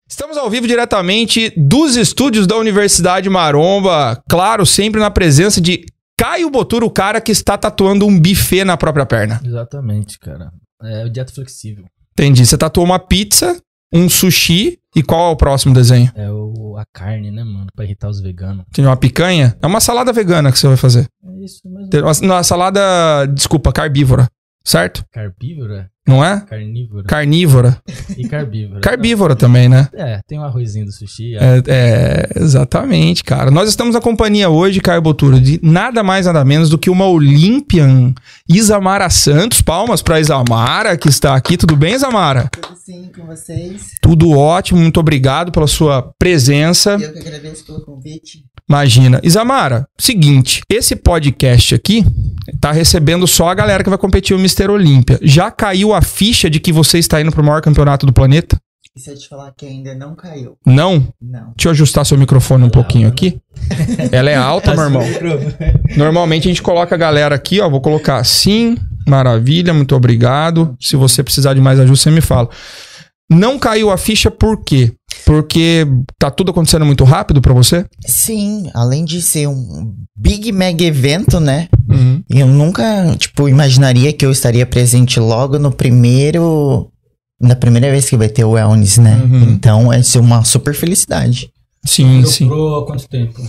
Estamos ao vivo diretamente dos estúdios da Universidade Maromba, claro, sempre na presença de Caio Bottura, o cara que está tatuando um buffet na própria perna. Exatamente, cara. É o dieta flexível. Entendi. Você tatuou uma pizza, um sushi e qual é o próximo desenho? É a carne, né, mano? Pra irritar os veganos. Tem uma picanha? É uma salada vegana que você vai fazer. É isso mesmo. Uma salada, desculpa, carbívora, certo? Carbívora? Não é? Carnívora. Carnívora. E carbívora. Carbívora também, né? Tem um arrozinho do sushi. Exatamente, cara. Nós estamos na companhia hoje, Caio Bottura, de nada mais, nada menos do que uma Olympian, Isamara Santos. Palmas pra Isamara, que está aqui. Tudo bem, Isamara? Tudo sim, com vocês. Tudo ótimo, muito obrigado pela sua presença. Eu que agradeço pelo convite. Imagina. Isamara, seguinte, esse podcast aqui tá recebendo só a galera que vai competir o Mr. Olímpia. Já caiu a ficha de que você está indo pro maior campeonato do planeta? E se eu te falar que ainda não caiu? Não? Não. Deixa eu ajustar seu microfone um pouquinho aqui. Ela é alta, meu irmão. Normalmente a gente coloca a galera aqui, ó. Vou colocar assim. Maravilha, muito obrigado. Se você precisar de mais ajuste, você me fala. Não caiu a ficha por quê? Porque tá tudo acontecendo muito rápido pra você? Sim, além de ser um big mega evento, né? Uhum. Eu nunca, imaginaria que eu estaria presente logo na primeira vez que vai ter o Wellness, né? Uhum. Então, vai ser uma super felicidade. Sim, sim. Pro há quanto tempo?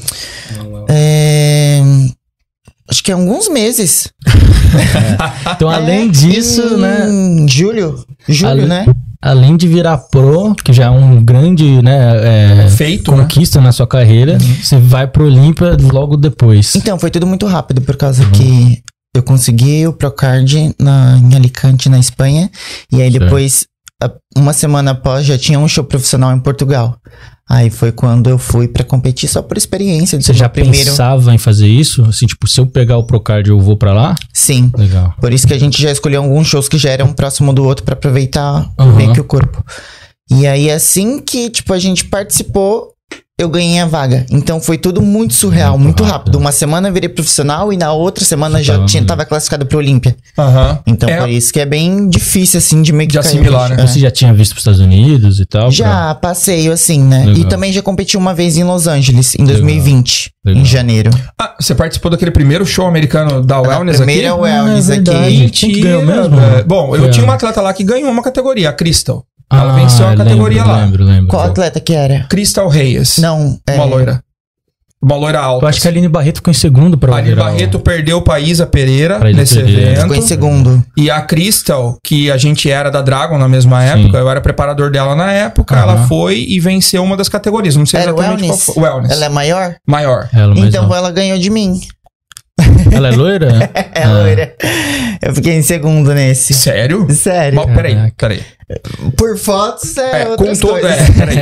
Acho que há alguns meses. Então, além disso, né? Em julho, né? Além de virar pro, que já é um grande, né, feito, conquista, né, na sua carreira, você vai pro Olímpia logo depois. Então, foi tudo muito rápido, por causa que eu consegui o Procard em Alicante, na Espanha. E aí depois, uma semana após, já tinha um show profissional em Portugal. Aí foi quando eu fui pra competir só por experiência. Você já pensava em fazer isso? Assim, se eu pegar o Procard, eu vou pra lá? Sim. Legal. Por isso que a gente já escolheu alguns shows que já eram um próximo do outro pra aproveitar meio que o corpo. E aí, assim que, a gente participou, eu ganhei a vaga. Então foi tudo muito surreal, muito rápido. Uma semana eu virei profissional e na outra semana tava classificado pro Olímpia. Então por isso que é bem difícil, assim, de meio que assimilar, né? Você já tinha visto pros Estados Unidos e tal? Já, passeio, assim, né? Legal. E também já competi uma vez em Los Angeles, em 2020, Legal. em janeiro. Ah, você participou daquele primeiro show americano da Wellness aqui? Primeira Wellness aqui. Mentira, que ganhou mesmo? Bom, eu tinha uma atleta lá que ganhou uma categoria, a Crystal. Ela venceu a categoria lá. Lembro. Qual atleta que era? Crystal Reyes. Não, Uma loira. Uma loira alta. Eu acho que a Aline Barreto ficou em segundo pra A Aline Barreto perdeu pra Isa Pereira Pra Isa nesse Pereira. evento. Ficou em segundo. E a Crystal, que a gente era da Dragon na mesma época, eu era preparador dela na época, ela foi e venceu uma das categorias. Não sei Era exatamente Wellness? qual foi. Wellness. Ela é maior? Maior. Então ela ganhou de mim. Ela é loira? É loira. Eu fiquei em segundo nesse. Sério? Sério. Mas, peraí. Por fotos outras com todo. coisas. Peraí.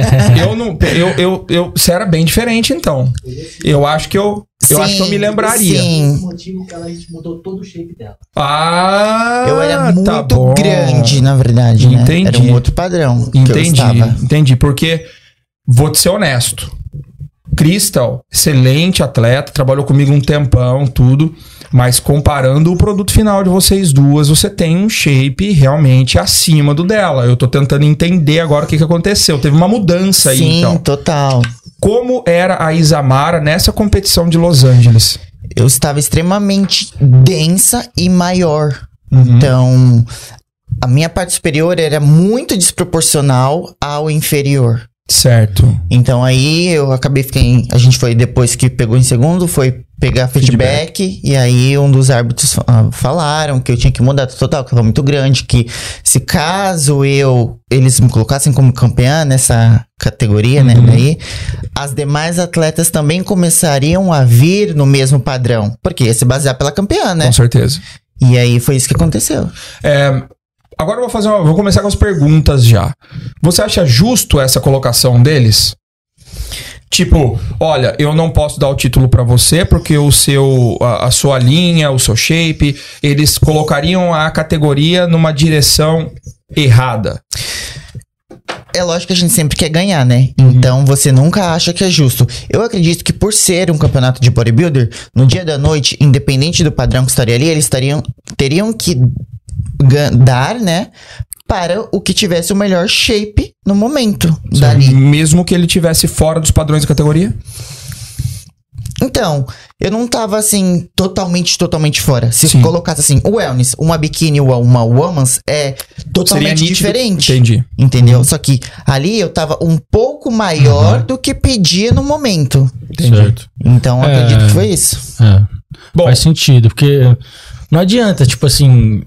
Você era bem diferente, então. Eu acho que eu me lembraria. Sim. O motivo que ela mudou todo o shape dela. Ah, Eu era muito tá bom. grande, na verdade, né? Entendi. Era um outro padrão. Que eu estava. Entendi. Porque, vou te ser honesto. Crystal, excelente atleta, trabalhou comigo um tempão, tudo. Mas comparando o produto final de vocês duas, você tem um shape realmente acima do dela. Eu tô tentando entender agora o que aconteceu. Teve uma mudança aí, então. Sim, total. Como era a Isamara nessa competição de Los Angeles? Eu estava extremamente densa e maior. Então, a minha parte superior era muito desproporcional ao inferior. Certo. Então aí eu acabei a gente foi, depois que pegou em segundo, foi pegar feedback. E aí um dos árbitros falaram que eu tinha que mudar total, que eu tava muito grande, que se caso eles me colocassem como campeã nessa categoria, né, daí as demais atletas também começariam a vir no mesmo padrão, porque ia se basear pela campeã, né? Com certeza. E aí foi isso que aconteceu. Agora eu vou começar com as perguntas já. Você acha justo essa colocação deles? Tipo, olha, eu não posso dar o título pra você porque a sua linha, o seu shape, eles colocariam a categoria numa direção errada. É lógico que a gente sempre quer ganhar, né? Então você nunca acha que é justo. Eu acredito que por ser um campeonato de bodybuilder, no dia da noite, independente do padrão que estaria ali, eles teriam que dar, né, para o que tivesse o melhor shape no momento dali. Mesmo que ele tivesse fora dos padrões da categoria? Então, eu não tava assim, totalmente fora. Se Sim. colocasse assim, o wellness, uma biquíni ou uma woman's é totalmente Seria nítido. diferente. Entendi. Entendeu? Só que ali eu tava um pouco maior do que pedia no momento. Certo. Então, acredito que foi isso. É. Bom, Faz sentido, porque não adianta, tipo assim.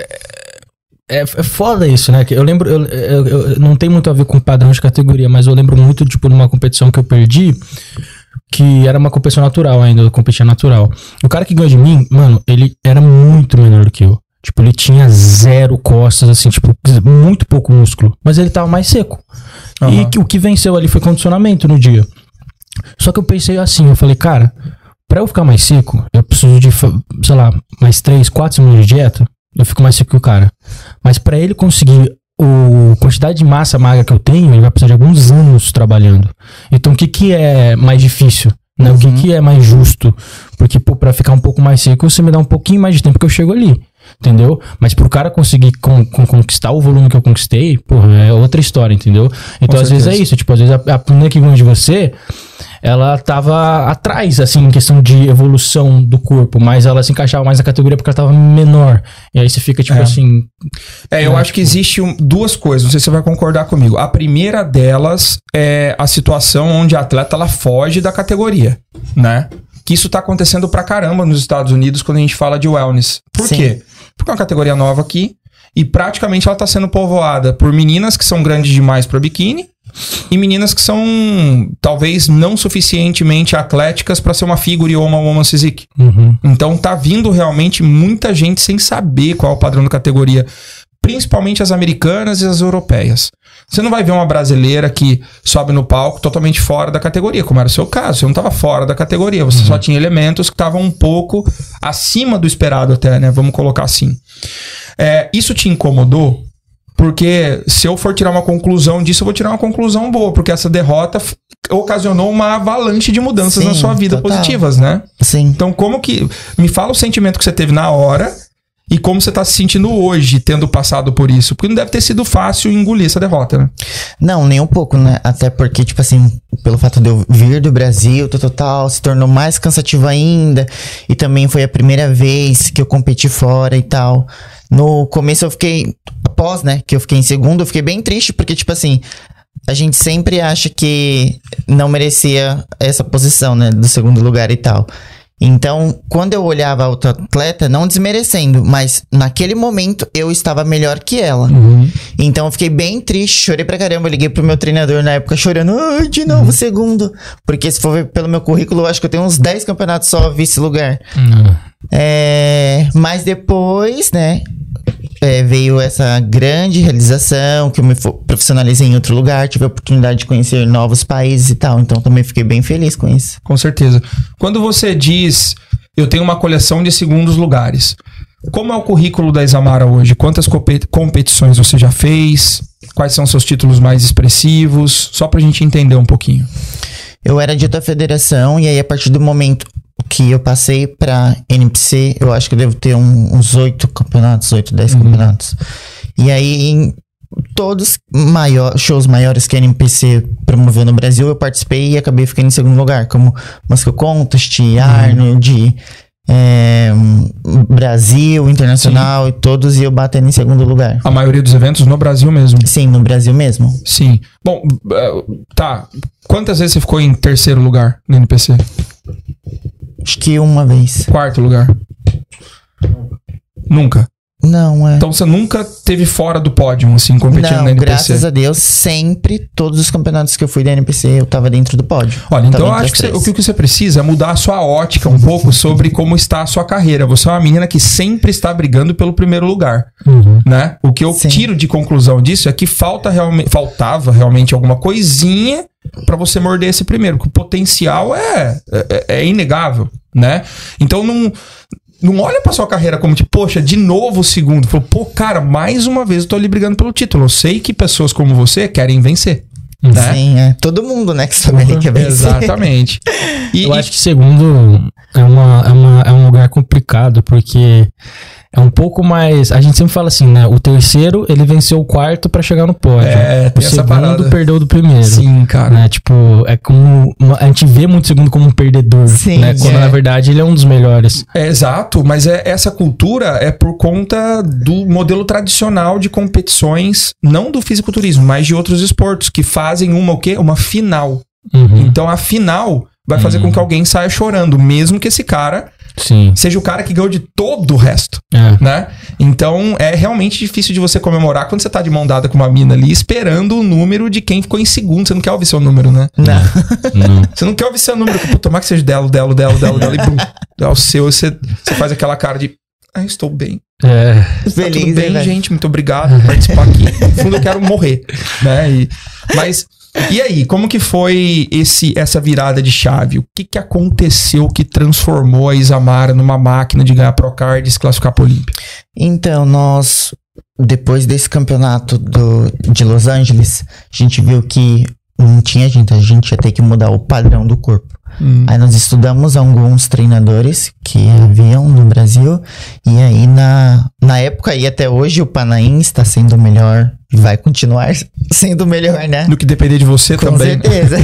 É foda isso, né? Que eu lembro, eu não tem muito a ver com padrão de categoria, mas eu lembro muito, tipo, numa competição que eu perdi, que era uma competição natural ainda, eu competia natural. O cara que ganhou de mim, mano, ele era muito menor do que eu. Tipo, ele tinha 0 costas, assim, tipo, muito pouco músculo. Mas ele tava mais seco. E o que venceu ali foi condicionamento no dia. Só que eu pensei assim, eu falei, cara, pra eu ficar mais seco, eu preciso de, sei lá, mais 3, 4 semanas de dieta. Eu fico mais seco que o cara. Mas pra ele conseguir a quantidade de massa magra que eu tenho, ele vai precisar de alguns anos trabalhando. Então, o que é mais difícil? Né? O que é mais justo? Porque, pô, pra ficar um pouco mais seco, você me dá um pouquinho mais de tempo que eu chego ali. Entendeu? Mas pro cara conseguir conquistar o volume que eu conquistei, porra, é outra história, entendeu? Então, às vezes é isso. Tipo, às vezes a menina que ganha de você, ela tava atrás, assim, em questão de evolução do corpo, mas ela se encaixava mais na categoria porque ela tava menor. E aí você fica, tipo assim... eu acho que existe duas coisas, não sei se você vai concordar comigo. A primeira delas é a situação onde a atleta ela foge da categoria, né? Que isso tá acontecendo pra caramba nos Estados Unidos quando a gente fala de wellness. Por quê? Porque é uma categoria nova aqui e praticamente ela tá sendo povoada por meninas que são grandes demais pra biquíni e meninas que são talvez não suficientemente atléticas pra ser uma figure ou uma woman's physique. Então tá vindo realmente muita gente sem saber qual é o padrão da categoria, principalmente as americanas e as europeias. Você não vai ver uma brasileira que sobe no palco totalmente fora da categoria, como era o seu caso. Você não estava fora da categoria, você só tinha elementos que estavam um pouco acima do esperado até, né? Vamos colocar assim. Isso te incomodou? Porque se eu for tirar uma conclusão disso, eu vou tirar uma conclusão boa, porque essa derrota ocasionou uma avalanche de mudanças na sua vida positivas, né? Sim. Então, como que... Me fala o sentimento que você teve na hora e como você tá se sentindo hoje, tendo passado por isso. Porque não deve ter sido fácil engolir essa derrota, né? Não, nem um pouco, né? Até porque, tipo assim, pelo fato de eu vir do Brasil, total, se tornou mais cansativo ainda. E também foi a primeira vez que eu competi fora e tal. No começo eu fiquei... Após, né, que eu fiquei em segundo, eu fiquei bem triste. Porque, tipo assim, a gente sempre acha que não merecia essa posição, né? Do segundo lugar e tal. Então, quando eu olhava a outra atleta, não desmerecendo, mas naquele momento eu estava melhor que ela. Então eu fiquei bem triste, chorei pra caramba. Eu liguei pro meu treinador na época chorando, ai, de novo segundo. Porque se for ver pelo meu currículo, eu acho que eu tenho uns 10 campeonatos só vice-lugar. Mas depois, né, veio essa grande realização, que eu me profissionalizei em outro lugar, tive a oportunidade de conhecer novos países e tal, então também fiquei bem feliz com isso. Com certeza. Quando você diz, eu tenho uma coleção de segundos lugares, como é o currículo da Isamara hoje? Quantas competições você já fez? Quais são seus títulos mais expressivos? Só pra gente entender um pouquinho. Eu era de outra federação, e aí a partir do momento que eu passei pra NPC, eu acho que eu devo ter uns 8 campeonatos, 10 campeonatos. E aí, em todos shows maiores que a NPC promoveu no Brasil, eu participei e acabei ficando em segundo lugar, como Muscle Contest, Arnold, Brasil, Internacional, e todos, e eu batendo em segundo lugar. A maioria dos eventos no Brasil mesmo? Sim, no Brasil mesmo. Sim. Bom, tá. Quantas vezes você ficou em terceiro lugar no NPC? Acho que uma vez. Quarto lugar? Nunca? Não, Então você nunca teve fora do pódio, assim, competindo na NPC? Graças a Deus, sempre, todos os campeonatos que eu fui da NPC, eu tava dentro do pódio. Olha, então eu acho que o que você precisa é mudar a sua ótica um pouco sobre como está a sua carreira. Você é uma menina que sempre está brigando pelo primeiro lugar, né? O que eu tiro de conclusão disso é que faltava realmente alguma coisinha pra você morder esse primeiro, que o potencial é inegável, né? Então não olha pra sua carreira como tipo, poxa, de novo o segundo. Falou, pô, cara, mais uma vez eu tô ali brigando pelo título. Eu sei que pessoas como você querem vencer. Né? Sim, todo mundo, né, que sabe ali que é vencer. Exatamente. Eu acho que segundo é um lugar complicado, porque é um pouco mais... A gente sempre fala assim, né? O terceiro, ele venceu o quarto pra chegar no pódio. É, o tem essa segundo parada. perdeu do primeiro. Sim, cara. Né? Tipo, é como... A gente vê muito o segundo como um perdedor. Sim, né? Quando, na verdade, ele é um dos melhores. É, exato, mas essa cultura é por conta do modelo tradicional de competições, não do fisiculturismo, mas de outros esportes, que fazem o quê? Uma final. Uhum. Então a final vai fazer com que alguém saia chorando, mesmo que esse cara Sim. seja o cara que ganhou de todo o resto, É. né? Então é realmente difícil de você comemorar quando você tá de mão dada com uma mina ali, esperando o número de quem ficou em segundo. Você não quer ouvir seu número, né? Não. Você não quer ouvir seu número, que, tomar que seja dela, e bum, é o seu, você faz aquela cara de, estou bem. É. Tá Feliz, tudo bem, né? gente, muito obrigado por participar aqui. No fundo eu quero morrer, né? E aí, como que foi essa virada de chave? O que aconteceu que transformou a Isamara numa máquina de ganhar Procard e se classificar para Olímpia? Então, nós, depois desse campeonato de Los Angeles, a gente viu que não tinha gente, a gente ia ter que mudar o padrão do corpo. Aí nós estudamos alguns treinadores que haviam no Brasil, e aí na época e até hoje o Panaim está sendo o melhor, e vai continuar sendo o melhor, né? No que depender de você Com também. certeza.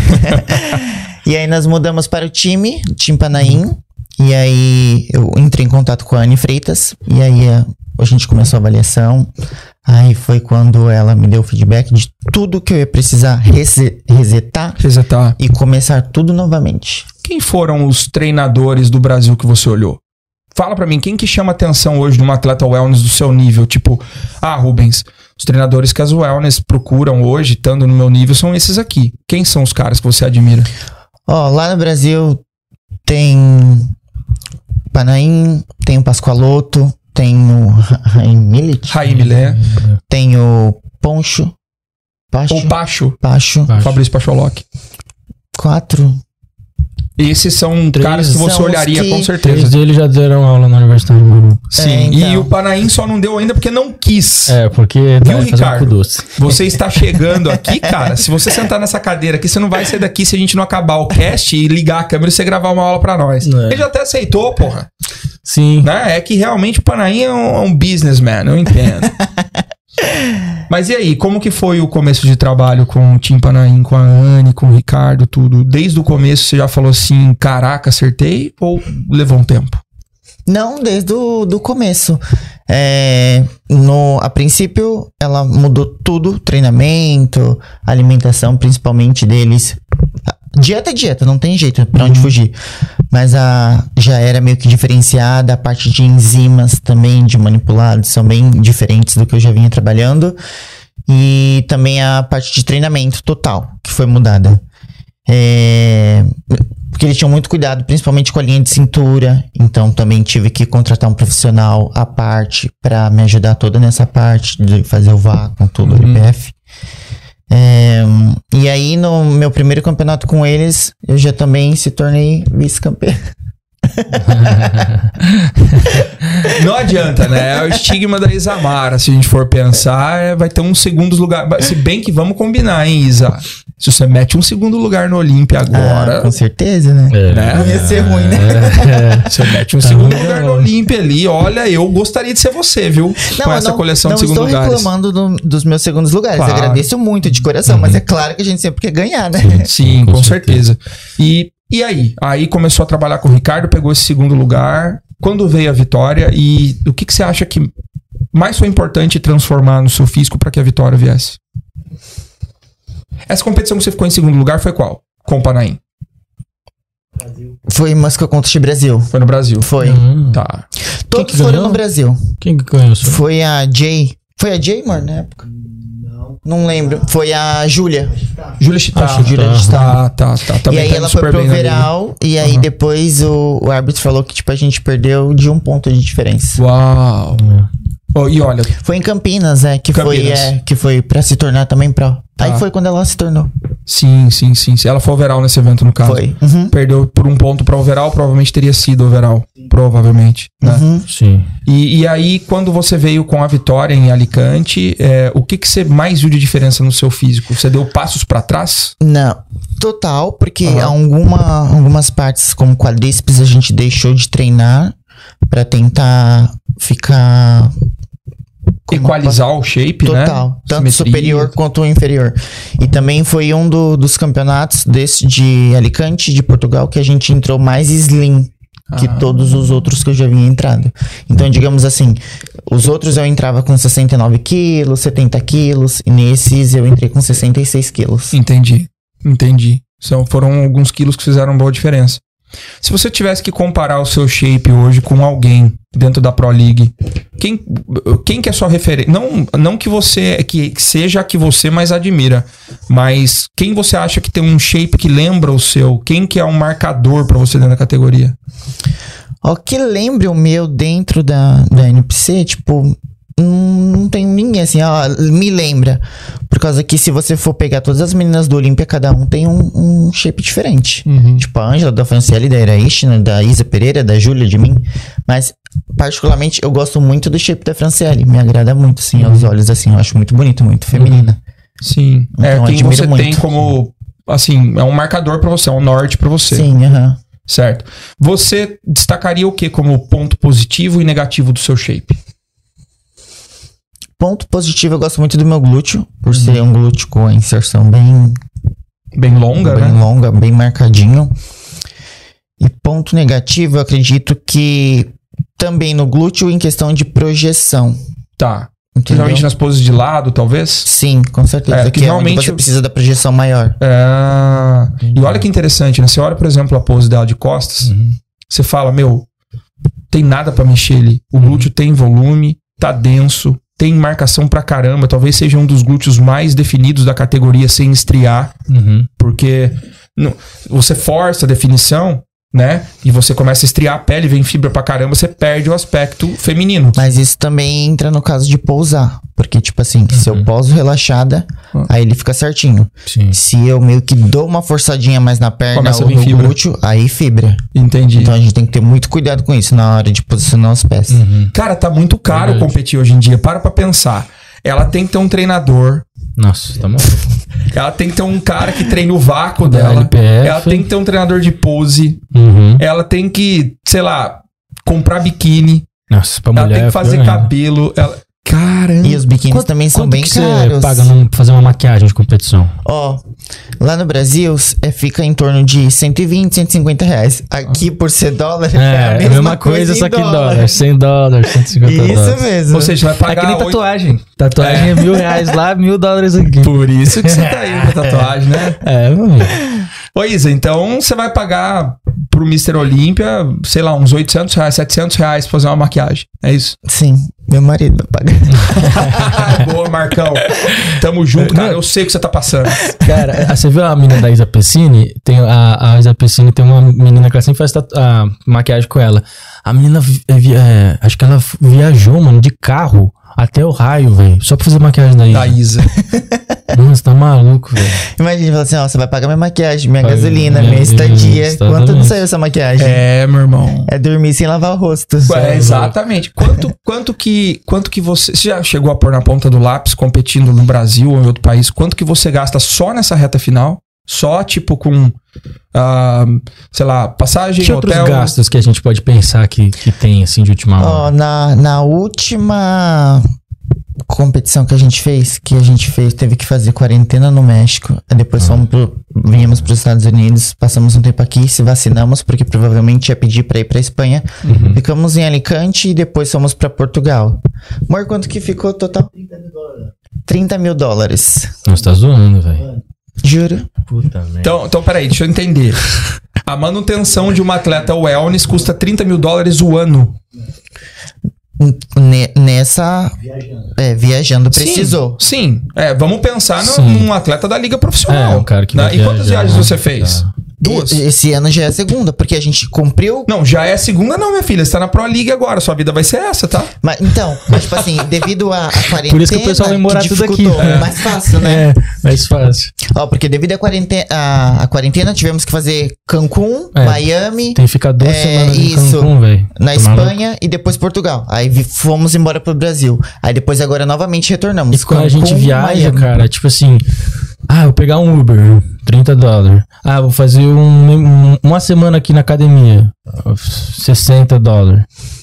E aí nós mudamos para o time Panaim, e aí eu entrei em contato com a Anne Freitas, e aí a gente começou a avaliação. Aí foi quando ela me deu o feedback de tudo que eu ia precisar resetar e começar tudo novamente. Quem foram os treinadores do Brasil que você olhou? Fala pra mim, quem que chama atenção hoje de um atleta wellness do seu nível? Tipo, Rubens, os treinadores que as wellness procuram hoje, estando no meu nível, são esses aqui. Quem são os caras que você admira? Lá no Brasil tem Panaim, tem o Pascoaloto, tem o Raim Millet, tem o Poncho, ou Pacho, Pacho. Fabrício Pacholoc. 4. Esses são caras que você são olharia os que- com 3 certeza. deles já deram aula na Universidade de Manu. Sim, então. e o Panaim só não deu ainda porque não quis. Porque Viu, vai fazer um Ricardo? cu doce. Você está chegando aqui, cara. Se você sentar nessa cadeira aqui, você não vai sair daqui se a gente não acabar o cast e ligar a câmera e você gravar uma aula pra nós. Ele já até aceitou, porra. Sim. Né? É que realmente o Panaim é um businessman, eu entendo. Mas e aí, como que foi o começo de trabalho com o Team Panaim, com a Anne, com o Ricardo, tudo? Desde o começo você já falou assim, caraca, acertei? Ou levou um tempo? Não, desde o começo. A princípio, ela mudou tudo, treinamento, alimentação, principalmente deles. Dieta é dieta, não tem jeito pra onde fugir. Mas já era meio que diferenciada, a parte de enzimas também, de manipulados, são bem diferentes do que eu já vinha trabalhando. E também a parte de treinamento total, que foi mudada. Porque eles tinham muito cuidado, principalmente com a linha de cintura. Então também tive que contratar um profissional à parte pra me ajudar toda nessa parte de fazer o vácuo, tudo, o IPF. E aí no meu primeiro campeonato com eles, eu já também se tornei vice-campeão. Não adianta, né? É o estigma da Isamara. Se a gente for pensar, vai ter um segundo lugar. Se bem que vamos combinar, hein, Isa? Se você mete um segundo lugar no Olímpia agora... Com certeza, né? Né? Não ia ser ruim, né? Você mete um segundo lugar no Olímpia ali. Olha, eu gostaria de ser você, viu? Com essa coleção de segundos lugares. Não estou reclamando dos meus segundos lugares. Claro. Agradeço muito de coração, mas é claro que a gente sempre quer ganhar, né? Sim, com certeza. E aí? Aí começou a trabalhar com o Ricardo, pegou esse segundo lugar. Quando veio a vitória, e o que você acha que mais foi importante transformar no seu físico para que a vitória viesse? Essa competição que você ficou em segundo lugar foi qual? Com o Panaim? Foi Muscle Contest Brasil. Foi no Brasil. Foi. Tá. Todos foram ganhou? no Brasil. Quem que ganhou? Foi a Jay. Foi a Jay, mano, na época? Não lembro. Foi a Júlia. Júlia Chitá. Júlia Chitá. Tá. E Também aí tá ela indo foi super pro bem na liga. overall. E aí depois o árbitro falou que tipo a gente perdeu de 1 ponto de diferença. Uau. Oh, e olha, Foi em Campinas, que foi pra se tornar também pro. Aí foi quando ela se tornou. sim. Ela foi overall nesse evento, no caso. Foi. Uhum. Perdeu por 1 ponto pra overall, provavelmente teria sido overall. Provavelmente, né? Uhum. Sim. E aí, quando você veio com a vitória em Alicante, o que você mais viu de diferença no seu físico? Você deu passos pra trás? Não, total, porque algumas partes, como quadríceps, a gente deixou de treinar. pra tentar ficar Equalizar o shape, né? total, tanto Simetria. superior quanto o inferior. E também foi um dos campeonatos desse de Alicante, de Portugal, que a gente entrou mais slim que todos os outros que eu já vinha entrado. Então, digamos assim, os outros eu entrava com 69 quilos, 70 quilos, e nesses eu entrei com 66 quilos. Entendi. Foram alguns quilos que fizeram boa diferença. Se você tivesse que comparar o seu shape hoje com alguém dentro da Pro League, quem que é sua referência? Não que você que seja a que você mais admira, mas quem você acha que tem um shape que lembra o seu? Quem que é um marcador pra você dentro da categoria? Ó, que lembre o meu dentro da NPC, tipo, não tem ninguém assim, ó, me lembra. Por causa que se você for pegar todas as meninas do Olímpia, cada um tem um shape diferente. Tipo, a Ângela, da Franciele, da Iraíshna, da Isa Pereira, da Júlia, de mim. Mas, particularmente, eu gosto muito do shape da Franciele. Me agrada muito, assim, aos olhos, assim. Eu acho muito bonito, muito feminina. Sim. Então, Quem admiro você muito. tem como, assim, é um marcador pra você, é um norte pra você. Sim, aham. Certo. Você destacaria o que como ponto positivo e negativo do seu shape? Ponto positivo, eu gosto muito do meu glúteo, por ser um glúteo com a inserção Bem longa, bem né? longa, bem marcadinho. E ponto negativo, eu acredito que também no glúteo em questão de projeção. Tá. Entendeu? Principalmente nas poses de lado, talvez? Sim, com certeza. É, que que é onde normalmente você precisa da projeção maior. E olha que interessante, né? Você olha, por exemplo, a pose dela de costas, você fala, tem nada pra mexer ali. O glúteo tem volume, tá denso, tem marcação pra caramba. Talvez seja um dos glúteos mais definidos da categoria sem estriar, porque você força a definição, né? E você começa a estriar a pele, vem fibra pra caramba, você perde o aspecto feminino. Mas isso também entra no caso de pousar. Porque, tipo assim, se eu pouso relaxada, aí ele fica certinho. Sim. Se eu meio que dou uma forçadinha mais na perna Começa a ou vir no fibra. glúteo, aí fibra. Entendi. Então a gente tem que ter muito cuidado com isso na hora de posicionar os pés. Cara, tá muito caro Verdade. competir hoje em dia. Para pra pensar. Ela tem que ter um treinador. Nossa, tá maluco. Ela tem que ter um cara que treine o vácuo Da dela. LPF. Ela tem que ter um treinador de pose. Ela tem que, sei lá, comprar biquíni. Nossa, pra Ela mulher. tem que fazer pior ainda. cabelo. Caramba. E os biquínis também são Quanto bem que você caros. paga pra fazer uma maquiagem de competição? Ó, lá no Brasil fica em torno de 120, 150 reais. Aqui, por ser dólar, É, a mesma coisa, só que em dólar. 100 dólares, 150 Isso dólares. mesmo. Ou seja, vai É pagar que nem 8... tatuagem. Tatuagem é R$1.000 lá, $1.000 aqui. Por isso que você tá aí pra tatuagem, né? É, meu amigo. Ô Isa, então você vai pagar pro Mr. Olímpia, sei lá, uns 800 reais, 700 reais pra fazer uma maquiagem. É isso? Sim, meu marido vai pagar. Boa, Marcão. Tamo junto, cara. Eu sei o que você tá passando. Cara, você viu a menina da Isa Pessini? Tem a Isa Pessini tem uma menina que ela sempre faz a maquiagem com ela. A menina, acho que ela viajou, mano, de carro até o raio, velho. Só pra fazer maquiagem da Isa. Da Isa. Nossa, tá maluco, velho. Imagina, fala assim, ó, você vai pagar minha maquiagem, minha Paga gasolina, minha minha estadia. exatamente. Quanto não saiu essa maquiagem? É, meu irmão. É dormir sem lavar o rosto. É, exatamente. Quanto que você já chegou a pôr na ponta do lápis competindo no Brasil ou em outro país? Quanto que você gasta só nessa reta final? Só tipo com, sei lá, passagem, Que outros hotel? gastos que a gente pode pensar que tem, assim, de última hora? Ó, na última competição que a gente fez, teve que fazer quarentena no México. Aí depois viemos para os Estados Unidos, passamos um tempo aqui, se vacinamos, porque provavelmente ia pedir para ir para Espanha. Ficamos em Alicante e depois fomos para Portugal. Amor, quanto que ficou total? $30 mil. Nossa, tá zoando, velho. Juro. Puta merda. Então, peraí, deixa eu entender. A manutenção de uma atleta wellness custa $30 mil o ano. Nessa. Viajando precisou. Sim. Vamos pensar Sim. num atleta da liga profissional. É, um cara que né? vai E quantas viajar, viagens você né? fez? Tá. 2? Esse ano já é a segunda, porque a gente cumpriu. Não, já é a segunda não, minha filha. Você tá na Pro League agora. Sua vida vai ser essa, tá? Mas tipo assim, devido à quarentena. Por isso que o pessoal vai morar que tudo aqui. dificultou. Mais fácil, né? É, mais fácil. Ó, porque devido à quarentena, tivemos que fazer Cancún, Miami, Tem que ficar 2 semanas em isso. Cancún, velho. na Tá maluco? Espanha e depois Portugal. Aí fomos embora pro Brasil. Aí depois agora novamente retornamos. E quando a gente Cancún, viaja, Miami. cara, tipo assim, eu vou pegar um Uber, $30. Vou fazer uma semana aqui na academia, $60.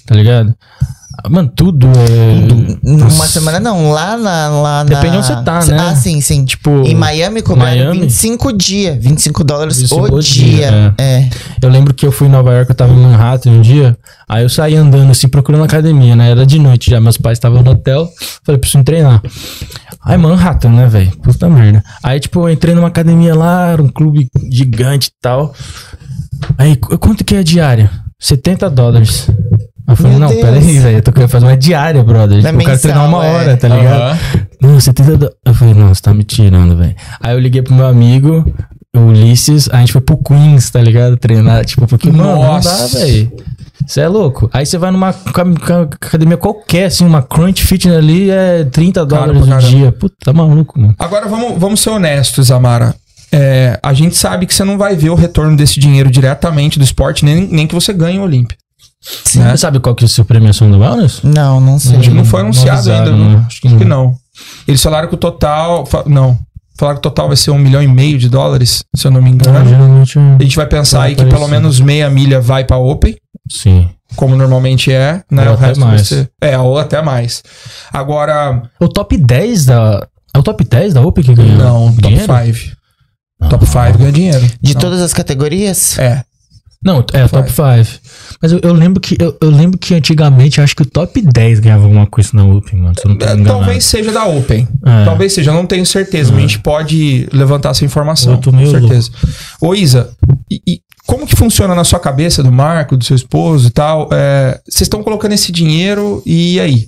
tá ligado? Mano, tudo é... Numa semana não, lá na... Depende de onde você tá, né? Ah, sim. Tipo, em Miami cobraram Miami? 25 dias, $25 25 o dia. É. Eu lembro que eu fui em Nova York, eu tava em Manhattan um dia, aí eu saí andando assim, procurando academia, né? Era de noite já, meus pais estavam no hotel, falei, preciso treinar. Aí Manhattan, né, velho? Puta merda. Aí, tipo, eu entrei numa academia lá, era um clube gigante e tal. Aí, quanto que é a diária? $70. Eu falei, Meu não, Deus. peraí, velho, eu tô querendo fazer uma diária, brother. Não é Tipo, eu quero treinar uma mensal, hora, tá ligado? Não, $70. Eu falei, não, você tá me tirando, velho. Aí eu liguei pro meu amigo, o Ulisses, a gente foi pro Queens, tá ligado? Treinar, tipo, porque, mano, não dá, velho. Você é louco. Aí você vai numa academia qualquer, assim, uma Crunch Fitness ali, é $30 o dia. Puta, tá maluco, mano. Agora vamos ser honestos, Amara. A gente sabe que você não vai ver o retorno desse dinheiro diretamente do esporte, nem que você ganhe o Olímpia. Sim. Você sabe qual que é a sua premiação do Wellness? Não sei. Acho que não foi anunciado avisaram, ainda. né? Acho que não. Eles falaram que o total... Falaram que o total vai ser $1,5 milhão, se eu não me engano. Geralmente... A gente vai pensar aí que pelo menos meia milha vai pra Open. Sim. Como normalmente é, né? Ou o até resto mais. vai ser... ou até mais. Agora... O top 10 da... É o top 10 da Open que ganhou? Não, top dinheiro? 5. Top 5 ganha dinheiro. De Não. todas as categorias? Não, é o top 5. Mas eu lembro que antigamente eu acho que o top 10 ganhava alguma coisa na Open, mano. Se eu não tô enganado. Talvez seja da Open. Talvez seja, eu não tenho certeza, mas a gente pode levantar essa informação. Eu tô meio com certeza. Ô, Isa, e como que funciona na sua cabeça, do Marco, do seu esposo e tal? Vocês estão colocando esse dinheiro e aí?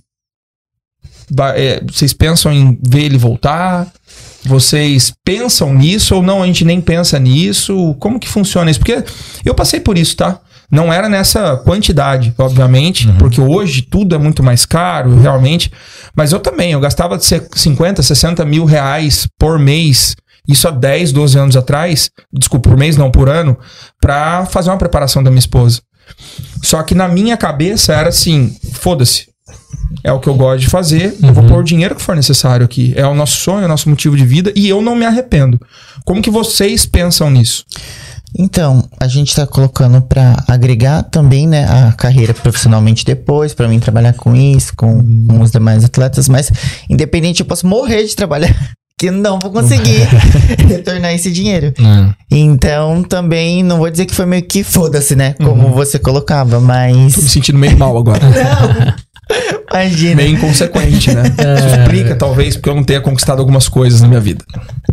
Vocês pensam em ver ele voltar? Vocês pensam nisso ou não? A gente nem pensa nisso? Como que funciona isso? Porque eu passei por isso, tá? Não era nessa quantidade, obviamente, porque hoje tudo é muito mais caro, realmente. Mas eu também, eu gastava de 50, 60 mil reais por mês, isso há 10, 12 anos atrás, desculpa, por mês não, por ano, pra fazer uma preparação da minha esposa. Só que na minha cabeça era assim, foda-se. É o que eu gosto de fazer, eu vou pôr o dinheiro que for necessário aqui. É o nosso sonho, é o nosso motivo de vida e eu não me arrependo. Como que vocês pensam nisso? Então, a gente tá colocando pra agregar também, né, a carreira profissionalmente depois, pra mim trabalhar com isso, com os demais atletas, mas independente, eu posso morrer de trabalhar, que não vou conseguir retornar esse dinheiro. Então, também, não vou dizer que foi meio que foda-se, né, como você colocava, mas... Tô me sentindo meio mal agora. Não! Imagina. Meio inconsequente, né? Isso explica, talvez, porque eu não tenha conquistado algumas coisas na minha vida.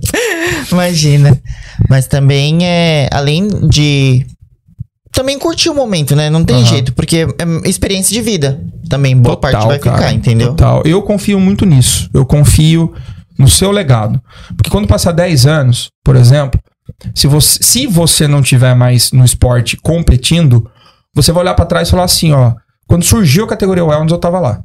Imagina. Mas também além de também curtir o momento, né? Não tem jeito, porque é experiência de vida. Também boa parte vai ficar, entendeu? Total. Eu confio muito nisso. Eu confio no seu legado. Porque quando passar 10 anos, por exemplo, se você não tiver mais no esporte competindo, você vai olhar pra trás e falar assim, ó, quando surgiu a categoria Wellness, eu tava lá.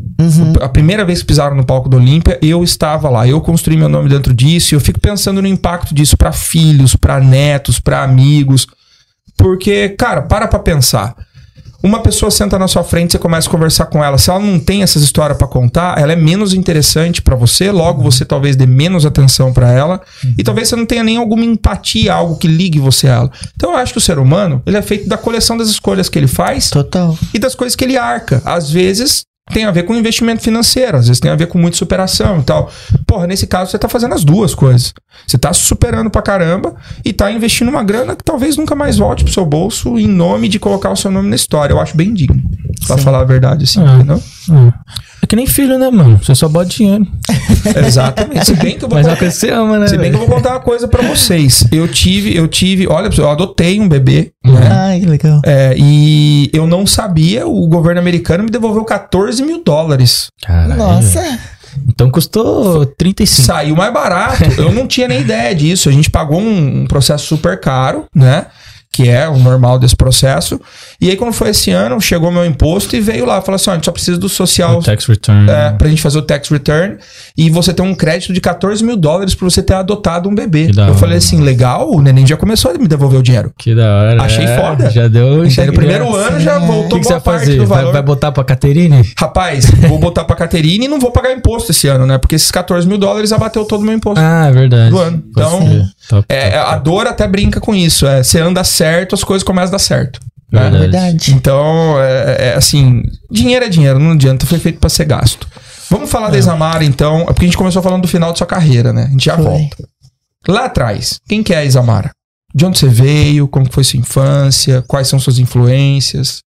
A primeira vez que pisaram no palco do Olímpia, eu estava lá. Eu construí meu nome dentro disso e eu fico pensando no impacto disso pra filhos, pra netos, pra amigos. Porque, cara, para pra pensar. Uma pessoa senta na sua frente, você começa a conversar com ela. Se ela não tem essas histórias pra contar, ela é menos interessante pra você. Logo, você talvez dê menos atenção pra ela. E talvez você não tenha nem alguma empatia, algo que ligue você a ela. Então, eu acho que o ser humano, ele é feito da coleção das escolhas que ele faz. Total. E das coisas que ele arca. Às vezes tem a ver com investimento financeiro, às vezes tem a ver com muita superação e tal. Porra, nesse caso você tá fazendo as duas coisas. Você tá se superando pra caramba e tá investindo uma grana que talvez nunca mais volte pro seu bolso em nome de colocar o seu nome na história. Eu acho bem digno. Pra falar a verdade, assim, entendeu? É que nem filho, né, mano? Você só bota dinheiro. Exatamente. Se bem que eu vou Mas é o que você ama, né? Se bem que eu vou contar uma coisa pra vocês. Eu tive, olha, eu adotei um bebê, né? Ai, que legal. E eu não sabia, o governo americano me devolveu $14 mil. Caralho. Nossa. Então custou 35. Saiu mais barato. Eu não tinha nem ideia disso. A gente pagou um processo super caro, né? Que é o normal desse processo. E aí, quando foi esse ano, chegou meu imposto e veio lá. Falou assim, ó, a gente só precisa do social... O tax return. Pra gente fazer o tax return. E você tem um crédito de $14 mil pra você ter adotado um bebê. Eu falei assim, legal, o neném já começou a me devolver o dinheiro. Que da hora. Achei foda. Já deu... No primeiro ano já voltou O que você boa vai parte fazer? do valor. Vai botar pra Caterine? Rapaz, vou botar pra Caterine e não vou pagar imposto esse ano, né? Porque esses $14 mil abateu todo o meu imposto. Ah, é verdade. Do ano. Então, Top. a dor até brinca com isso. Você anda certo, as coisas começam a dar certo. né? Verdade. Então, assim, dinheiro é dinheiro, não adianta, foi feito pra ser gasto. Vamos falar da Isamara, então, porque a gente começou falando do final de sua carreira, né? A gente já volta. Lá atrás, quem que é a Isamara? De onde você veio? Como foi sua infância? Quais são suas influências?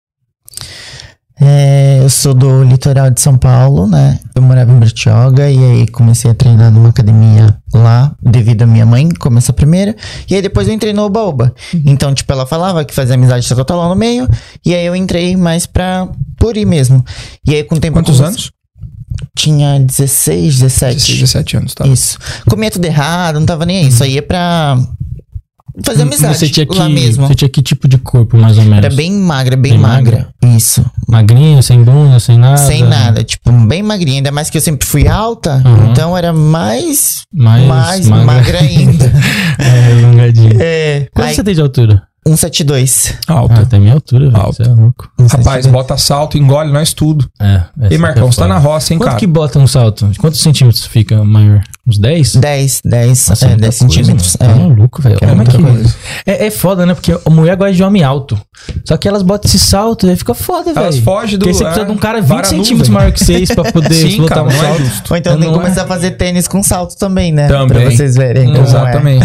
Eu sou do litoral de São Paulo, né? Eu morava em Bertioga e aí comecei a treinar numa academia lá, devido à minha mãe, começou a primeira. E aí depois eu entrei no Oba-Oba. Então, tipo, ela falava que fazia amizade total lá no meio. E aí eu entrei mais por ir mesmo. E aí com o tempo... Quantos anos? Tinha 16, 17. 16, 17 anos, tá? Isso. Comia tudo errado, não tava nem aí. Só ia pra fazer amizade Você tinha lá mesmo. Você tinha que tipo de corpo, mais ou menos? Era bem magra, bem magra. Isso. Magrinha, sem bunda, sem nada? Sem nada, tipo, bem magrinha. Ainda mais que eu sempre fui alta, então era mais magra ainda. Alongadinha. Quanto você tem de altura? 1,72. Alto. Tem minha altura, velho. Alto. Você é louco. Rapaz, bota salto, engole nós tudo. E Marcão, você tá na roça, hein, Quanto cara? que bota um salto? Quantos centímetros fica maior? Uns 10? 10 Nossa, é 10 centímetros. Tá maluco, velho. É muita coisa. É foda, né? Porque a mulher gosta de homem alto. Só que elas botam esse salto e aí fica foda, velho. Elas fogem do... Porque você precisa de um cara 20 vara centímetros nuvem. maior que vocês pra poder Sim, botar cara, um não é salto. justo. Ou então tem que Não começar a fazer tênis com salto também, né? Também. Pra vocês verem como Exatamente.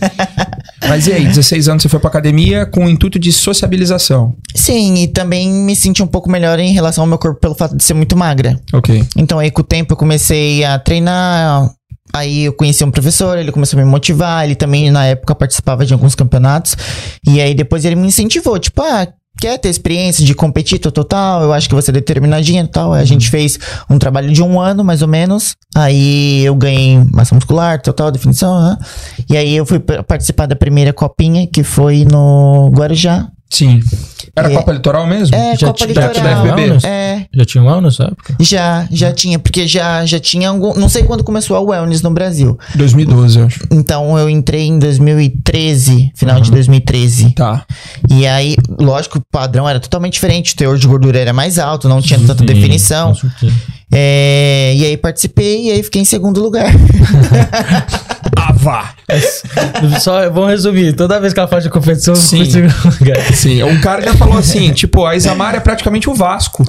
Mas e aí, 16 anos você foi pra academia com o intuito de sociabilização. Sim, e também me senti um pouco melhor em relação ao meu corpo pelo fato de ser muito magra. Ok. Então aí com o tempo eu comecei a treinar, aí eu conheci um professor, ele começou a me motivar, ele também na época participava de alguns campeonatos, e aí depois ele me incentivou, tipo, quer ter experiência de competir total, eu acho que você é determinadinha e tal. A gente fez um trabalho de 1 ano, mais ou menos. Aí eu ganhei massa muscular, total, definição, né? E aí eu fui participar da primeira copinha, que foi no Guarujá. Sim. Era Copa Litoral mesmo? Copa Litoral. Já tinha wellness nessa época? Já tinha, porque já tinha algum... Não sei quando começou a wellness no Brasil. 2012, eu acho. Então eu entrei em 2013, final de 2013. Tá. E aí, lógico, o padrão era totalmente diferente. O teor de gordura era mais alto, não tinha tanta definição. E aí participei e aí fiquei em segundo lugar. Vá! Só, vamos resumir. Toda vez que ela faz de competição, eu Sim. consigo lugar. Sim, um cara já falou assim, tipo, a Isamara é praticamente o Vasco.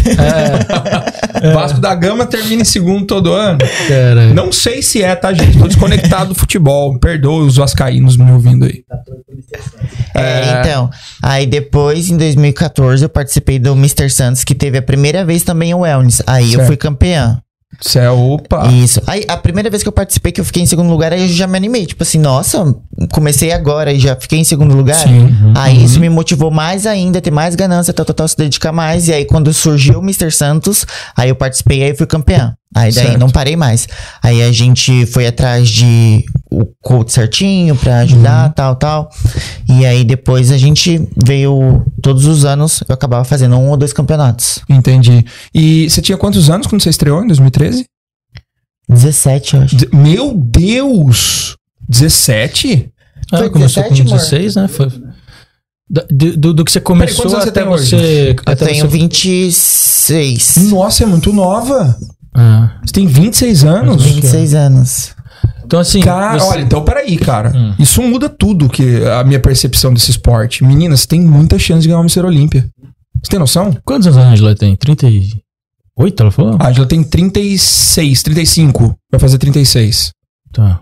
Vasco da Gama termina em segundo todo ano. Cara. Não sei se tá, gente? Tô desconectado do futebol. Me perdoe os vascaínos me ouvindo aí. Então, aí depois, em 2014, eu participei do Mr. Santos, que teve a primeira vez também o wellness. Aí eu fui campeã. Opa! Isso. Aí, a primeira vez que eu participei, que eu fiquei em segundo lugar, aí eu já me animei. Tipo assim, nossa, comecei agora e já fiquei em segundo lugar. Sim. Aí isso me motivou mais ainda, ter mais ganância, tal, se dedicar mais. E aí, quando surgiu o Mr. Santos, aí eu participei, aí fui campeã. Aí daí não parei mais. Aí a gente foi atrás de o coach certinho pra ajudar, tal. E aí depois a gente veio, todos os anos, eu acabava fazendo 1 ou 2 campeonatos. Entendi. E você tinha quantos anos quando você estreou, em 2013? 17, eu acho. Meu Deus! 17? Foi Começou 17, com 16, né? Foi... Do que você começou quantos anos até você tem você... Eu tenho 26. Nossa, é muito nova. Você tem 26 anos? 26 anos. Então assim... Cara, olha, então peraí, cara. Isso muda tudo que a minha percepção desse esporte. Meninas, tem muita chance de ganhar uma Mister Olímpia. Você tem noção? Quantos anos a Angela tem? 38, ela falou? A Angela tem 36, 35. Vai fazer 36. Tá.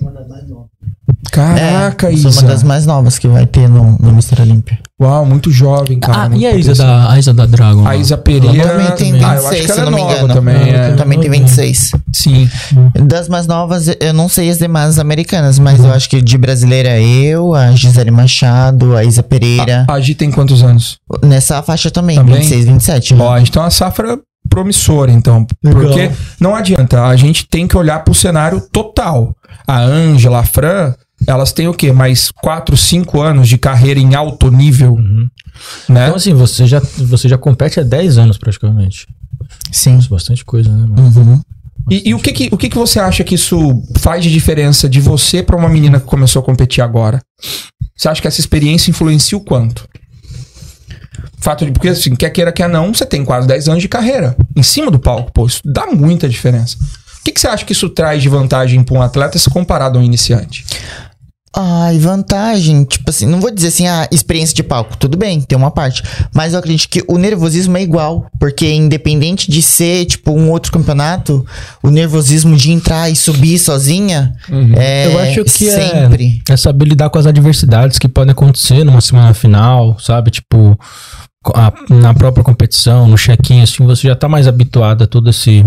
Caraca, Sou Isa. uma das mais novas que vai ter no Mr. Olímpia. Uau, muito jovem, cara. E muito a Isa potencial. a Isa da Dragon? A Isa Pereira... Também tem 26, eu acho que se ela não é me nova engano. também. Também tem 26. Sim. Das mais novas, eu não sei as demais americanas, mas eu acho que de brasileira eu, a Gisele Machado, a Isa Pereira. A Gi tem quantos anos? Nessa faixa também, Também? 26, 27. Ó, a gente tem uma safra promissora, então. Porque não adianta, a gente tem que olhar pro cenário total. A Ângela, a Fran, elas têm o quê? Mais 4, 5 anos de carreira em alto nível, né? Então assim, você já compete há 10 anos praticamente. Sim. Isso é bastante coisa, né, mano? Uhum. E o que você acha que isso faz de diferença de você pra uma menina que começou a competir agora? Você acha que essa experiência influencia o quanto? Fato de, porque assim, quer queira, quer não, você tem quase 10 anos de carreira em cima do palco, pô, isso dá muita diferença. O que você acha que isso traz de vantagem para um atleta se comparado a um iniciante? E vantagem, tipo assim, não vou dizer assim, experiência de palco, tudo bem, tem uma parte, mas eu acredito que o nervosismo é igual, porque independente de ser, tipo, um outro campeonato, o nervosismo de entrar e subir sozinha, Eu acho que sempre. é saber lidar com as adversidades que podem acontecer numa semana final, sabe? Tipo, na própria competição, no check-in, assim, você já tá mais habituado a todo esse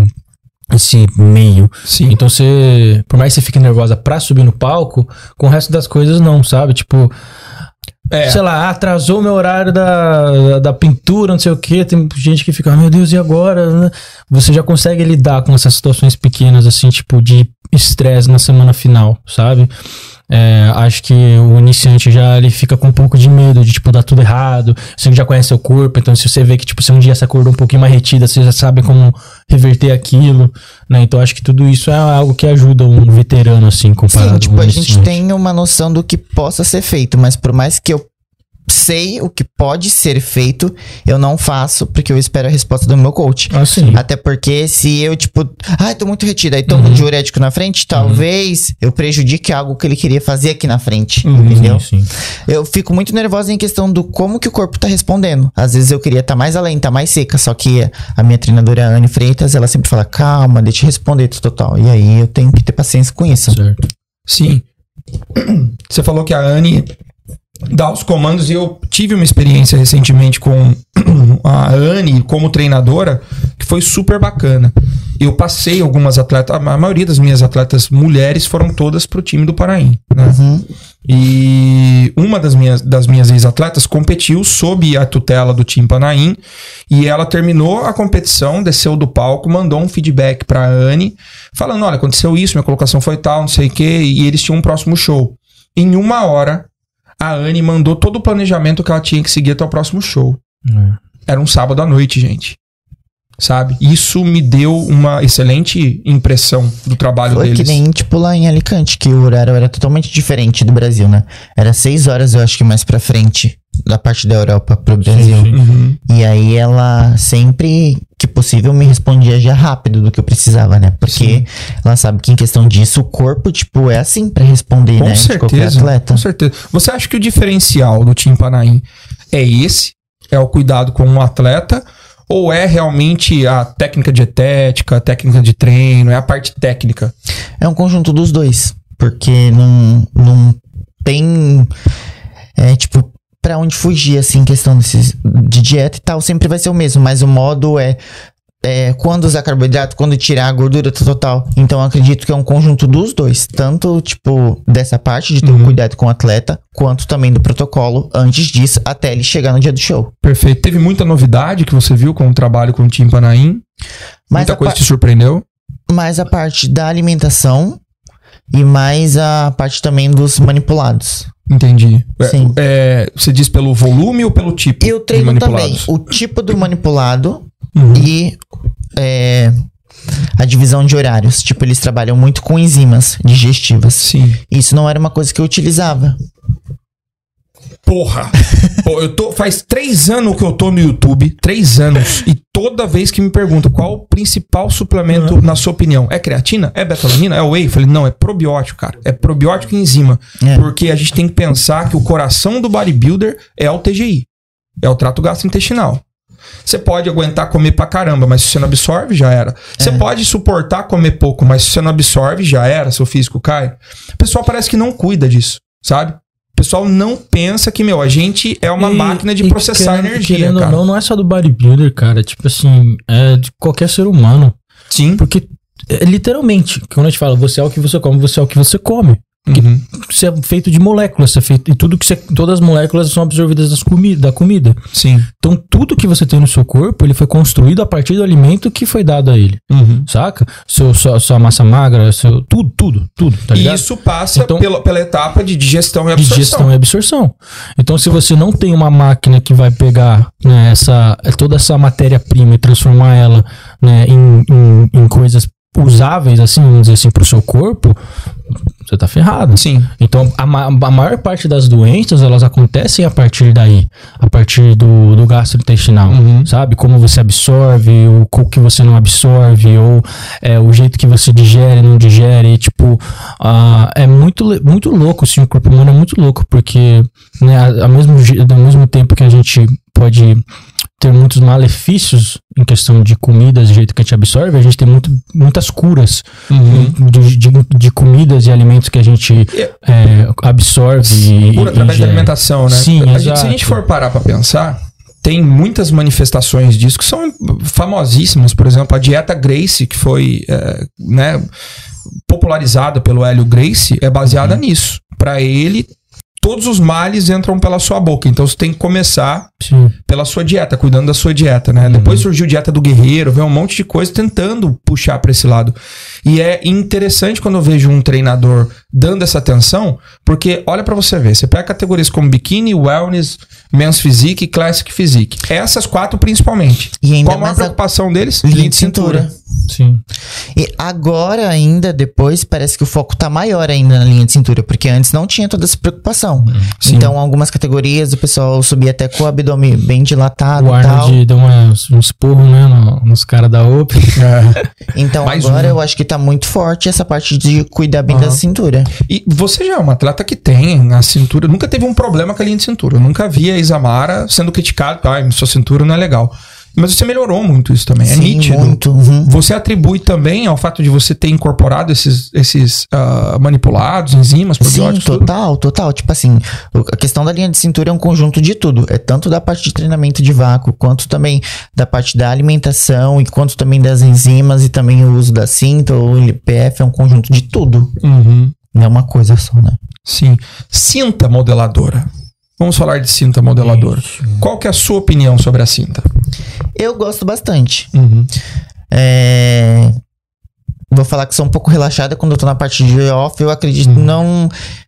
meio. Sim. Então você, por mais que você fique nervosa pra subir no palco, com o resto das coisas não, sabe? Tipo, sei lá, atrasou meu horário da pintura, não sei o que, tem gente que fica, meu Deus, e agora? Você já consegue lidar com essas situações pequenas, assim, tipo, de estresse na semana final, sabe? Acho que o iniciante ele fica com um pouco de medo de, tipo, dar tudo errado. Você já conhece seu corpo, então se você vê que, tipo, se um dia você acordou um pouquinho mais retida, você já sabe como reverter aquilo, né? Então acho que tudo isso é algo que ajuda um veterano, assim, comparado. Sim, tipo, com um a gente iniciante. tem uma noção do que possa ser feito, mas por mais que eu sei o que pode ser feito, eu não faço, porque eu espero a resposta do meu coach. Sim. Até porque se eu, tipo, tô muito retida, aí tomo diurético na frente, talvez eu prejudique algo que ele queria fazer aqui na frente, entendeu? Sim. Eu fico muito nervosa em questão do como que o corpo tá respondendo. Às vezes eu queria estar mais além, tá mais seca, só que a minha treinadora Anne Freitas, ela sempre fala, calma, deixa eu responder total. E aí eu tenho que ter paciência com isso. Certo. Sim. Você falou que a Anne dá os comandos e eu tive uma experiência recentemente com a Anne como treinadora que foi super bacana. Eu passei algumas atletas, a maioria das minhas atletas mulheres foram todas pro time do Paraim, né? E uma das minhas ex-atletas competiu sob a tutela do time Panaim e ela terminou a competição, desceu do palco, mandou um feedback pra Anne falando, olha, aconteceu isso, minha colocação foi tal, não sei o que, e eles tinham um próximo show. Em 1 hora a Anne mandou todo o planejamento que ela tinha que seguir até o próximo show. Era um sábado à noite, gente. Sabe? Isso me deu uma excelente impressão do trabalho Foi deles. que nem, tipo, lá em Alicante, que o horário era totalmente diferente do Brasil, né? Era 6 horas, eu acho que mais pra frente, da parte da Europa pro Brasil. Uhum. E aí ela sempre que possível me respondia já rápido do que eu precisava, né? Porque ela sabe que em questão disso o corpo, tipo, é assim pra responder, Com né? De qualquer certeza, atleta. com certeza. Você acha que o diferencial do Team Panaim é esse? É o cuidado com o atleta? Ou é realmente a técnica dietética, a técnica de treino, é a parte técnica? É um conjunto dos dois. Porque não tem, tipo, pra onde fugir, assim, em questão de dieta e tal, sempre vai ser o mesmo. Mas o modo é quando usar carboidrato, quando tirar a gordura total. Então eu acredito que é um conjunto dos dois. Tanto, tipo, dessa parte de ter um cuidado com o atleta, quanto também do protocolo antes disso, até ele chegar no dia do show. Perfeito. Teve muita novidade que você viu com o trabalho com o Team Panaim? Muita coisa que te surpreendeu? Mais a parte da alimentação e mais a parte também dos manipulados. Entendi. Sim. Você diz pelo volume ou pelo tipo? Eu de treino também manipulados? o tipo do manipulado Uhum. e a divisão de horários. Tipo, eles trabalham muito com enzimas digestivas. Sim. Isso não era uma coisa que eu utilizava. Porra! Faz 3 anos que eu tô no YouTube, 3 anos, e toda vez que me perguntam qual o principal suplemento, na sua opinião, é creatina? É betalanina? É whey? Eu falei, não, é probiótico, cara. É probiótico e enzima. Porque a gente tem que pensar que o coração do bodybuilder é o TGI. É o trato gastrointestinal. Você pode aguentar comer pra caramba, mas se você não absorve, já era. Você pode suportar comer pouco, mas se você não absorve, já era, seu físico cai. O pessoal parece que não cuida disso, sabe? O pessoal não pensa que, a gente é uma máquina de processar energia, querendo cara. ou não é só do bodybuilder, cara. Tipo assim, é de qualquer ser humano. Sim. Porque, literalmente, quando a gente fala, você é o que você come, você é o que você come. Porque você é feito de moléculas, você é feito, e todas as moléculas são absorvidas da comida. Sim. Então, tudo que você tem no seu corpo, ele foi construído a partir do alimento que foi dado a ele. Saca? Sua massa magra, tudo, tá ligado? E isso passa Então, pela etapa de digestão e absorção. Digestão e absorção. Então, se você não tem uma máquina que vai pegar, né, toda essa matéria-prima e transformar ela, né, em coisas usáveis, assim, vamos dizer assim, pro seu corpo, você tá ferrado. Sim. Então, a maior parte das doenças, elas acontecem a partir daí. A partir do gastrointestinal, sabe? Como você absorve, o que você não absorve, ou o jeito que você digere, não digere. Tipo, é muito louco, assim, o corpo humano é muito louco, porque, né, ao mesmo tempo que a gente pode ter muitos malefícios em questão de comidas, do jeito que a gente absorve, a gente tem muitas curas de comidas e alimentos que a gente absorve. Cura através da alimentação, né? Sim, se a gente for parar pra pensar, tem muitas manifestações disso que são famosíssimas. Por exemplo, a dieta Gracie, que foi popularizada pelo Hélio Gracie, é baseada nisso. Pra ele, todos os males entram pela sua boca. Então você tem que começar pela sua dieta, cuidando da sua dieta, né? Depois surgiu a dieta do guerreiro, veio um monte de coisa tentando puxar pra esse lado. E é interessante quando eu vejo um treinador dando essa atenção, porque olha pra você ver, você pega categorias como Bikini, Wellness, Men's Physique e Classic Physique. Essas 4 principalmente. E ainda qual a maior preocupação deles? Linha de cintura. Sim. E agora ainda, depois, parece que o foco tá maior ainda na linha de cintura, porque antes não tinha toda essa preocupação. Então, algumas categorias, o pessoal subia até com o abdômen bem dilatado e tal. O Arnold deu um esporro, né, nos caras da Open. Então, agora eu acho que tá muito forte essa parte de cuidar bem da cintura. E você já é um atleta que tem a cintura, nunca teve um problema com a linha de cintura. Eu nunca vi a Isamara sendo criticado, sua cintura não é legal. Mas você melhorou muito isso também, é nítido. Muito. Você atribui também ao fato de você ter incorporado esses manipulados, enzimas, probióticos? Sim, total. Tipo assim, a questão da linha de cintura é um conjunto de tudo. É tanto da parte de treinamento de vácuo, quanto também da parte da alimentação, e quanto também das enzimas, e também o uso da cinta ou LPF, é um conjunto de tudo. Não é uma coisa só, né? Sim. Cinta modeladora. Vamos falar de cinta modeladora. Qual que é a sua opinião sobre a cinta? Eu gosto bastante. Vou falar que sou um pouco relaxada quando eu tô na parte de off. Eu acredito não...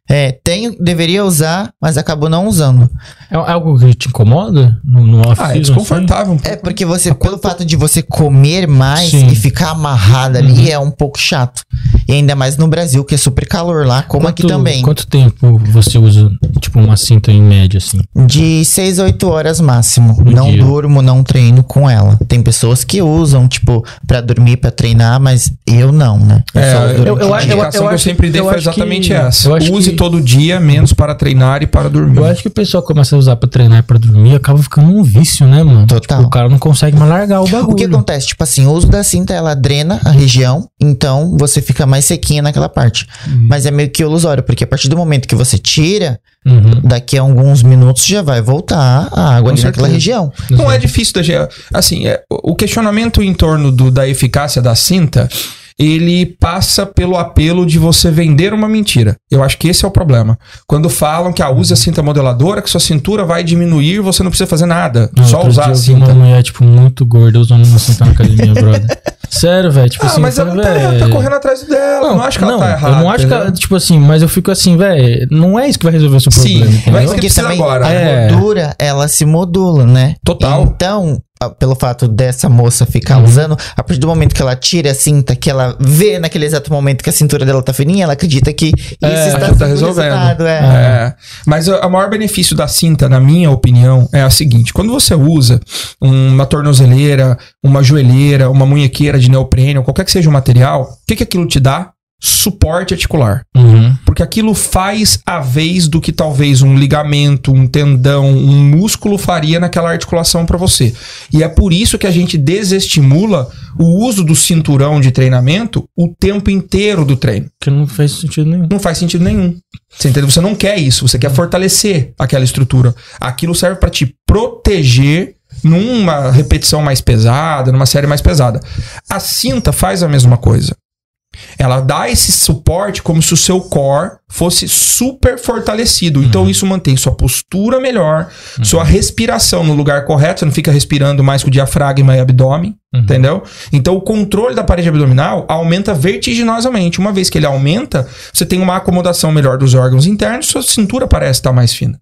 deveria usar, mas acabo não usando. É algo que te incomoda no off? É desconfortável. Um pouco. É porque pelo fato de você comer mais e ficar amarrado ali, é um pouco chato. E ainda mais no Brasil, que é super calor lá, como aqui também. Quanto tempo você usa, tipo, uma cinta em média, assim? De 6 a 8 horas máximo. Não durmo, não treino com ela. Tem pessoas que usam, tipo, pra dormir, pra treinar, mas eu não, né? A indicação que eu sempre dei foi exatamente essa. Use todo dia, menos para treinar e para dormir. Eu acho que o pessoal começa a usar pra treinar e pra dormir, acaba ficando um vício, né, mano? Total. Tipo, o cara não consegue mais largar o bagulho. O que acontece? Tipo assim, o uso da cinta, ela drena a região, então você fica mais sequinha naquela parte. Mas é meio que ilusório, porque a partir do momento que você tira, daqui a alguns minutos já vai voltar a água ali naquela região. Não é difícil da... Assim, o questionamento em torno da eficácia da cinta, ele passa pelo apelo de você vender uma mentira. Eu acho que esse é o problema. Quando falam que use a cinta modeladora, que sua cintura vai diminuir, você não precisa fazer nada. Só usar a cinta. Uma mulher, tipo, muito gorda usando uma cinta na academia, brother. Sério, velho. Tipo assim, mas ela tá correndo atrás dela. Não acho que ela tá errada. Eu não acho que ela, tipo assim, mas eu fico assim, velho, não é isso que vai resolver o seu problema. Sim, mas porque também agora. A gordura, ela se modula, né? Total. Então, pelo fato dessa moça ficar usando, a partir do momento que ela tira a cinta, que ela vê naquele exato momento que a cintura dela tá fininha, ela acredita que isso está resolvendo. Mas o maior benefício da cinta, na minha opinião, é a seguinte: quando você usa uma tornozeleira, uma joelheira, uma munhequeira de neoprene, ou qualquer que seja o material, o que aquilo te dá? Suporte articular. Porque aquilo faz a vez do que talvez um ligamento, um tendão, um músculo faria naquela articulação para você. E é por isso que a gente desestimula o uso do cinturão de treinamento o tempo inteiro do treino. Que não faz sentido nenhum. Não faz sentido nenhum. Você entendeu? Você não quer isso, você quer fortalecer aquela estrutura. Aquilo serve para te proteger numa repetição mais pesada, numa série mais pesada. A cinta faz a mesma coisa. Ela dá esse suporte como se o seu core fosse super fortalecido. Então isso mantém sua postura melhor, sua respiração no lugar correto. Você não fica respirando mais com o diafragma e abdômen, entendeu? Então o controle da parede abdominal aumenta vertiginosamente. Uma vez que ele aumenta, você tem uma acomodação melhor dos órgãos internos, sua cintura parece estar mais fina.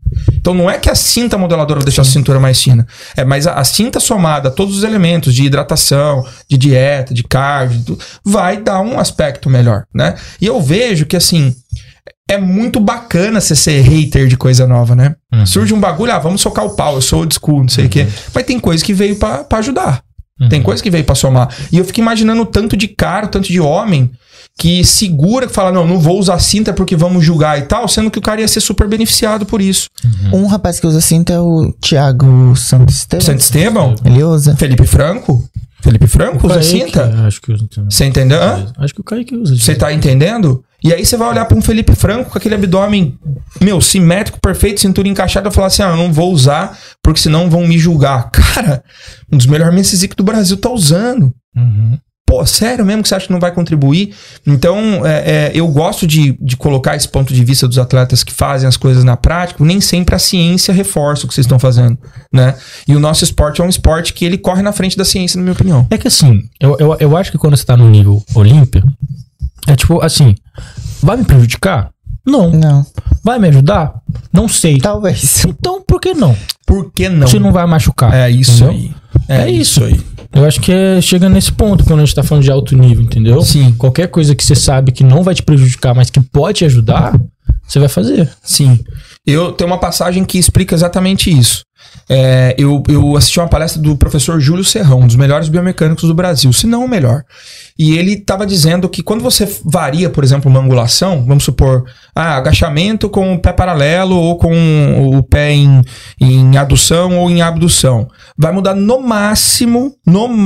Então não é que a cinta modeladora deixa a cintura mais fina. Mas a cinta somada a todos os elementos de hidratação, de dieta, de cardio, vai dar um aspecto melhor, né? E eu vejo que, assim, é muito bacana você ser hater de coisa nova, né? Surge um bagulho, vamos socar o pau, eu sou old school, não sei o quê. Mas tem coisa que veio pra ajudar. Tem coisa que veio pra somar. E eu fico imaginando o tanto de cara, o tanto de homem que segura, que fala, não vou usar cinta porque vamos julgar e tal, sendo que o cara ia ser super beneficiado por isso. Um rapaz que usa cinta é o Thiago Santisteban. Santisteban? Ele usa. Felipe Franco usa cinta? Acho que usa também. Você entendeu? Hã? Acho que o Kaique usa. Você tá entendendo? E aí você vai olhar pra um Felipe Franco com aquele abdômen, simétrico, perfeito, cintura encaixada, e falar assim, eu não vou usar, porque senão vão me julgar. Cara, um dos melhores Messizic do Brasil tá usando. Pô, sério mesmo que você acha que não vai contribuir? Então, eu gosto de colocar esse ponto de vista dos atletas que fazem as coisas na prática. Nem sempre a ciência reforça o que vocês estão fazendo, né? E o nosso esporte é um esporte que ele corre na frente da ciência, na minha opinião. É que assim, eu acho que quando você tá no nível Olímpia, é tipo assim, vai me prejudicar? Não. Vai me ajudar? Não sei. Talvez. Então, por que não? Por que não? Se não vai machucar. É isso entendeu? aí. É isso aí. Eu acho que chega nesse ponto quando a gente tá falando de alto nível, entendeu? Sim. Qualquer coisa que você sabe que não vai te prejudicar, mas que pode te ajudar, você vai fazer. Sim. Eu tenho uma passagem que explica exatamente isso. Eu assisti uma palestra do professor Júlio Serrão, um dos melhores biomecânicos do Brasil, se não o melhor. E ele estava dizendo que quando você varia, por exemplo, uma angulação, vamos supor, agachamento com o pé paralelo ou com o pé em adução ou em abdução, vai mudar no máximo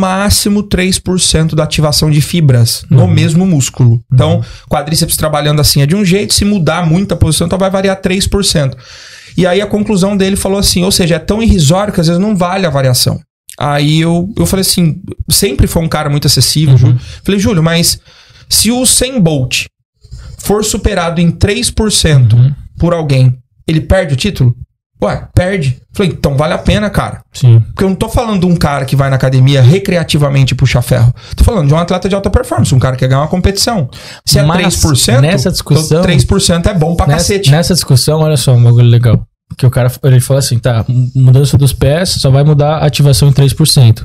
3% da ativação de fibras no mesmo músculo. Então, quadríceps trabalhando assim é de um jeito, se mudar muito a posição, então vai variar 3%. E aí a conclusão dele falou assim, ou seja, é tão irrisório que às vezes não vale a variação. Aí eu falei assim, sempre foi um cara muito acessível, Júlio. Falei, Júlio, mas se o Usain Bolt for superado em 3% por alguém, ele perde o título? Ué, perde. Falei, então vale a pena, cara. Sim. Porque eu não tô falando de um cara que vai na academia recreativamente puxar ferro. Tô falando de um atleta de alta performance, um cara que quer ganhar uma competição. Se Mas, 3%, nessa discussão, então 3% é bom pra cacete. Nessa discussão, olha só, um bagulho legal. Que o cara, ele falou assim, tá, mudança dos pés só vai mudar a ativação em 3%.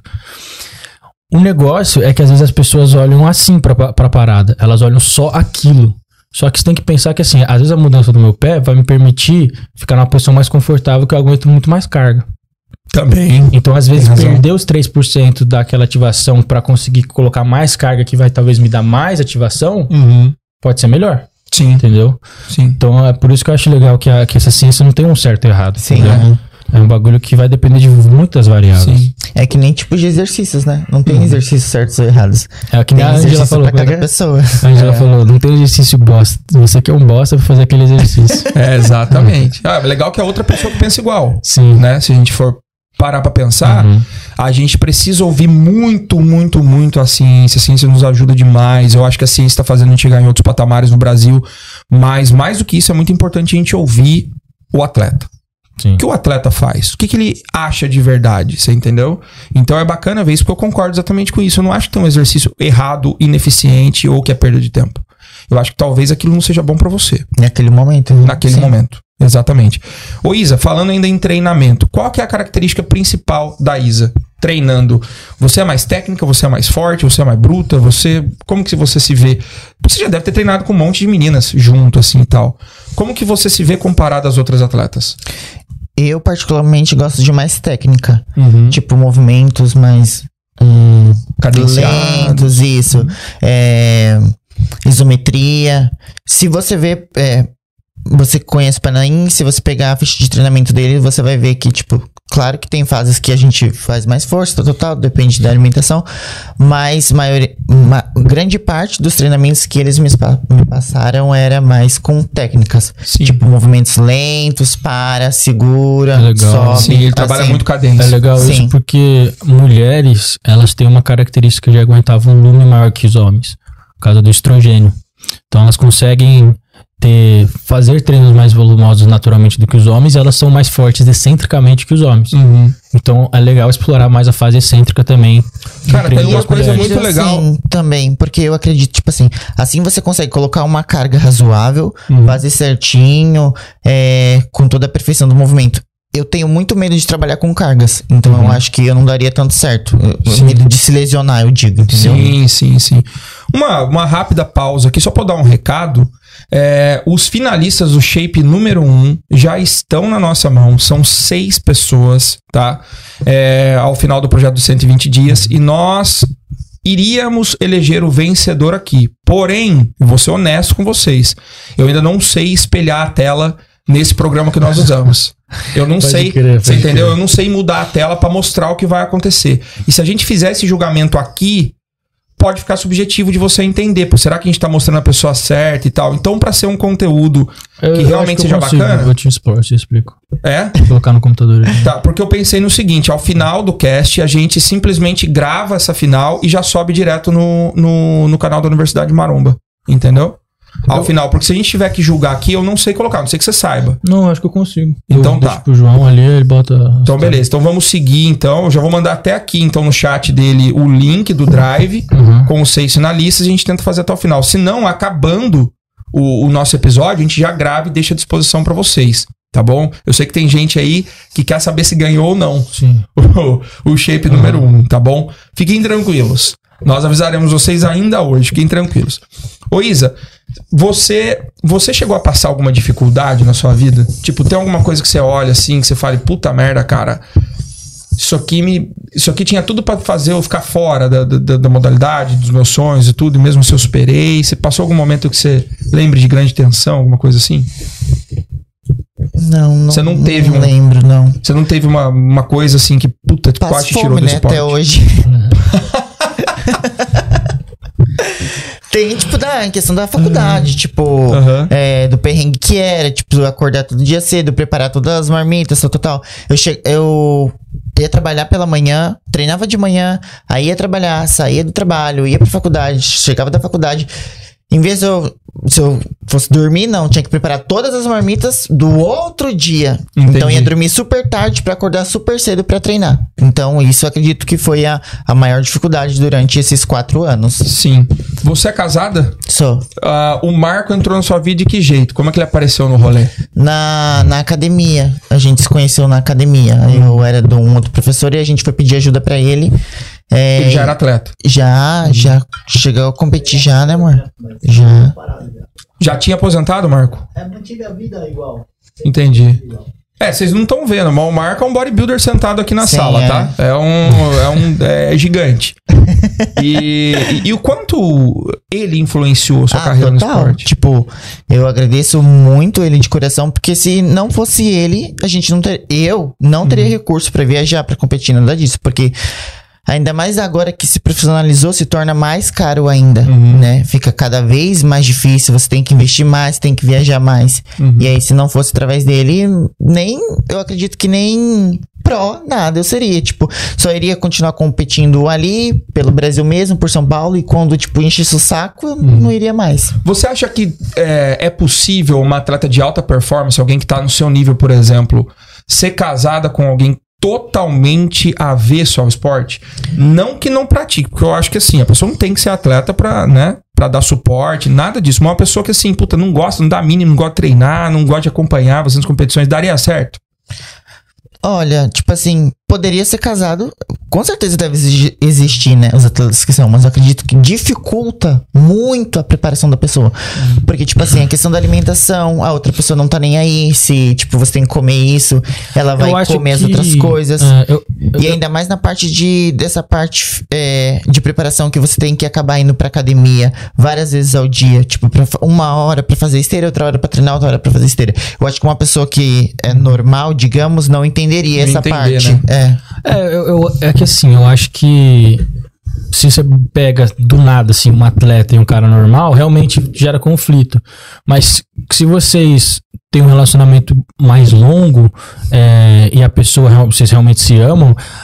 O negócio é que às vezes as pessoas olham assim pra parada. Elas olham só aquilo. Só que você tem que pensar que assim, às vezes a mudança do meu pé vai me permitir ficar numa posição mais confortável que eu aguento muito mais carga. Também. Então, às vezes, perder os 3% daquela ativação pra conseguir colocar mais carga que vai talvez me dar mais ativação, pode ser melhor. Sim. Entendeu? Sim. Então, é por isso que eu acho legal que essa ciência não tem um certo e errado. Sim. É um bagulho que vai depender de muitas variáveis. Sim. É que nem tipo de exercícios, né? Não tem exercícios certos ou errados. É que nem Tem a Angela exercício falou. pra cada pessoa. A Angela falou, não tem exercício bosta. Você que é um bosta pra fazer aquele exercício. Exatamente. Legal que a outra pessoa que pensa igual. Sim. Né? Se a gente for parar pra pensar, a gente precisa ouvir muito, muito, muito a ciência. A ciência nos ajuda demais. Eu acho que a ciência tá fazendo a gente chegar em outros patamares no Brasil. Mas, mais do que isso, é muito importante a gente ouvir o atleta. Sim. O que o atleta faz? O que ele acha de verdade? Você entendeu? Então é bacana ver isso, porque eu concordo exatamente com isso. Eu não acho que tem um exercício errado, ineficiente ou que é perda de tempo. Eu acho que talvez aquilo não seja bom pra você. Naquele momento. Naquele momento. Exatamente. Ô Isa, falando ainda em treinamento, qual que é a característica principal da Isa treinando? Você é mais técnica? Você é mais forte? Você é mais bruta? Como que você se vê? Você já deve ter treinado com um monte de meninas junto assim e tal. Como que você se vê comparado às outras atletas? Eu particularmente gosto de mais técnica. Tipo, movimentos mais cadenciados. lentos, isso. Isometria. Se você vê... você conhece o Panaim, se você pegar a ficha de treinamento dele, você vai ver que, tipo, claro que tem fases que a gente faz mais força, total, depende da alimentação, mas grande parte dos treinamentos que eles me passaram era mais com técnicas. Sim. Tipo, movimentos lentos, segura, legal. sobe. Sim, ele trabalha muito cadência. É legal Sim. isso porque mulheres, elas têm uma característica de aguentar volume maior que os homens, por causa do estrogênio. Então elas conseguem fazer treinos mais volumosos naturalmente do que os homens, elas são mais fortes excentricamente que os homens. Então é legal explorar mais a fase excêntrica também. Cara, tem uma coisa muito legal. Assim, também, porque eu acredito, tipo assim você consegue colocar uma carga razoável, fazer certinho, com toda a perfeição do movimento. Eu tenho muito medo de trabalhar com cargas, então eu acho que eu não daria tanto certo. Medo de se lesionar, eu digo, entendeu? Sim. Uma rápida pausa aqui, só pra eu dar um recado. Os finalistas do Shape número 1 já estão na nossa mão. São 6 pessoas, tá? Ao final do projeto dos 120 dias. E nós iríamos eleger o vencedor aqui. Porém, eu vou ser honesto com vocês. Eu ainda não sei espelhar a tela nesse programa que nós usamos. Eu não sei, você entendeu? Eu não sei mudar a tela pra mostrar o que vai acontecer. E se a gente fizer esse julgamento aqui, pode ficar subjetivo de você entender. Pô, será que a gente tá mostrando a pessoa certa e tal? Então, pra ser um conteúdo que realmente seja bacana... Eu te explico. Vou colocar no computador. Tá, porque eu pensei no seguinte, ao final do cast, a gente simplesmente grava essa final e já sobe direto no canal da Universidade Maromba. Entendeu? Ao final, porque se a gente tiver que julgar aqui, eu não sei colocar, não sei que você saiba. Não, acho que eu consigo. Então tá. Pro João ali, ele bota... Então beleza, então vamos seguir então. Eu já vou mandar até aqui então no chat dele o link do Drive com os 6 finalistas e a gente tenta fazer até o final. Se não, acabando o nosso episódio, a gente já grava e deixa à disposição pra vocês. Tá bom? Eu sei que tem gente aí que quer saber se ganhou ou não. Sim. o Shape número 1, tá bom? Fiquem tranquilos. Nós avisaremos vocês ainda hoje. Fiquem tranquilos. Ô Isa, você chegou a passar alguma dificuldade na sua vida? Tipo, tem alguma coisa que você olha assim, que você fala, puta merda, cara, isso aqui tinha tudo pra fazer eu ficar fora da modalidade, dos meus sonhos e tudo, e mesmo se eu superei. Você passou algum momento que você lembre de grande tensão, alguma coisa assim? Não. Você não teve não lembro, não. Você não teve uma coisa assim que, puta, quase te tirou do esporte? Até hoje. Tem, tipo, em questão da faculdade, tipo, do perrengue que era, tipo, acordar todo dia cedo, preparar todas as marmitas, total. Eu ia trabalhar pela manhã, treinava de manhã, aí ia trabalhar, saía do trabalho, ia pra faculdade, chegava da faculdade. Em vez de se eu fosse dormir, não, tinha que preparar todas as marmitas do outro dia. Entendi. Então ia dormir super tarde pra acordar super cedo pra treinar. Então isso eu acredito que foi a maior dificuldade durante esses 4 anos. Sim. Você é casada? Sou. O Marco entrou na sua vida de que jeito? Como é que ele apareceu no rolê? Na academia. A gente se conheceu na academia. Eu era de um outro professor e a gente foi pedir ajuda pra ele. Ele já era atleta? Já chegou a competir já, né, amor? Já tinha aposentado, Marco? Mantive a vida igual. Entendi. Vocês não estão vendo, mas o Marco é um bodybuilder sentado aqui na sala, tá? É gigante. E o quanto ele influenciou a sua carreira no esporte? Tipo, eu agradeço muito ele de coração, porque se não fosse ele, eu não teria recurso pra viajar, pra competir, nada disso, porque ainda mais agora que se profissionalizou, se torna mais caro ainda, né? Fica cada vez mais difícil, você tem que investir mais, tem que viajar mais. E aí, se não fosse através dele, eu acredito que nem nada eu seria. Tipo, só iria continuar competindo ali, pelo Brasil mesmo, por São Paulo, e quando, tipo, enchesse o saco, eu não iria mais. Você acha que é possível uma atleta de alta performance, alguém que tá no seu nível, por exemplo, ser casada com alguém totalmente avesso ao esporte? Não que não pratique, porque eu acho que assim, a pessoa não tem que ser atleta pra dar suporte, nada disso. Mas uma pessoa que assim, puta, não gosta, não dá mínimo, não gosta de treinar, não gosta de acompanhar você nas competições, daria certo? Olha, tipo assim, poderia ser casado, com certeza deve existir, né, os atletas que são, mas eu acredito que dificulta muito a preparação da pessoa. Porque, tipo assim, a questão da alimentação, a outra pessoa não tá nem aí, se, tipo, você tem que comer isso, ela vai comer as outras coisas. E ainda mais na parte dessa parte de preparação que você tem que acabar indo pra academia várias vezes ao dia, tipo, uma hora pra fazer esteira, outra hora pra treinar, outra hora pra fazer esteira. Eu acho que uma pessoa que é normal, digamos, não entenderia essa parte. Né? É que assim, eu acho que se você pega do nada, assim, um atleta e um cara normal, realmente gera conflito. Mas se vocês têm um relacionamento mais longo e a pessoa, vocês realmente se amam,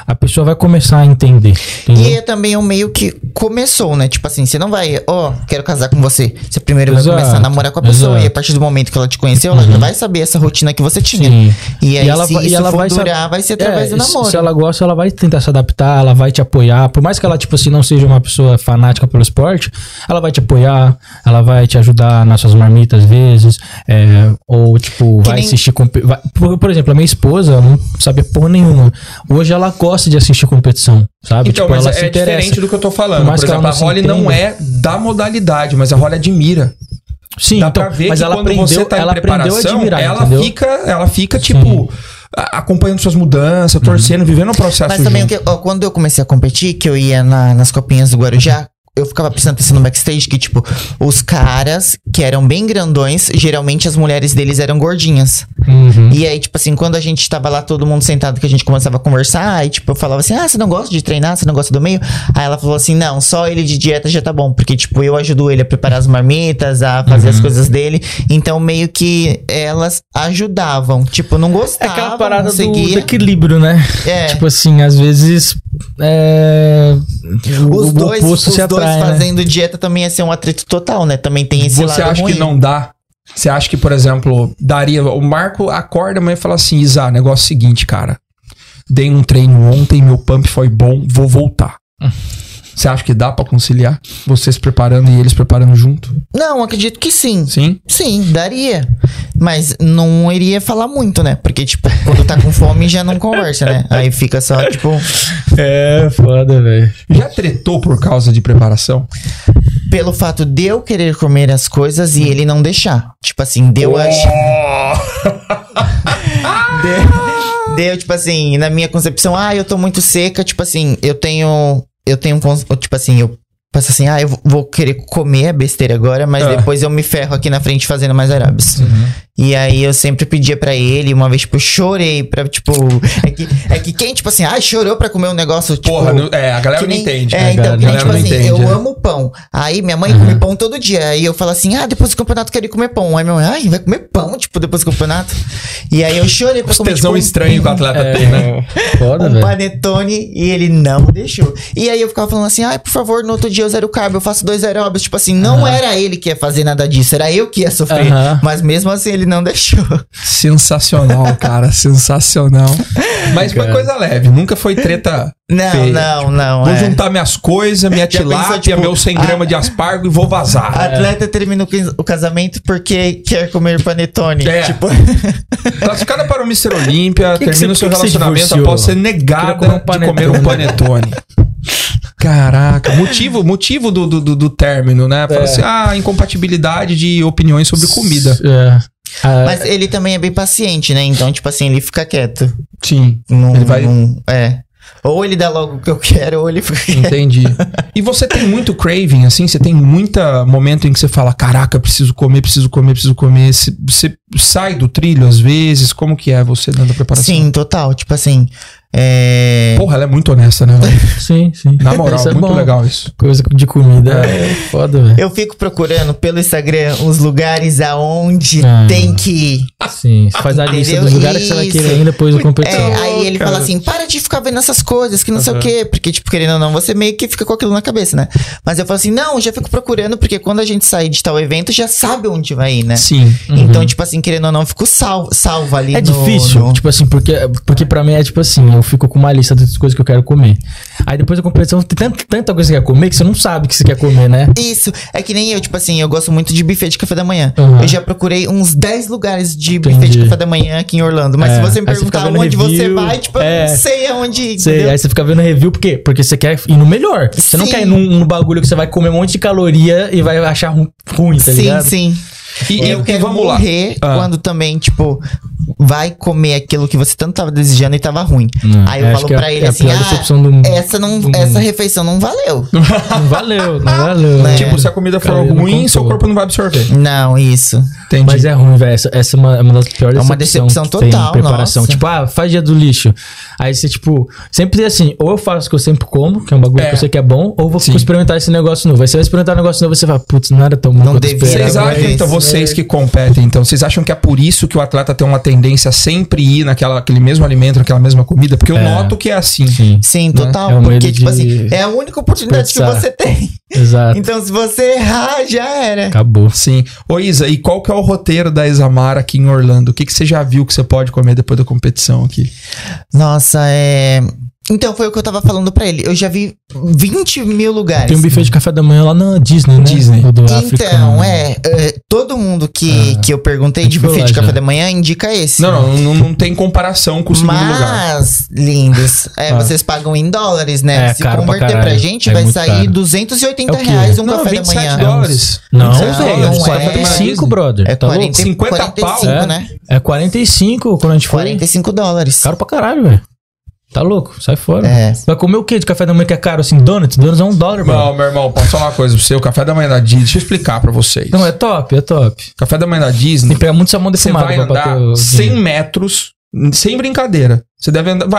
a pessoa vai começar a entender. Entendeu? E é também um meio que começou, né? Tipo assim, você não vai, quero casar com você. Você primeiro vai começar a namorar com a pessoa. Exato. E a partir do momento que ela te conheceu, ela já vai saber essa rotina que você tinha. Sim. E aí, ela se vai- isso e ela for vai durar, vai ser através do namoro. Se ela gosta, ela vai tentar se adaptar, ela vai te apoiar. Por mais que ela, tipo assim, não seja uma pessoa fanática pelo esporte, ela vai te apoiar, ela vai te ajudar nas suas marmitas às vezes. Ou, tipo, vai nem- assistir. Por exemplo, a minha esposa ela não sabia porra nenhuma. Hoje ela gosta de assistir competição, sabe? Então, tipo, mas ela se é interessa. diferente do que eu tô falando. Por mais Por que ela exemplo, a não se Holly não entenda. é da modalidade, mas a Holly admira. Sim, Dá então, pra ver mas que ela quando aprendeu, você tá ela em aprendeu a preparação, admirar, ela entendeu? fica tipo, acompanhando suas mudanças, torcendo, vivendo o processo Mas também, junto. quando eu comecei a competir, que eu ia nas copinhas do Guarujá, eu ficava prestando atenção no backstage que, tipo, os caras que eram bem grandões, geralmente as mulheres deles eram gordinhas. Uhum. E aí, tipo assim, quando a gente tava lá, todo mundo sentado, que a gente começava a conversar, aí, tipo, eu falava assim, você não gosta de treinar? Você não gosta do meio? Aí ela falou assim, não, só ele de dieta já tá bom, porque, tipo, eu ajudo ele a preparar as marmitas, a fazer as coisas dele. Então, meio que elas ajudavam. Tipo, não É gostavam, aquela parada não do seguia. equilíbrio, né? É. Tipo assim, às vezes Os o dois, oposto os se dois atrai, né? fazendo dieta também ia ser um atrito total, né? Também tem esse Você lado acha ruim. que não dá? Você acha que, por exemplo, daria... O Marco acorda amanhã e fala assim, Isa, negócio seguinte, cara. Dei um treino ontem, meu pump foi bom, vou voltar. Você acha que dá pra conciliar? Você se preparando e eles preparando junto? Não, acredito que sim. Sim? Sim, daria. Mas não iria falar muito, né? Porque, tipo, quando tá com fome já não conversa, né? Aí fica só, tipo... É, foda, velho. Já tretou por causa de preparação? Pelo fato de eu querer comer as coisas e ele não deixar. Tipo assim, deu tipo assim, na minha concepção, eu tô muito seca, tipo assim, tipo assim, eu penso assim, eu vou querer comer a besteira agora, mas depois eu me ferro aqui na frente fazendo mais aeróbicos. E aí eu sempre pedia pra ele, uma vez, tipo, eu chorei pra, tipo... É que quem, tipo assim, chorou pra comer um negócio, tipo... Porra, a galera não entende. É, então, A que nem, galera tipo não assim, entende, eu né? amo pão. Aí minha mãe come pão todo dia. Aí eu falo assim, depois do campeonato eu quero ir comer pão. Aí minha mãe, vai comer pão, tipo, depois do campeonato? E aí eu chorei pra Os comer, tesão tipo, estranho que o atleta tem, né? Foda, um velho. panetone e ele não deixou. E aí eu ficava falando assim, por favor, no outro dia eu zero carbo, eu faço 2 aeróbios. Tipo assim, não era ele que ia fazer nada disso, era eu que ia sofrer. Mas mesmo assim ele não deixou. Sensacional, cara, sensacional. Mas foi coisa leve, nunca foi treta feia. Não. Vou juntar minhas coisas, minha Já tilápia, pensou, tipo, meus 100 gramas de aspargo e vou vazar. A atleta termina o casamento porque quer comer panetone. Tipo, Classificada para o Mr. Olímpia, que termina o seu que você relacionamento divorciou? após ser negada Queria comer de comer um panetone. Caraca, motivo do término, né? Fala assim, incompatibilidade de opiniões sobre comida. mas ele também é bem paciente, né? Então, tipo assim, ele fica quieto. Sim, Não, ele vai... Ou ele dá logo o que eu quero, ou ele fica quieto. Entendi. E você tem muito craving, assim? Você tem muito momento em que você fala, caraca, preciso comer. Você sai do trilho às vezes? Como que é você dando a preparação? Sim, total. Tipo assim... Porra, ela é muito honesta, né? velho? Sim. Na moral, Isso é muito bom. legal isso. Coisa de comida é foda, velho. Eu fico procurando pelo Instagram os lugares aonde tem que ir. Sim, você faz a lista Entendeu? dos lugares que você vai Isso. querer ir depois da competição. Aí ele fala assim, para de ficar vendo essas coisas, que não sei o quê. Porque, tipo, querendo ou não, você meio que fica com aquilo na cabeça, né? Mas eu falo assim, não, já fico procurando, porque quando a gente sair de tal evento, já sabe onde vai ir, né? Sim. Então, tipo assim, querendo ou não, eu fico salvo ali É difícil, tipo assim, porque pra mim é tipo assim, eu fico com uma lista das coisas que eu quero comer. Aí depois da competição tem tanta coisa que você quer comer que você não sabe o que você quer comer, né? Isso, é que nem eu, tipo assim, eu gosto muito de buffet de café da manhã. Uhum. Eu já procurei uns 10 lugares de Entendi. buffet de café da manhã aqui em Orlando. Mas se você me Aí você fica perguntar vendo onde você review, vai, tipo, eu não sei aonde ir, Sei, entendeu? aí você fica vendo review, por quê? Porque você quer ir no melhor. Você não Sim. quer ir num bagulho que você vai comer um monte de caloria e vai achar ruim, tá ligado? Sim. E eu quero vamos lá. morrer quando também, tipo, vai comer aquilo que você tanto tava desejando e tava ruim. Aí eu falo pra ele assim, essa refeição não valeu. Não valeu. Né? Tipo, se a comida for Cara, ruim, não seu contou. corpo não vai absorver. Não, isso. Entendi. Mas é ruim, velho. Essa é uma das piores É uma decepção decepção que tem total, em preparação. nossa. Tipo, faz dia do lixo. Aí você, tipo, sempre tem assim, ou eu faço o que eu sempre como, que é um bagulho que eu sei que é bom, ou vou Sim. experimentar esse negócio novo. Aí você vai experimentar um negócio novo e você fala, putz, não era tão bom Não quanto eu devia. esperava. Vocês acham, Mas então, vocês que competem, então, vocês acham que é por isso que o atleta tem uma tendência a sempre ir naquele mesmo alimento, naquela mesma comida? Porque eu noto que é assim. Sim, total. É um Porque, medo tipo de assim, é a única oportunidade que você tem. Exato. Então, se você errar, já era. Acabou. Sim. Ô Isa, e qual que é o roteiro da Isamar aqui em Orlando? O que você já viu que você pode comer depois da competição aqui? Nossa, Então, foi o que eu tava falando pra ele. Eu já vi 20 mil lugares. Tem um buffet de café da manhã lá na Disney, né? Disney. O do Então, africano. todo mundo que eu perguntei de buffet de café da manhã indica esse. Não tem comparação com o segundo lugar. Mas, lindos, vocês pagam em dólares, né? Se caro converter pra gente, vai sair caro. R$280 um Não, café da 27 manhã. dólares. Não, 27 velho, dólares. 45, brother. É Tá 40, louco? 50 45, pau, né? É 45 quando a gente foi. $45. Caro pra caralho, velho. Tá louco, sai fora. É. Vai comer o que de café da manhã que é caro assim? Donuts? Donuts é $1, mano. Não, meu irmão, posso falar uma coisa pra você? O café da manhã da Disney, deixa eu explicar pra vocês. Não, é top, é top. Café da manhã da Disney, Tem que pegar muito salmão você defumado vai pra andar bater o 100 dinheiro. metros, sem brincadeira. Você deve andar,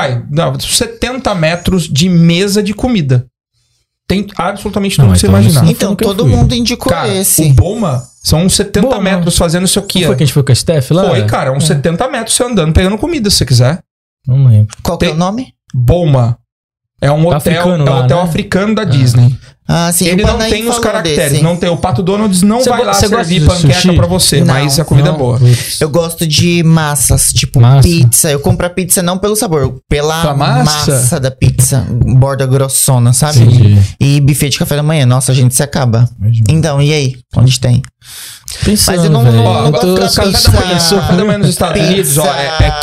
70 metros de mesa de comida. Tem absolutamente tudo Não, que você então imaginar. não Então, que eu todo fui. mundo indicou Cara, esse. o Boma são uns 70 Boma. metros fazendo isso aqui, Não ó. foi que a gente foi com a Steph lá? Foi, cara, uns 70 metros você andando, pegando comida, se você quiser. Não lembro. Qual que é o nome? Boma. É um hotel, Africano é um lá, hotel né? africano da Disney. Ah, sim. Ele o não Panaí tem os falou caracteres, desse. não tem. O Pato Donald's não Você vai lá gosta servir de panqueca sushi? pra você, Não, mas a comida é Não? boa. Putz. Eu gosto de massas, tipo Massa. pizza. Eu compro a pizza não pelo sabor, pela Pela massa? massa da pizza. Borda grossona, sabe? Entendi. E buffet de café da manhã. Nossa, a gente se acaba. Então, e aí? Onde tem? Pensando, Mas eu não- velho. não Eu gosto tô- da eu sou- pizza. Café da manhã nos Estados Pizza. Unidos, ó, é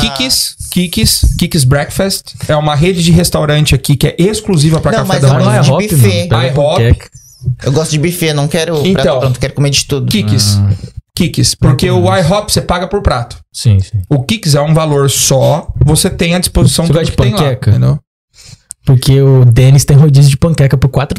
Kikis Breakfast. É uma rede de restaurante aqui que é exclusiva pra Não, café mas da eu Não, manhã. é de hop, buffet. mano. Pega IHOP. panqueca. Eu gosto de buffet, não quero Então. prato pronto, quero comer de tudo. Kikis. Porque o IHOP você paga por prato. Sim, sim. O Kikis é um valor só, você tem à disposição Você tudo gosta que de tem lá, panqueca? entendeu? Porque o Dennis tem rodízio de panqueca por $4.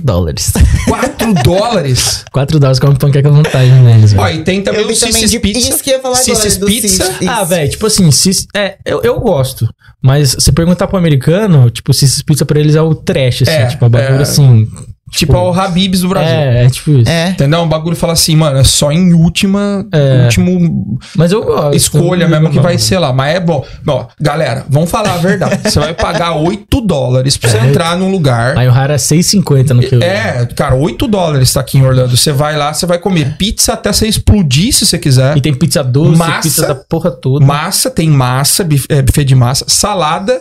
$4? $4 come panqueca à vontade, né, Dennis? Ó, e tem também Eu vi o também Sissis de Pizza. isso que eu ia falar agora, Sissis do Pizza. Sissis. Ah, velho, tipo assim, eu gosto. Mas você perguntar pro americano, tipo, se pizza pra eles é o trash, assim. É, tipo, a bagulho é. assim. Tipo o Habib's do Brasil. É tipo isso. É. Entendeu? Um bagulho fala assim, mano, é só em último Mas eu gosto. escolha eu mesmo que não- vai ser lá. Mas é bom. Ó, galera, vamos falar a verdade. Você vai pagar $8 pra você entrar num lugar. Aí o raro é $6,50 no que eu... Cara, $8 tá aqui em Orlando. Você vai lá, você vai comer pizza até você explodir se você quiser. E tem pizza doce, Massa. pizza da porra toda. Massa, tem massa, buffet de massa, salada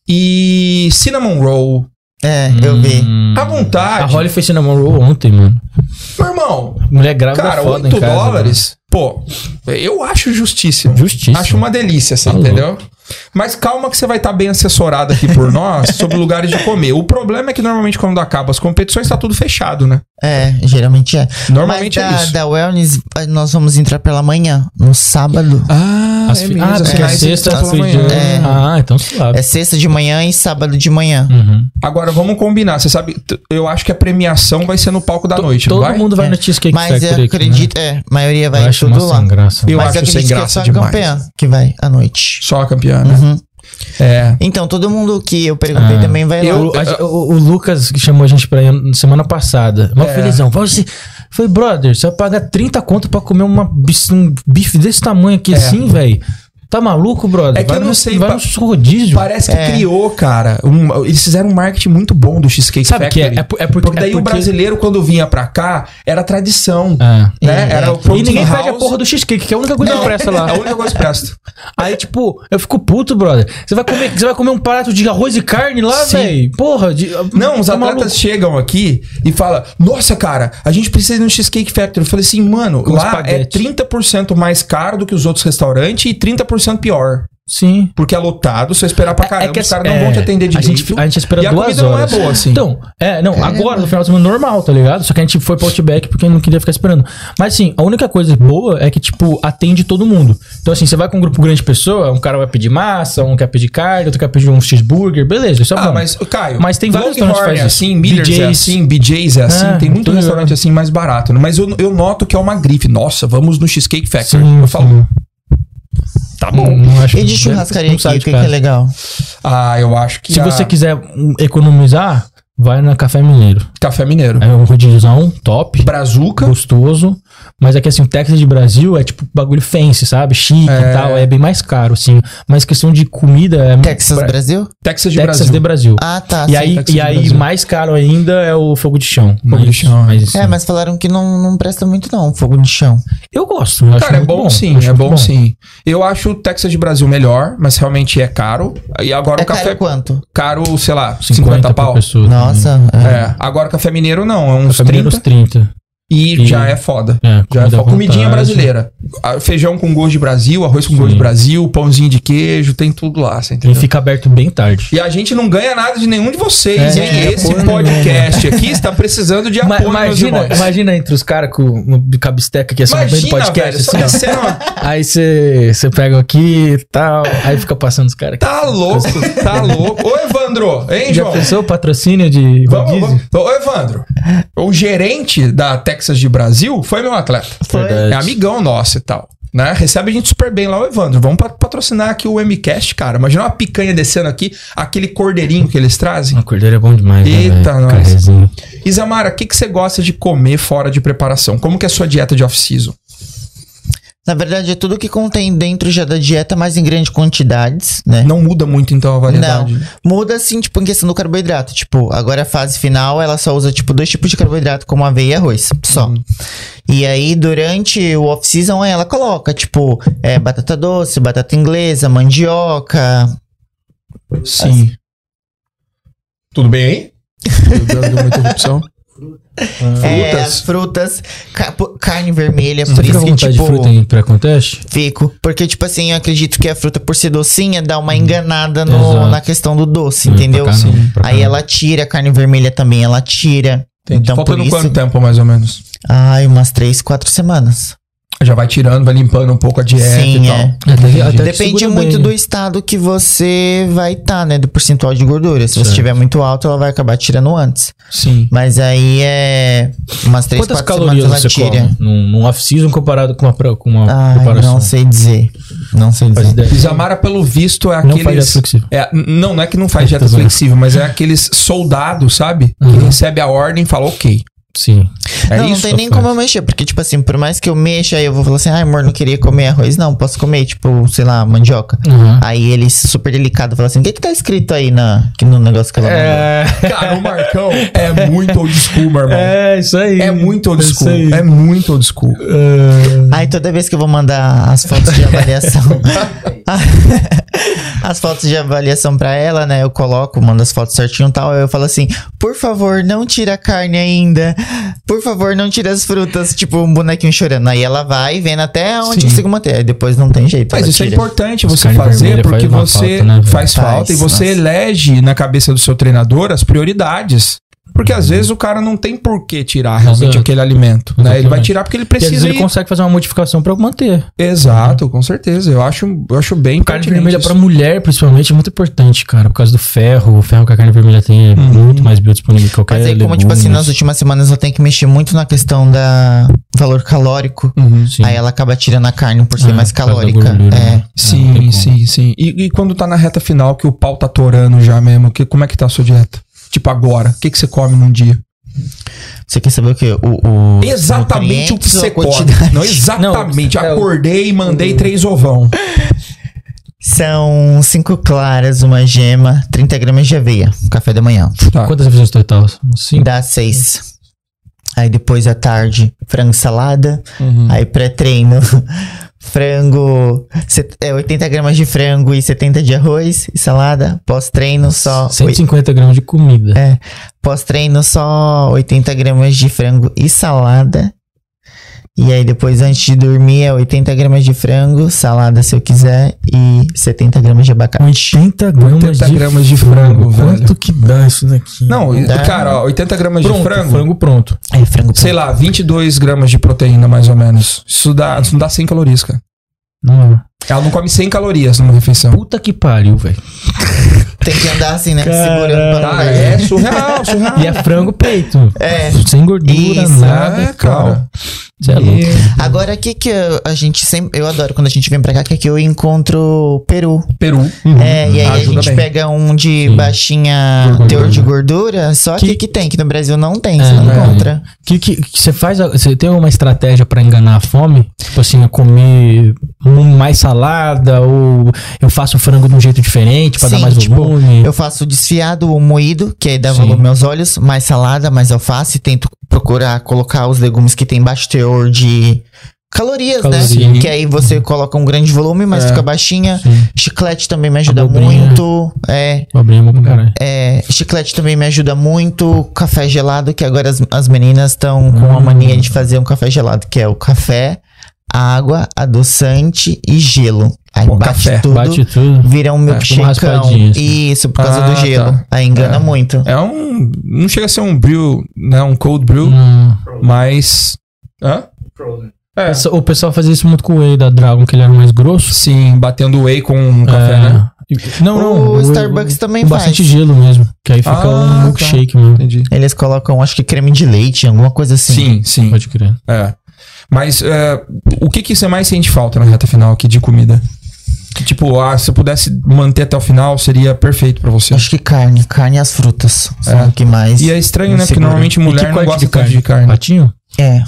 e cinnamon roll. Eu vi. À vontade. A Holly fez cinnamon roll ontem, mano. Meu irmão, Mulher grávida cara, foda $8, em casa, pô, eu acho justíssimo. Justíssimo. Acho uma delícia, assim, Tá entendeu? Mas calma que você vai estar bem assessorado aqui por nós sobre lugares de comer. O problema é que normalmente quando acaba as competições tá tudo fechado, né? Geralmente é. Normalmente Mas é isso. da Wellness, nós vamos entrar pela manhã, no sábado. Ah, porque é sexta pela foi manhã. de... É. Ah, então suave. É sexta de manhã e sábado de manhã. Uhum. Agora vamos combinar. Você sabe, eu acho que a premiação vai ser no palco da noite, não Todo vai? mundo vai É. no Cheesecake Mas Factory eu aqui, acredito, né? a maioria vai Eu acho tudo uma lá. sem graça. Eu Mas acho eu sem acredito que é graça só a demais. campeã que vai à noite. Só a campeã, né? Uhum. É. Então, todo mundo que eu perguntei também vai lá. O Lucas que chamou a gente pra ir semana passada. Mó felizão. Foi, brother, você vai pagar 30 conto pra comer um bife desse tamanho aqui assim, velho. Tá maluco, brother? É que eu não sei, Vai no rodízio. Parece que criou, cara. Eles fizeram um marketing muito bom do Cheesecake Sabe que Factory. Porque daí o brasileiro, quando vinha pra cá, era tradição. Né? Era o E protein ninguém house. pede a porra do cheesecake, que é a única coisa que presta lá. É a única coisa que presta. Aí, tipo, eu fico puto, brother. Você vai comer um prato de arroz e carne lá, Sim. velho? Porra. Não, os tá atletas maluco. chegam aqui e falam: Nossa, cara, a gente precisa ir no Cheesecake Factory. Eu falei assim, mano, Com lá espaguete. é 30% mais caro do que os outros restaurantes e 30% pior. Sim. Porque é lotado, se eu esperar pra caramba, os caras não vão te atender direito. A gente espera e a 2 comida horas. não é boa, assim. Então, agora, no final de semana, normal, tá ligado? Só que a gente foi pro Outback porque não queria ficar esperando. Mas, assim, a única coisa boa é que, tipo, atende todo mundo. Então, assim, você vai com um grupo grande de pessoas, um cara vai pedir massa, um quer pedir carne, outro quer pedir um cheeseburger, beleza, isso é bom. Mas, Caio, Mas tem vários restaurantes que Longhorn é faz isso. assim, Miller's é BJ's. assim, BJ's é assim, tem muito tudo restaurante é. assim mais barato, né? Mas eu noto que é uma grife. Nossa, vamos no Cheesecake Factory. Sim, eu falo, tá bom. Não acho E de que- churrascaria não aqui, sai o de que casa. é legal? Eu acho que Se você quiser economizar, vai na Café Mineiro. Café Mineiro. É um rodíziozão top, Brazuca. gostoso. Mas é que assim, o Texas de Brasil é tipo bagulho fancy, sabe? Chique e tal. É bem mais caro, assim. Mas questão de comida é... Texas Brasil? Texas de Texas Brasil. de Brasil. Ah, tá. E sim. aí, Texas de e aí Brasil. mais caro ainda é o fogo de chão. Fogo de chão. Mas, assim, Mas falaram que não presta muito não, fogo de chão. eu gosto. Eu acho Cara, é muito bom sim, acho é muito bom sim. Eu acho o Texas de Brasil melhor, mas realmente é caro. E agora É o café caro quanto? caro, sei lá, 50 50 por pau. pessoa. Nossa. É, agora o café mineiro não, é uns Café mineiro 30 uns 30. e já é foda. Já é comida foda. à Comidinha vontade. brasileira. Feijão com gosto de Brasil, arroz com gosto de Brasil, pãozinho de queijo, tem tudo lá, você E entendeu? fica aberto bem tarde. E a gente não ganha nada de nenhum de vocês, É, hein? é, Esse apoio podcast aqui está precisando de apoio, meus irmãos. Imagina entre os caras com o cabisteca aqui, assim, no meio do Imagina, podcast, velho, só assim, ó. descendo uma... Aí você pega aqui e tal, aí fica passando os caras aqui. Tá louco, tá louco. Ô, Evandro, hein, Já João? pensou o patrocínio de rodízio? Ô, Evandro, o gerente da Texas de Brasil foi meu atleta. Verdade. É amigão nosso e tal. Né? Recebe a gente super bem lá, o Evandro. Vamos patrocinar aqui o MCast, cara. Imagina uma picanha descendo aqui, aquele cordeirinho que eles trazem. Uma cordeira é bom demais, Eita, né, nós. Carrezinho. Isamara, o que você gosta de comer fora de preparação? Como que é a sua dieta de off-season? Na verdade, é tudo que contém dentro já da dieta, mas em grandes quantidades, né? Não muda muito, então, a variedade? Não. Muda, assim, tipo, em questão do carboidrato. Tipo, agora a fase final, ela só usa, tipo, 2 tipos de carboidrato, como aveia e arroz. Só. E aí, durante o off-season, ela coloca, tipo, batata doce, batata inglesa, mandioca. Sim. Tudo bem aí? Deu uma interrupção. Frutas, carne vermelha, Você por fica isso com que, vontade tipo... de fruta em pré-conteste? Fico. Porque, tipo assim, eu acredito que a fruta, por ser docinha, dá uma enganada Exato. na questão do doce, entendeu? Pra caramba, pra Aí caramba. ela tira, a carne vermelha também ela tira. Entendi. Então, Faltando por isso... quanto tempo, mais ou menos? Ai, umas 3, 4 semanas. Já vai tirando, vai limpando um pouco a dieta Sim, e tal. Até que Depende segura muito bem. do estado que você vai estar, né? Do percentual de gordura. Se você Certo. estiver muito alto, ela vai acabar tirando antes. Sim. Mas aí é umas 3, Quantas 4 calorias semanas ela você tira. come num off-season comparado com uma Ai, preparação? não sei dizer. Não sei Faz dizer. ideia. Isamara, pelo visto, é Não aqueles... faz dieta flexível. Não é que não faz dieta Tô zoando. flexível, mas é aqueles soldados, sabe? Que recebe a ordem e fala, ok. Sim. É Não isso? tem nem como eu mexer, porque, tipo assim, por mais que eu mexa, aí eu vou falar assim, ai, amor, não queria comer arroz. Não, posso comer, tipo, sei lá, mandioca. Uhum. Aí ele, super delicado, fala assim, o que tá escrito aí no negócio que ela mandou? Cara, o Marcão é muito old school, meu irmão. É, isso aí. É muito old Isso school. aí. É muito old school. Aí toda vez que eu vou mandar as fotos de avaliação, as fotos de avaliação pra ela, né, eu mando as fotos certinho e tal, aí eu falo assim, por favor, não tira a carne ainda, por favor, não tira as frutas, tipo um bonequinho chorando. Aí ela vai vendo até onde Sim. consigo manter, aí depois não tem jeito. Mas ela isso é tira. importante As você carne fazer, vermelha porque faz uma você falta, né, velho? faz falta Faz, e você nossa. elege na cabeça do seu treinador as prioridades. Porque às vezes o cara não tem por que tirar realmente Exato. aquele alimento, né? Ele vai Exatamente. tirar porque ele E às vezes precisa ele ir. consegue fazer uma modificação pra manter. Exato, com certeza. Eu acho bem Carne pertinente vermelha isso. pra mulher, principalmente, é muito importante, cara. Por causa do ferro. O ferro que a carne vermelha tem é muito mais biodisponível que qualquer Mas aí, como, tipo assim, legume, nas últimas semanas eu tenho que mexer muito na questão da valor calórico. Sim. Aí ela acaba tirando a carne por ser mais por causa da calórica. gordura, né? Sim, Não tem como. sim. E quando tá na reta final, que o pau tá torando já mesmo, como é que tá a sua dieta? Tipo agora, o que você come num dia? Você quer saber o quê? Exatamente o que nutrientes ou você a come. quantidade? Não, exatamente. Não, é o- Acordei e mandei 3 ovão. São 5 claras, uma gema, 30 gramas de aveia. Café da manhã. Tá. Quantas refeições totais? 5? Dá 6. Aí depois à tarde, frango e salada. Uhum. Aí pré-treino, frango, 80 gramas de frango e 70 de arroz e salada. Pós-treino só... 150 gramas de comida. Pós-treino só 80 gramas de frango e salada. E aí depois antes de dormir é 80 gramas de frango, salada se eu quiser e 70 gramas de abacate. 80 gramas, 80 gramas de frango, velho. Quanto que dá isso daqui? Não, Dá. cara, ó, 80 gramas pronto, de frango. frango pronto. É frango Sei lá, 22 gramas de proteína, mais ou menos. Isso não dá 100 calorias, cara. Não. Ela não come 100 calorias numa refeição. Puta que pariu, velho. Tem que andar assim, né? Caralho. Segurando pra não ver. É surreal. E é frango peito. É. Sem gordura, Isso, nada, É, cara. Você é louco. Agora, aqui que a gente sempre... Eu adoro quando a gente vem pra cá, que aqui eu encontro peru. Peru. E aí a Ajuda gente bem. pega um de baixinha Gordura. teor de gordura, só que tem, que no Brasil não tem, você não É. encontra. Que você faz? Você tem uma estratégia pra enganar a fome? Tipo assim, comer mais salada ou eu faço o frango de um jeito diferente pra dar Sim, mais tipo, volume? eu faço desfiado ou moído, que aí dá Sim. volume aos olhos, mais salada, mais alface, tento procurar colocar os legumes que tem baixo teor de calorias, Caloria. né? Que aí você coloca um grande volume, mas É. fica baixinha. Sim. Chiclete também me ajuda Abobrinha. muito. Abobrinha é bom pra caralho. Chiclete também me ajuda muito. Café gelado, que agora as meninas estão com a mania de fazer um café gelado, que é o café, água, adoçante e gelo. Aí Bom, bate café. tudo, Bate tudo. vira um tipo uma milkshake. raspadinha, assim. Isso, por causa Ah, do gelo. tá. Aí engana É. muito. É um... Não chega a ser um brew, né? Um cold brew, mas... Hã? É. O pessoal fazia isso muito com o whey da Dragon, que ele era mais grosso. Sim, batendo whey com café, É. né? Não. O Starbucks também com faz. bastante gelo mesmo. Que aí fica um milkshake mesmo. Entendi. Eles colocam, acho que creme de leite, alguma coisa assim. Sim, sim. Pode crer. É. Mas o que você mais sente falta na reta final aqui de comida? Que, tipo, se você pudesse manter até o final, seria perfeito pra você. Acho que carne e as frutas são o que mais. E é estranho, não né? Porque segura. normalmente mulher não gosta tanto de carne. Patinho? É,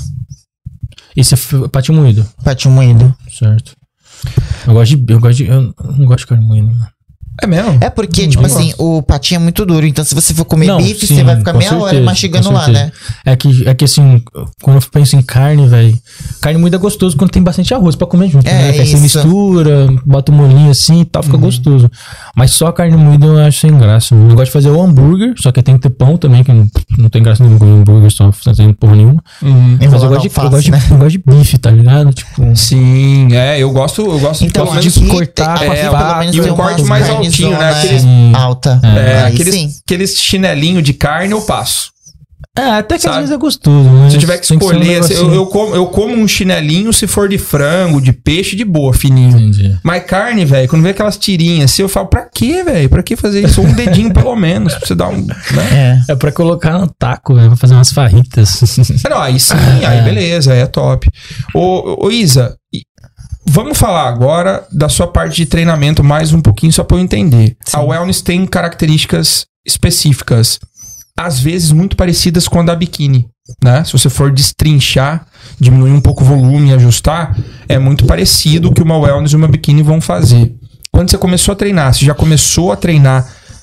Patinho moído. patinho moído. Certo. Eu não gosto de carne moída, mano. É mesmo? É porque, tipo assim, o patinho é muito duro. Então, se você for comer Não, bife, sim, você vai ficar com meia hora certeza, mastigando com lá, certeza. né? É que assim, quando eu penso em carne, velho, carne moída é gostoso quando tem bastante arroz pra comer junto, né? Que aí você isso. mistura, bota um molhinho assim e tal, fica gostoso. Mas só carne moída eu acho sem graça. Eu gosto de fazer o hambúrguer, só que tem que ter pão também, que não tem graça nenhuma comer hambúrguer só fazendo porra nenhuma. Mas eu Enrolar gosto, na de, alface, né? eu gosto de bife, tá ligado? Tipo, Sim, eu gosto Então, pelo menos aqui, cortar com a aqui faca pelo menos e um tem corte umas mais carnes altinho, né? zona Aqueles- alta. Aí sim. aqueles chinelinhos de carne eu passo. até que Sabe? às vezes é gostoso, né? Se eu tiver que Tem ser um escolher, negocinho. eu como um chinelinho se for de frango, de peixe, de boa, fininho. Entendi. Mas carne, velho, quando vê aquelas tirinhas assim, eu falo, pra quê, velho? Pra que fazer isso? Um dedinho pelo menos, pra você dar um... Né? É. É pra colocar no taco, velho, pra fazer umas farritas. Não, aí sim, aí beleza, aí é top. Ô Isa, vamos falar agora da sua parte de treinamento mais um pouquinho, só pra eu entender. A wellness tem características específicas, às vezes muito parecidas com a da biquíni, né? Se você for destrinchar, diminuir um pouco o volume e ajustar, é muito parecido o que uma wellness e uma biquíni vão fazer. Quando você começou a treinar, você já começou a treinar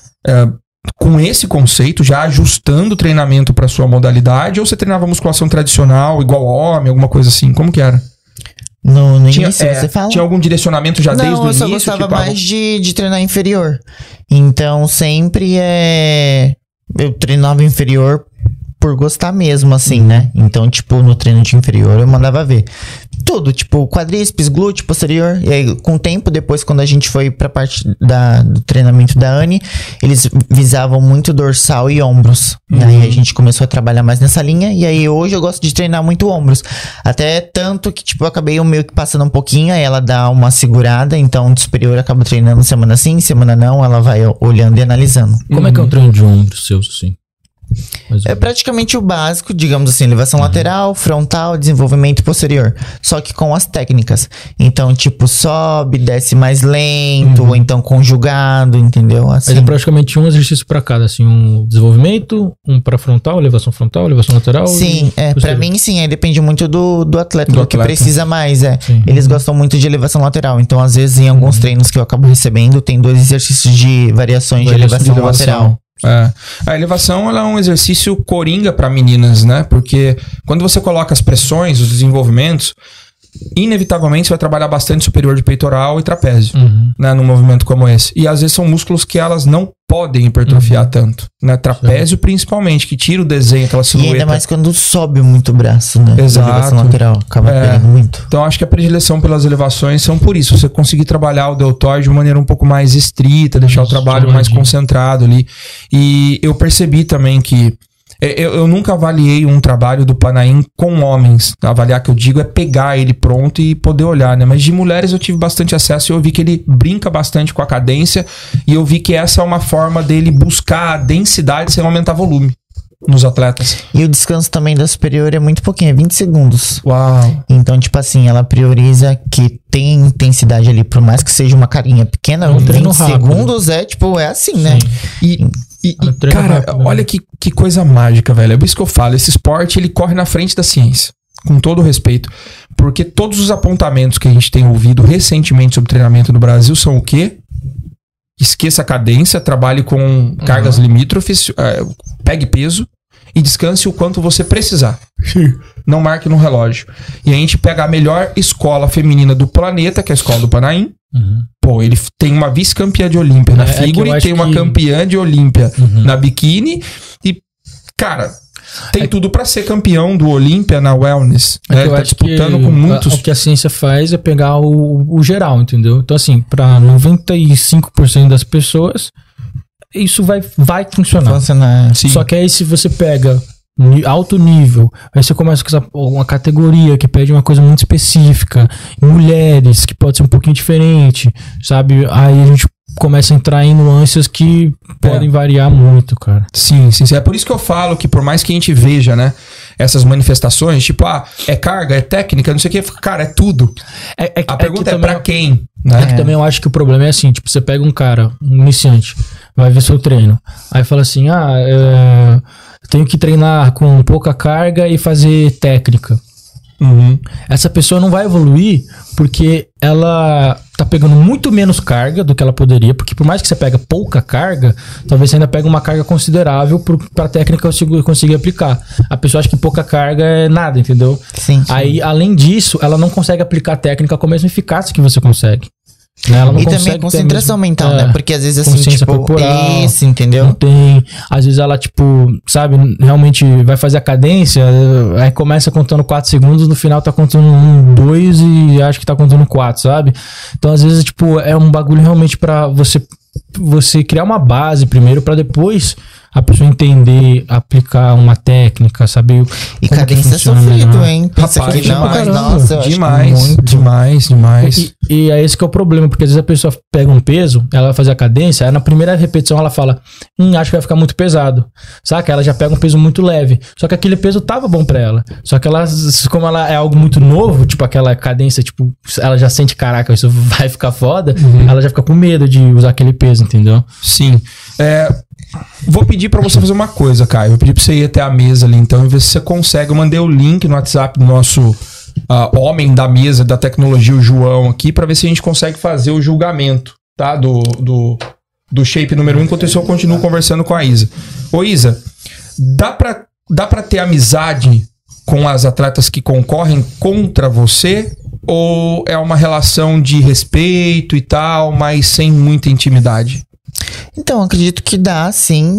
com esse conceito, já ajustando o treinamento para sua modalidade, ou você treinava musculação tradicional, igual homem, alguma coisa assim? Como que era? No início, você fala? Tinha algum direcionamento já desde o Não, eu início? só gostava tipo, mais de treinar inferior. Então, sempre eu treinava inferior por gostar mesmo, assim, né? Então, tipo, no treino de inferior eu mandava ver tudo, tipo, quadríceps, glúteo, posterior. E aí, com o tempo, depois, quando a gente foi pra parte do treinamento da Anne, eles visavam muito dorsal e ombros. E aí a gente começou a trabalhar mais nessa linha. E aí, hoje eu gosto de treinar muito ombros. Até tanto que, tipo, eu acabei meio que passando um pouquinho, aí ela dá uma segurada. Então, de superior eu acabo treinando semana sim, semana não. Ela vai olhando e analisando. Como é que é um treino de ombros seus, assim? É praticamente o básico, digamos assim, elevação lateral, frontal, desenvolvimento posterior. Só que com as técnicas. Então, tipo, sobe, desce mais lento, ou então conjugado, entendeu? Assim. Mas é praticamente um exercício pra cada, assim, um desenvolvimento, um pra frontal, elevação lateral. Sim, pra posterior. mim sim, aí depende muito do atleta, Do do que atleta. precisa mais, Sim. Eles gostam muito de elevação lateral, então às vezes em alguns treinos que eu acabo recebendo, tem 2 exercícios de variações de elevação lateral. A elevação ela é um exercício coringa para meninas, né? Porque quando você coloca as pressões, os desenvolvimentos, inevitavelmente você vai trabalhar bastante superior de peitoral e trapézio, né? Num movimento como esse. E às vezes são músculos que elas não podem hipertrofiar tanto, né? Trapézio principalmente, que tira o desenho, aquela E silhueta. ainda mais quando sobe muito o braço, né? Exato. A elevação lateral acaba pegando muito. Então, acho que a predileção pelas elevações são por isso. Você conseguir trabalhar o deltoide de uma maneira um pouco mais estrita, deixar o trabalho mais concentrado ali. E eu percebi também que eu nunca avaliei um trabalho do Panaim com homens. Avaliar que eu digo é pegar ele pronto e poder olhar, né? Mas de mulheres eu tive bastante acesso e eu vi que ele brinca bastante com a cadência e eu vi que essa é uma forma dele buscar a densidade sem aumentar volume. nos atletas. E o descanso também da superior é muito pouquinho, é 20 segundos. Uau. Então, tipo assim, ela prioriza que tem intensidade ali, por mais que seja uma carinha pequena, Um 20 treino rápido. segundos é tipo, é assim, né? E, Um treino cara, rápido, né? olha que coisa mágica, velho. É por isso que eu falo, esse esporte, ele corre na frente da ciência. Com todo o respeito. Porque todos os apontamentos que a gente tem ouvido recentemente sobre treinamento no Brasil são o quê? Esqueça a cadência, trabalhe com cargas limítrofes, pegue peso e descanse o quanto você precisar. Não marque no relógio. E a gente pega a melhor escola feminina do planeta, que é a escola do Panaim. Pô, ele tem uma vice-campeã de Olímpia na É que figure, eu acho tem uma que- campeã de Olímpia na biquíni e, cara, tem tudo pra ser campeão do Olímpia na wellness. É né? que eu Tá acho que disputando com muitos. o que a ciência faz é pegar o geral, entendeu? Então, assim, pra 95% das pessoas, isso vai funcionar. Funciona. Sim. Só que aí se você pega alto nível, aí você começa com uma categoria que pede uma coisa muito específica, mulheres, que pode ser um pouquinho diferente, sabe? Aí a gente começa a entrar em nuances que podem variar muito, cara. Sim. É por isso que eu falo que por mais que a gente veja, né, essas manifestações, tipo, é carga, é técnica, não sei o que, cara, é tudo. A pergunta é pra quem, né? É que também eu acho que o problema é assim, tipo, você pega um cara, um iniciante, vai ver seu treino, aí fala assim, eu tenho que treinar com pouca carga e fazer técnica. Essa pessoa não vai evoluir porque ela tá pegando muito menos carga do que ela poderia, porque por mais que você pega pouca carga, talvez você ainda pegue uma carga considerável pra técnica conseguir aplicar. A pessoa acha que pouca carga é nada, entendeu? Sim. Aí, além disso, ela não consegue aplicar a técnica com a mesma eficácia que você consegue. Né? Ela não E consegue também ter a concentração mesma- mental, né? Porque às vezes assim, consciência tipo, corporal. isso, entendeu? Não tem. Às vezes ela, tipo, sabe, realmente vai fazer a cadência, aí começa contando 4 segundos, no final tá contando 1, 2 e acha que tá contando 4, sabe? Então, às vezes, tipo, é um bagulho realmente pra você criar uma base primeiro, pra depois a pessoa entender, aplicar uma técnica, saber E como que cadência é funciona, sofrido, né? hein? Pensa Rapaz, que não, mas caramba, nossa, eu acho que Demais. muito. E é esse que é o problema, porque às vezes a pessoa pega um peso, ela vai fazer a cadência, aí na primeira repetição ela fala, acho que vai ficar muito pesado, saca? Ela já pega um peso muito leve, só que aquele peso tava bom pra ela, só que ela, como ela é algo muito novo, tipo aquela cadência, tipo, ela já sente, caraca, isso vai ficar foda, ela já fica com medo de usar aquele peso, entendeu? Sim. Vou pedir pra você fazer uma coisa, Caio. Vou pedir pra você ir até a mesa ali, então, e ver se você consegue. Eu mandei o link no WhatsApp do nosso homem da mesa da tecnologia, o João, aqui, pra ver se a gente consegue fazer o julgamento, tá? Do shape número 1, enquanto isso eu continuo conversando com a Isa. Ô, Isa, dá pra ter amizade com as atletas que concorrem contra você? Ou é uma relação de respeito e tal, mas sem muita intimidade? Então, acredito que dá, sim.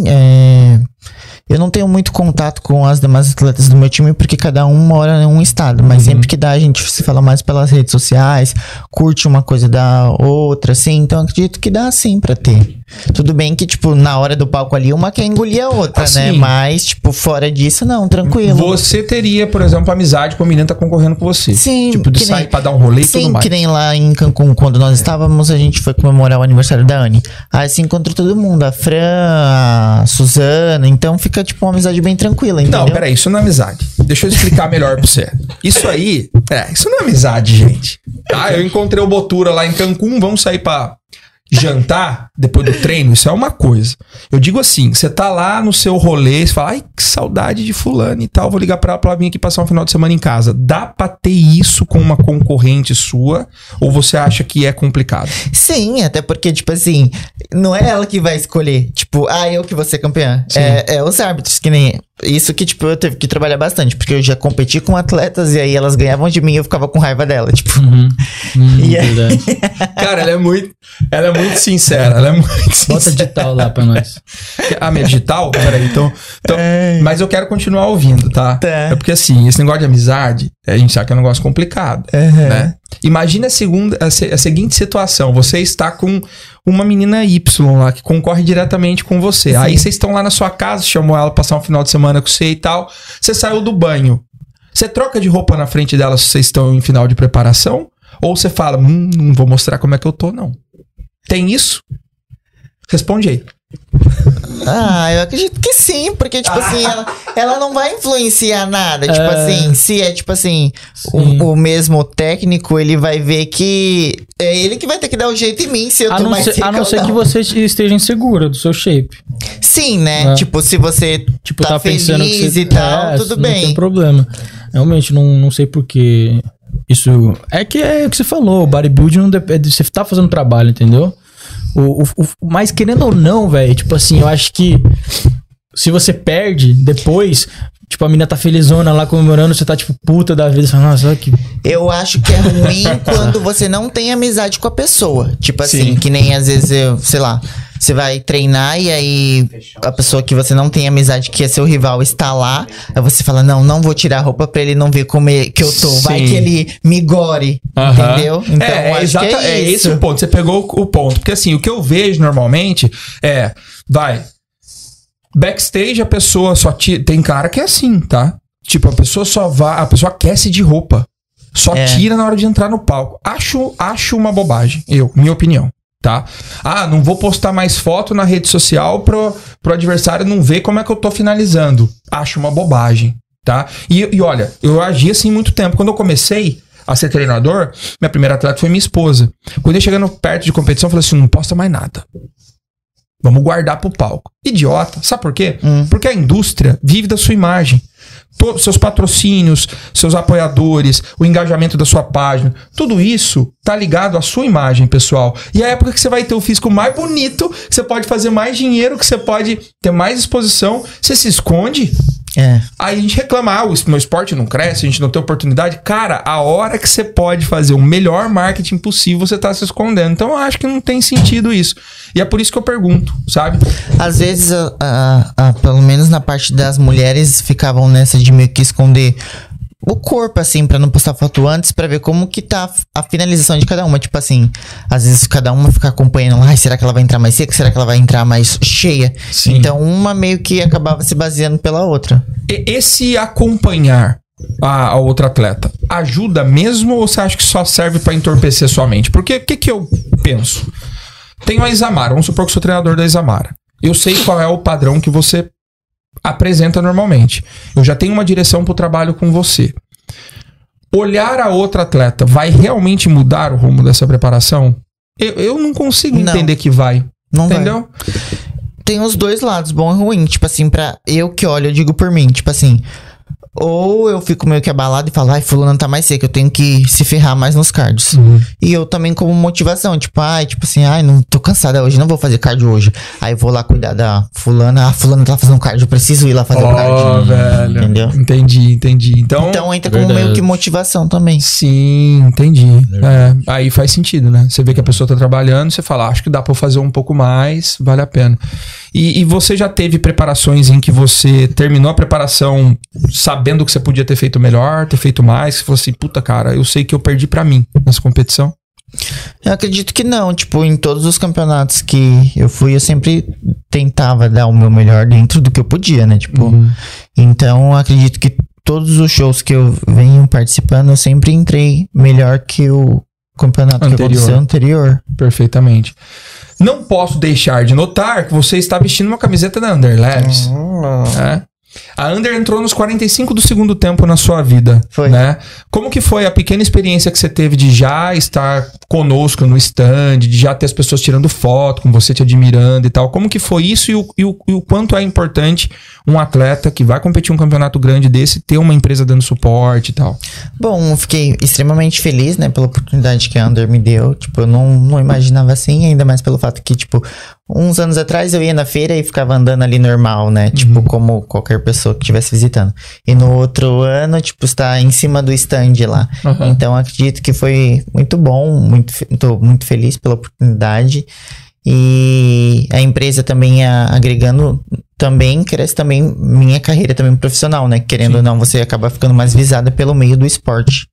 Eu não tenho muito contato com as demais atletas do meu time, porque cada um mora em um estado. Mas sempre que dá, a gente se fala mais pelas redes sociais, curte uma coisa da outra, assim. Então, acredito que dá, sim, pra ter. Tudo bem que, tipo, na hora do palco ali, uma quer engolir a outra, né? Assim, Mas, tipo, fora disso, não, tranquilo. Você teria, por exemplo, amizade com a menina que tá concorrendo com você? Sim, Tipo, de que nem- sair pra dar um rolê e tudo Sim, mais. que nem lá em Cancún, quando nós estávamos, a gente foi comemorar o aniversário da Anne. Aí se encontrou todo mundo, a Fran, a Suzana, então fica tipo uma amizade bem tranquila, entendeu? Não, peraí, isso não é amizade. Deixa eu explicar melhor pra você. Isso aí, isso não é amizade, gente. Tá, eu encontrei o Botura lá em Cancún, vamos sair pra jantar depois do treino, isso é uma coisa. Eu digo assim, você tá lá no seu rolê, você fala, ai, que saudade de fulano e tal, vou ligar pra ela pra ela vir aqui passar um final de semana em casa. Dá pra ter isso com uma concorrente sua? Ou você acha que é complicado? Sim, até porque, tipo assim, não é ela que vai escolher, tipo, eu que vou ser campeã. É os árbitros, que nem... Isso que, tipo, eu tive que trabalhar bastante, porque eu já competi com atletas e aí elas ganhavam de mim e eu ficava com raiva dela, tipo... E aí- Verdade. Cara, ela é muito sincera, ela é muito sincera. Bota digital lá pra nós. Ah, minha digital? Peraí, então, mas eu quero continuar ouvindo, tá? Tá. É porque assim, esse negócio de amizade, a gente sabe que é um negócio complicado, né? Imagina a seguinte situação, você está com uma menina Y lá, que concorre diretamente com você. Sim. Aí vocês estão lá na sua casa, chamou ela pra passar um final de semana com você e tal, você saiu do banho. Você troca de roupa na frente dela se vocês estão em final de preparação? Ou você fala, não vou mostrar como é que eu tô, não. Tem isso? Responde aí. Eu acredito que sim, porque, tipo assim, ela não vai influenciar nada. Tipo assim, se é, tipo assim, o mesmo técnico, ele vai ver que é ele que vai ter que dar o jeito em mim, se eu tô mais seca. A não ser que você esteja insegura do seu shape. Sim, né? Tipo, se você tá pensando feliz que e tal, tudo bem. Não tem problema. Realmente, não sei porquê. Isso é o que você falou, o bodybuilding não depende, você tá fazendo trabalho, entendeu? Mas querendo ou não, velho, tipo assim, eu acho que se você perde depois, tipo, a menina tá felizona lá comemorando, você tá tipo puta da vida, você fala, nossa, que... Eu acho que é ruim quando você não tem amizade com a pessoa. Tipo assim, que nem às vezes sei lá, você vai treinar e aí a pessoa que você não tem amizade, que é seu rival, está lá. Aí você fala, não vou tirar a roupa pra ele não ver como que eu tô. Vai que ele me gore, entendeu? Então, acho que é esse o ponto. Você pegou o ponto. Porque assim, o que eu vejo normalmente backstage a pessoa só tira... Tem cara que é assim, tá? Tipo, a pessoa aquece de roupa. Só tira na hora de entrar no palco. Acho uma bobagem, minha opinião. Tá? Não vou postar mais foto na rede social pro adversário não ver como é que eu tô finalizando. Acho uma bobagem, tá? E olha, eu agi assim muito tempo. Quando eu comecei a ser treinador, minha primeira atleta foi minha esposa. Quando eu chegando perto de competição, eu falei assim, não posta mais nada. Vamos guardar pro palco. Idiota. Sabe por quê? Porque a indústria vive da sua imagem. Todos seus patrocínios, seus apoiadores, o engajamento da sua página, tudo isso tá ligado à sua imagem, pessoal. E é a época que você vai ter o físico mais bonito, que você pode fazer mais dinheiro, que você pode ter mais exposição, você se esconde. Aí a gente reclama, o meu esporte não cresce, a gente não tem oportunidade. Cara, a hora que você pode fazer o melhor marketing possível, você tá se escondendo. Então eu acho que não tem sentido isso. E é por isso que eu pergunto, sabe? Às vezes, pelo menos na parte das mulheres, ficavam nessa de meio que esconder o corpo, assim, pra não postar foto antes, pra ver como que tá a finalização de cada uma. Tipo assim, às vezes cada uma fica acompanhando, será que ela vai entrar mais seca? Será que ela vai entrar mais cheia? Sim. Então uma meio que acabava se baseando pela outra. Esse acompanhar a outra atleta ajuda mesmo, ou você acha que só serve pra entorpecer sua mente? Porque o que eu penso? Tenho a Isamara, vamos supor que sou treinador da Isamara. Eu sei qual é o padrão que você apresenta normalmente. Eu já tenho uma direção pro trabalho com você. Olhar a outra atleta vai realmente mudar o rumo dessa preparação? Eu não consigo entender que vai. Não entendeu? Vai. Tem os dois lados, bom e ruim. Tipo assim, pra eu que olho, eu digo por mim. Tipo assim, ou eu fico meio que abalado e falo, fulano tá mais seco, eu tenho que se ferrar mais nos cardios. E eu também como motivação, tipo assim, não tô cansada hoje, não vou fazer cardio hoje. Aí eu vou lá cuidar da fulana, fulana tá fazendo cardio, eu preciso ir lá fazer o cardio. Velho. Entendeu? Entendi. Então entra como meio que motivação também. Sim, entendi. Aí faz sentido, né? Você vê que a pessoa tá trabalhando, você fala, acho que dá pra eu fazer um pouco mais, vale a pena. E você já teve preparações em que você terminou a preparação sabendo que você podia ter feito melhor, ter feito mais? Você falou assim, puta cara, eu sei que eu perdi pra mim nessa competição. Eu acredito que não. Tipo, em todos os campeonatos que eu fui, eu sempre tentava dar o meu melhor dentro do que eu podia, né? Tipo, então eu acredito que todos os shows que eu venho participando, eu sempre entrei melhor que o campeonato que aconteceu anterior. Perfeitamente. Não posso deixar de notar que você está vestindo uma camiseta da Under Labs. A Under entrou nos 45 do segundo tempo na sua vida. Foi. Né? Como que foi a pequena experiência que você teve de já estar conosco no stand, de já ter as pessoas tirando foto com você, te admirando e tal? Como que foi isso e o quanto é importante um atleta que vai competir um campeonato grande desse ter uma empresa dando suporte e tal? Bom, eu fiquei extremamente feliz, né, pela oportunidade que a Under me deu. Tipo, eu não imaginava assim, ainda mais pelo fato que, tipo, uns anos atrás eu ia na feira e ficava andando ali normal, né? Tipo, como qualquer pessoa que estivesse visitando. E no outro ano, tipo, está em cima do stand lá. Então, acredito que foi muito bom, tô muito feliz pela oportunidade. E a empresa também agregando também, cresce também minha carreira também profissional, né? Querendo ou não, você acaba ficando mais visada pelo meio do esporte.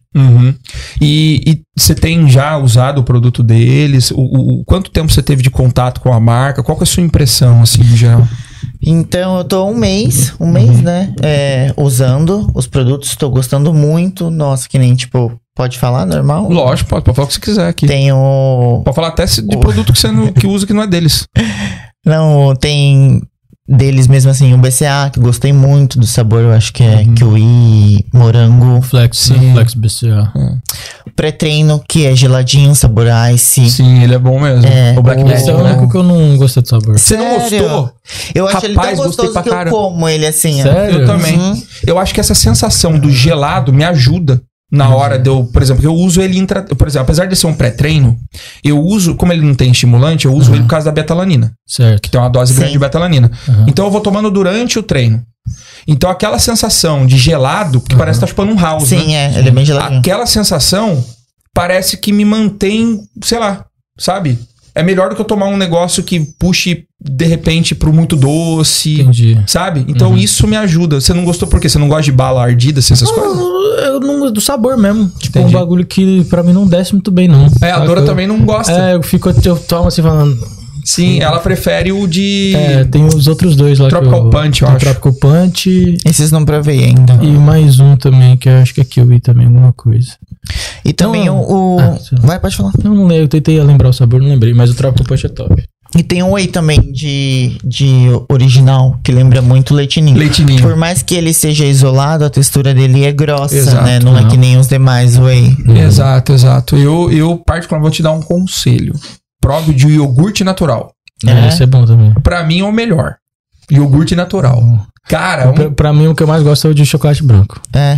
E você tem já usado o produto deles? Quanto tempo você teve de contato com a marca? Qual que é a sua impressão, assim, em geral? Então, eu tô um mês, né? Usando os produtos, tô gostando muito. Nossa, que nem, tipo, pode falar normal? Lógico, pode falar o que você quiser aqui. Tenho... Pode falar até de produto que você que usa que não é deles. Não, tem deles mesmo assim, o BCA, que eu gostei muito do sabor, eu acho que é kiwi, morango. Flex, né? Flex BCA. Pré-treino, que é geladinho, sabor ice. Sim, ele é bom mesmo. É, o Blackberry, Esse é o né? único que eu não gostei do sabor. Você não gostou? Eu acho ele tão Rapaz, gostei gostoso pra que eu caramba. como ele assim. ó. Sério? Eu também. Eu acho que essa sensação do gelado me ajuda na hora de eu... Por exemplo, eu uso ele... Por exemplo, apesar de ser um pré-treino, eu uso... Como ele não tem estimulante, eu uso ele por causa da betalanina. Certo. Que tem uma dose grande Sim. de betalanina. Então eu vou tomando durante o treino. Então aquela sensação de gelado, que parece que tá chupando um house, Sim, né? ele é bem geladinho. Aquela sensação parece que me mantém, sei lá, sabe? É melhor do que eu tomar um negócio que puxe, de repente, pro muito doce. Entendi. Sabe? Então isso me ajuda. Você não gostou por quê? Você não gosta de bala ardida, assim, essas coisas? Eu não gosto do sabor mesmo. Tipo, Entendi. um bagulho que pra mim não desce muito bem, não. É, a Saca? Dora também não gosta. Eu tomo assim falando. Sim, ela prefere o de... Tem os outros dois lá. Tropical Punch, eu acho. Tropical Punch Esses não provei ainda. e mais um também, que eu acho que é Kiwi também, alguma coisa. E também Não. o... sei lá. Vai, pode falar. Eu não lembro, eu tentei lembrar o sabor, não lembrei, mas o Tropical Punch é top. E tem um whey também de original, que lembra muito leitinho. Leitinho. Por mais que ele seja isolado, a textura dele é grossa, Exato, né? Não é que nem os demais whey. Exato, exato. Eu particularmente, vou te dar um conselho. Prove o de iogurte natural. Esse é bom também. Pra mim é o melhor. Iogurte natural. Cara, Pra mim, o que eu mais gosto é o de chocolate branco.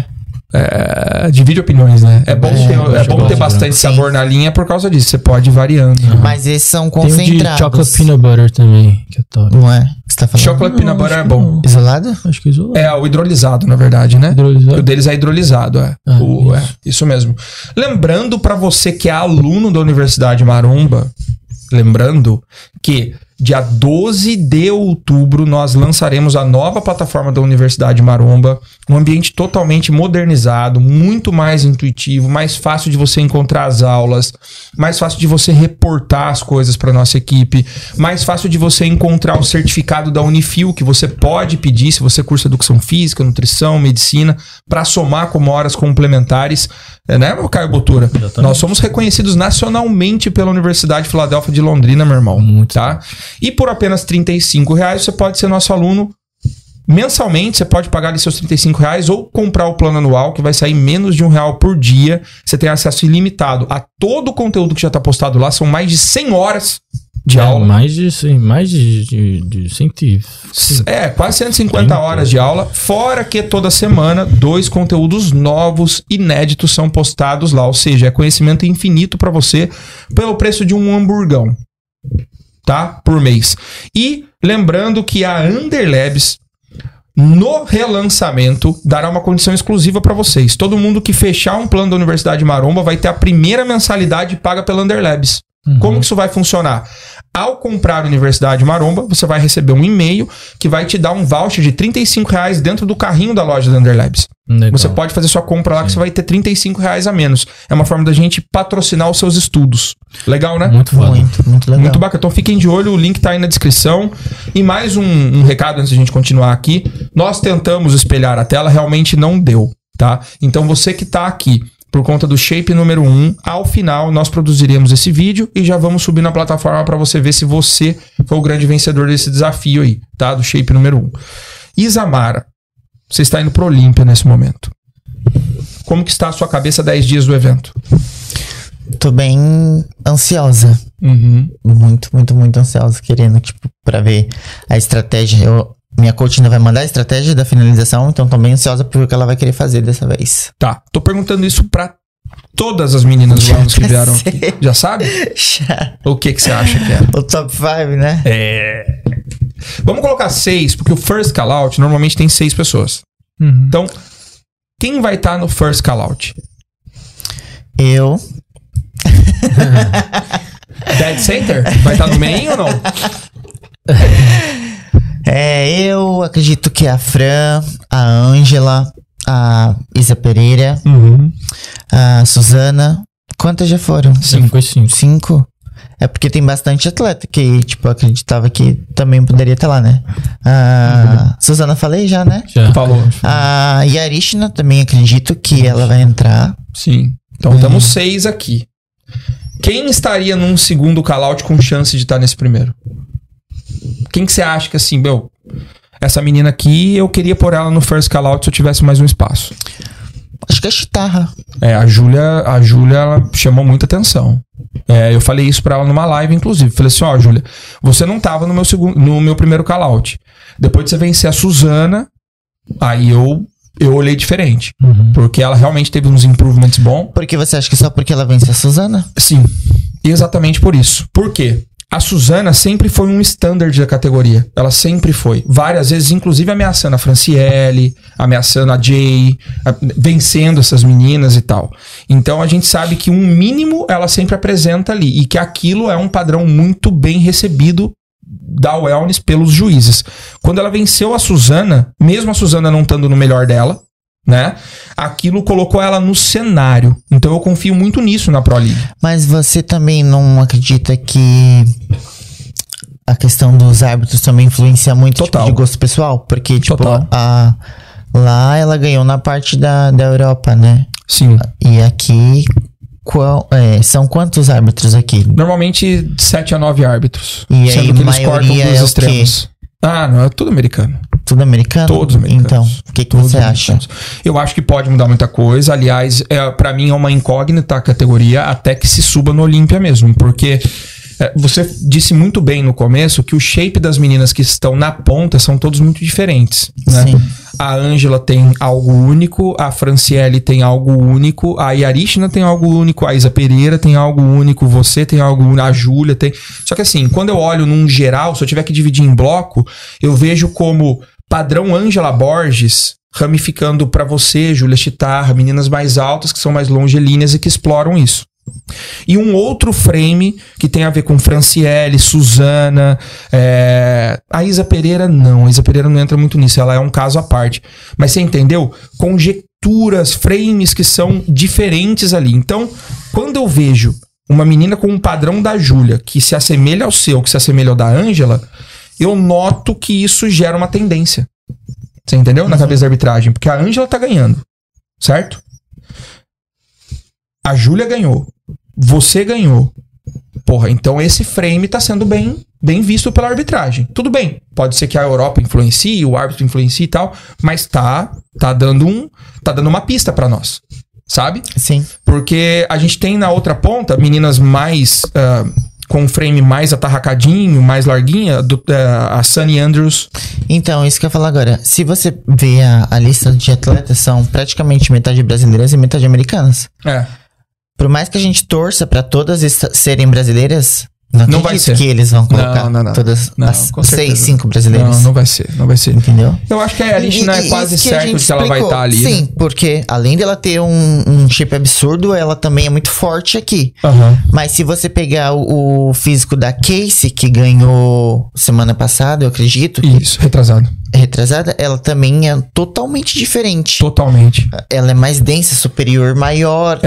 divide opiniões, né? É bom ter chocolate bastante branco. sabor na linha por causa disso. Você pode ir variando. Mas esses são Tem o de concentrados. chocolate peanut butter também, que é top. Não é? O que você tá falando? Chocolate peanut butter é bom. Isolado? Acho que é isolado. É, o hidrolisado, na verdade, né? Hidrolisado? O deles é hidrolisado, é. Isso. Isso mesmo. Lembrando pra você que é aluno da Universidade Maromba, lembrando que dia 12 de outubro nós lançaremos a nova plataforma da Universidade Maromba, um ambiente totalmente modernizado, muito mais intuitivo, mais fácil de você encontrar as aulas, mais fácil de você reportar as coisas para nossa equipe, mais fácil de você encontrar o certificado da Unifil que você pode pedir se você cursa educação física, nutrição, medicina, para somar como horas complementares, né, meu Caio Botura? Exatamente. Nós somos reconhecidos nacionalmente pela Universidade Filadélfia de Londrina, meu irmão. Muito. Tá? E por apenas R$35 você pode ser nosso aluno mensalmente. Você pode pagar ali seus R$35 ou comprar o plano anual, que vai sair menos de R$1 por dia. Você tem acesso ilimitado a todo o conteúdo que já está postado lá. São mais de 100 horas de aula. Mais de 100. Quase 150 horas de aula. Fora que toda semana 2 conteúdos novos, inéditos, são postados lá. Ou seja, é conhecimento infinito para você pelo preço de um hamburgão, tá? Por mês. E lembrando que a Underlabs, no relançamento, dará uma condição exclusiva para vocês. Todo mundo que fechar um plano da Universidade Maromba vai ter a primeira mensalidade paga pela Underlabs. Como que isso vai funcionar? Ao comprar a Universidade Maromba, você vai receber um e-mail que vai te dar um voucher de R$35 dentro do carrinho da loja da Underlabs. Legal. Você pode fazer sua compra lá que você vai ter R$35 a menos. É uma forma da gente patrocinar os seus estudos. Legal, né? Muito foda. Muito legal. Muito bacana. Então fiquem de olho, o link tá aí na descrição. E mais um recado antes de a gente continuar aqui. Nós tentamos espelhar a tela, realmente não deu, tá? Então você que tá aqui por conta do Shape número 1, ao final nós produziremos esse vídeo e já vamos subir na plataforma para você ver se você foi o grande vencedor desse desafio aí, tá? Do Shape número 1. Isamara, você está indo pro Olímpia nesse momento. Como que está a sua cabeça 10 dias do evento? Tô bem ansiosa. Muito ansiosa. Querendo, pra ver a estratégia. Minha coach ainda vai mandar a estratégia da finalização, então tô bem ansiosa por ver o que ela vai querer fazer dessa vez. Tá, tô perguntando isso pra todas as meninas do alunos que vieram aqui. Já sabe? O que você acha que é? O top 5, né? Vamos colocar 6, porque o first call out normalmente tem 6 pessoas. Então, quem vai estar no first call out? Eu. Dead Center? Vai estar no meio ou não? Eu acredito que a Fran, a Ângela, a Isa Pereira, a Suzana. Quantas já foram? 5 e 5. 5? É porque tem bastante atleta que, eu acreditava que também poderia estar lá, né? A Suzana falei já, né? Já. Falou. A Yarishna também acredito que ela vai entrar. Sim. Então temos 6 aqui. Quem estaria num segundo call out com chance de estar nesse primeiro? Quem que você acha que assim, essa menina aqui, eu queria pôr ela no first call out se eu tivesse mais um espaço. Acho que é chitarra. A Júlia, ela chamou muita atenção. Eu falei isso pra ela numa live, inclusive. Falei assim, ó, Júlia, você não tava no meu primeiro call out. Depois de você vencer a Suzana, aí eu olhei diferente. Porque ela realmente teve uns improvements bons. Porque você acha que só porque ela vence a Suzana? Sim, exatamente por isso. Por quê? A Suzana sempre foi um standard da categoria. Ela sempre foi. Várias vezes, inclusive ameaçando a Franciele, ameaçando a Jay, vencendo essas meninas e tal. Então a gente sabe que um mínimo ela sempre apresenta ali. E que aquilo é um padrão muito bem recebido da Wellness pelos juízes. Quando ela venceu a Suzana, mesmo a Suzana não estando no melhor dela, né? Aquilo colocou ela no cenário. Então eu confio muito nisso na Pro League. Mas você também não acredita que a questão dos árbitros também influencia muito tipo, de gosto pessoal? Porque, tipo, lá ela ganhou na parte da Europa, né? Sim. E aqui, são quantos árbitros aqui? Normalmente 7 a 9 árbitros. E sendo aí, que eles cortam maioria dos é o extremos. Não, é tudo americano. Tudo americano? Todos americanos. Então, o que você acha? Eu acho que pode mudar muita coisa. Aliás, pra mim é uma incógnita a categoria até que se suba no Olímpia mesmo. Porque você disse muito bem no começo que o shape das meninas que estão na ponta são todos muito diferentes, né? Sim. A Ângela tem algo único, a Franciele tem algo único, a Yarishna tem algo único, a Isa Pereira tem algo único, você tem algo único, a Júlia tem... Só que assim, quando eu olho num geral, se eu tiver que dividir em bloco, eu vejo como padrão Ângela Borges ramificando pra você, Júlia Chitarra, meninas mais altas que são mais longilíneas e que exploram isso. E um outro frame que tem a ver com Franciele, Suzana, a Isa Pereira não. A Isa Pereira não entra muito nisso, ela é um caso à parte. Mas você entendeu? Conjecturas, frames que são diferentes ali. Então, quando eu vejo uma menina com um padrão da Júlia que se assemelha ao seu, que se assemelha ao da Ângela, eu noto que isso gera uma tendência. Você entendeu? Na cabeça da arbitragem. Porque a Ângela tá ganhando, certo? A Júlia ganhou. Você ganhou. Porra, então esse frame tá sendo bem visto pela arbitragem. Tudo bem. Pode ser que a Europa influencie, o árbitro influencie e tal, mas tá dando uma pista pra nós. Sabe? Sim. Porque a gente tem na outra ponta meninas mais... com um frame mais atarracadinho, mais larguinha, a Sunny Andrews. Então, isso que eu ia falar agora. Se você vê a lista de atletas, são praticamente metade brasileiras e metade americanas. Por mais que a gente torça pra todas serem brasileiras, não vai ser que eles vão colocar todas as 6, 5 brasileiras. Não vai ser. Entendeu? Eu acho que a Yarishna é quase certo de que ela vai estar ali. Sim, né? porque além dela ter um shape absurdo, ela também é muito forte aqui. Mas se você pegar o físico da Casey, que ganhou semana passada, eu acredito. Isso, retrasada, ela também é totalmente diferente. Totalmente. Ela é mais densa, superior, maior.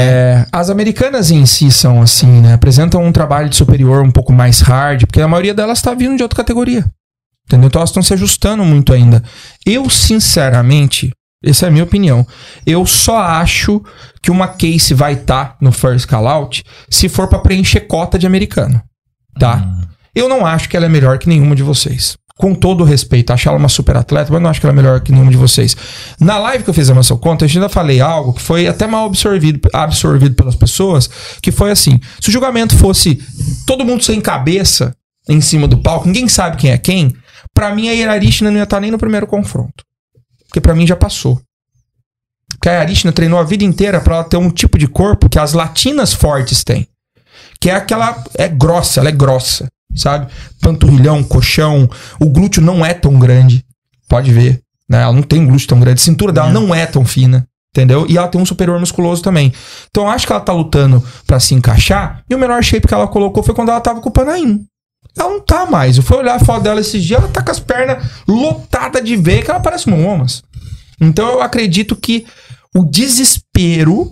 As americanas em si são assim, né? Apresentam um trabalho de superior um pouco mais hard, porque a maioria delas tá vindo de outra categoria. Entendeu? Então elas estão se ajustando muito ainda. Eu, sinceramente, essa é a minha opinião, eu só acho que uma Casey vai estar no first call out se for pra preencher cota de americano. Tá? Eu não acho que ela é melhor que nenhuma de vocês. Com todo o respeito, acho ela uma super atleta, mas não acho que ela é melhor que nenhum de vocês. Na live que eu fiz a Muscle Content, eu ainda falei algo que foi até mal absorvido pelas pessoas, que foi assim, se o julgamento fosse todo mundo sem cabeça em cima do palco, ninguém sabe quem é quem, pra mim a Yarishna não ia estar nem no primeiro confronto. Porque pra mim já passou. Porque a Yarishna treinou a vida inteira pra ela ter um tipo de corpo que as latinas fortes têm. Que é aquela... ela é grossa. Sabe? Panturrilhão, colchão. O glúteo não é tão grande. Pode ver, né? Ela não tem um glúteo tão grande. A cintura dela não é tão fina. Entendeu? E ela tem um superior musculoso também. Então eu acho que ela tá lutando pra se encaixar. E o menor shape que ela colocou foi quando ela tava com o Panaim. Ela não tá mais. Eu fui olhar a foto dela esses dias. Ela tá com as pernas lotadas de veia, que ela parece uma Omas. Então eu acredito que o desespero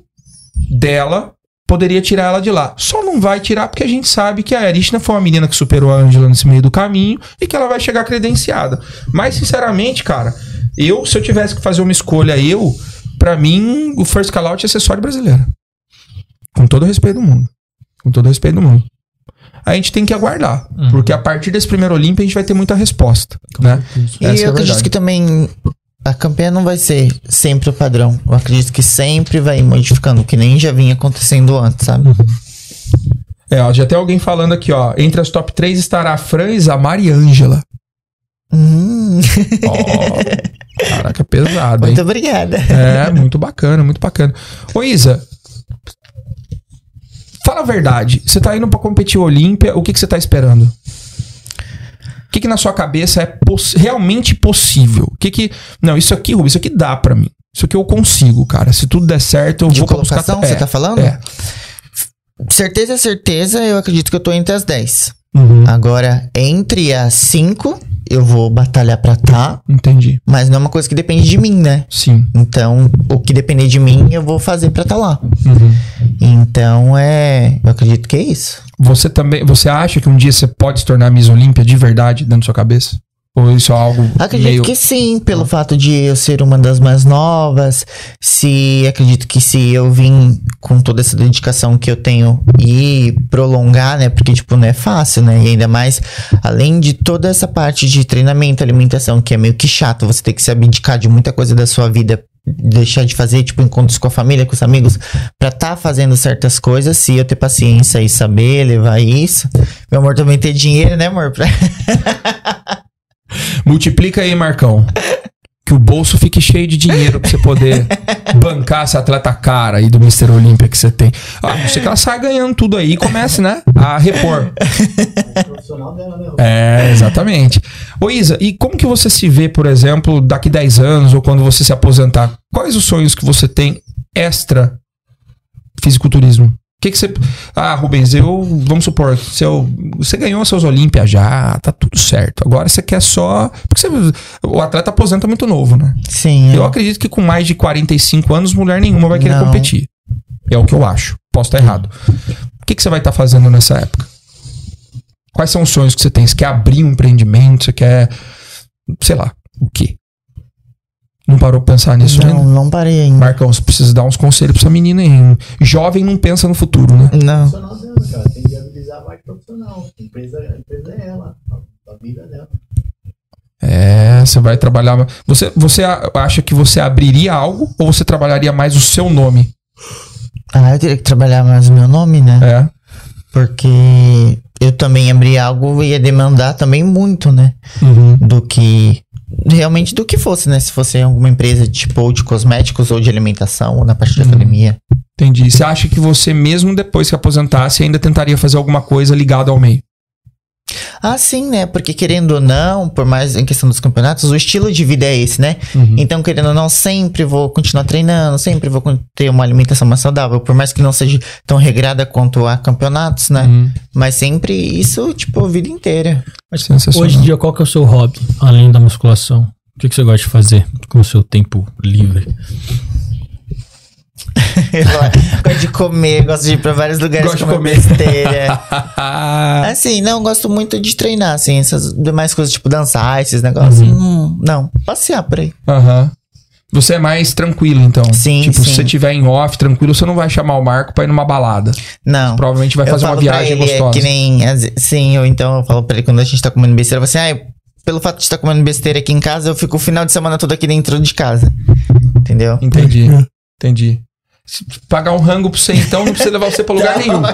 dela poderia tirar ela de lá. Só não vai tirar porque a gente sabe que a Yarishna foi uma menina que superou a Ângela nesse meio do caminho e que ela vai chegar credenciada. Mas, sinceramente, cara, se eu tivesse que fazer uma escolha, pra mim, o first call out ia ser só de brasileira. Com todo o respeito do mundo. a gente tem que aguardar. Porque a partir desse primeiro Olímpia a gente vai ter muita resposta, né? E eu acredito que também a campanha não vai ser sempre o padrão. Eu acredito que sempre vai ir modificando, que nem já vinha acontecendo antes, sabe? Ó, já tem alguém falando aqui, ó. Entre as top 3 estará a Fran, Isamar e Ângela. Ó, caraca, pesado, hein? Muito obrigada. Muito bacana, muito bacana. Ô, Isa, fala a verdade. Você tá indo pra competir o Olímpia, o que você tá esperando? O que na sua cabeça é realmente possível? Não, isso aqui, Rubens, isso aqui dá pra mim. Isso aqui eu consigo, cara. Se tudo der certo, eu De vou colocação, você tá falando? É. Certeza, eu acredito que eu tô entre as 10. Agora, entre as 5, eu vou batalhar pra tá. Entendi. Mas não é uma coisa que depende de mim, né? Sim. Então, o que depender de mim, eu vou fazer pra tá lá. Então, eu acredito que é isso. Você acha que um dia você pode se tornar Miss Olímpia de verdade dentro da sua cabeça? Ou isso é algo Acredito que sim, pelo fato de eu ser uma das mais novas. Acredito que se eu vim com toda essa dedicação que eu tenho e prolongar, né? Porque, tipo, não é fácil, né? E ainda mais, além de toda essa parte de treinamento, alimentação, que é meio que chato, você ter que se abdicar de muita coisa da sua vida, deixar de fazer, tipo, encontros com a família, com os amigos, pra tá fazendo certas coisas. Se eu ter paciência e saber levar isso. Meu amor, também ter dinheiro, né, amor? Multiplica aí, Marcão. Que o bolso fique cheio de dinheiro pra você poder bancar esse atleta cara aí do Mr. Olímpia que você tem. Não sei que ela sai ganhando tudo aí e comece, né? A repor. O profissional dela, né? Exatamente. Ô, Isa, e como que você se vê, por exemplo, daqui 10 anos ou quando você se aposentar? Quais os sonhos que você tem extra fisiculturismo? O que você... Rubens, vamos supor, você ganhou seus Olímpia já, tá tudo certo. Agora você quer só... Porque o atleta aposenta muito novo, né? Sim. Eu acredito que com mais de 45 anos, mulher nenhuma vai querer competir. É o que eu acho. Posso estar errado. O que você vai estar fazendo nessa época? Quais são os sonhos que você tem? Você quer abrir um empreendimento? Você quer... Sei lá, o quê? Não parou pra pensar nisso ainda? Não parei ainda. Marcão, você precisa dar uns conselhos pra essa menina aí. Jovem não pensa no futuro, né? Não. Profissional dela, cara. Tem que viabilizar a parte profissional. A empresa é ela. A vida dela. Você vai trabalhar... Você acha que você abriria algo ou você trabalharia mais o seu nome? Eu teria que trabalhar mais o meu nome, né? Porque eu também abrir algo ia demandar também muito, né? Do que... Realmente do que fosse, né? Se fosse alguma empresa tipo ou de cosméticos ou de alimentação ou na parte de academia. Entendi. Você acha que você mesmo depois que aposentasse ainda tentaria fazer alguma coisa ligada ao meio? Sim, né? Porque querendo ou não, por mais em questão dos campeonatos, o estilo de vida é esse, né? Então, querendo ou não, sempre vou continuar treinando, sempre vou ter uma alimentação mais saudável, por mais que não seja tão regrada quanto a campeonatos, né? Mas sempre isso, tipo, a vida inteira. Mas hoje em dia, qual que é o seu hobby, além da musculação? O que você gosta de fazer com o seu tempo livre? Gosto de comer, gosto de ir pra vários lugares comer besteira. Assim, não, gosto muito de treinar, assim, essas demais coisas, tipo dançar, esses negócios. Não, passear por aí. Você é mais tranquilo, então? Sim, tipo, sim. se você tiver em off, tranquilo, você não vai chamar o Marco pra ir numa balada. Não. Você provavelmente vai fazer uma viagem gostosa. Que nem, sim, ou então eu falo pra ele quando a gente tá comendo besteira, você pelo fato de estar comendo besteira aqui em casa, eu fico o final de semana todo aqui dentro de casa. Entendeu? Entendi. Se pagar um rango pra você, então, não precisa levar você pra lugar nenhum.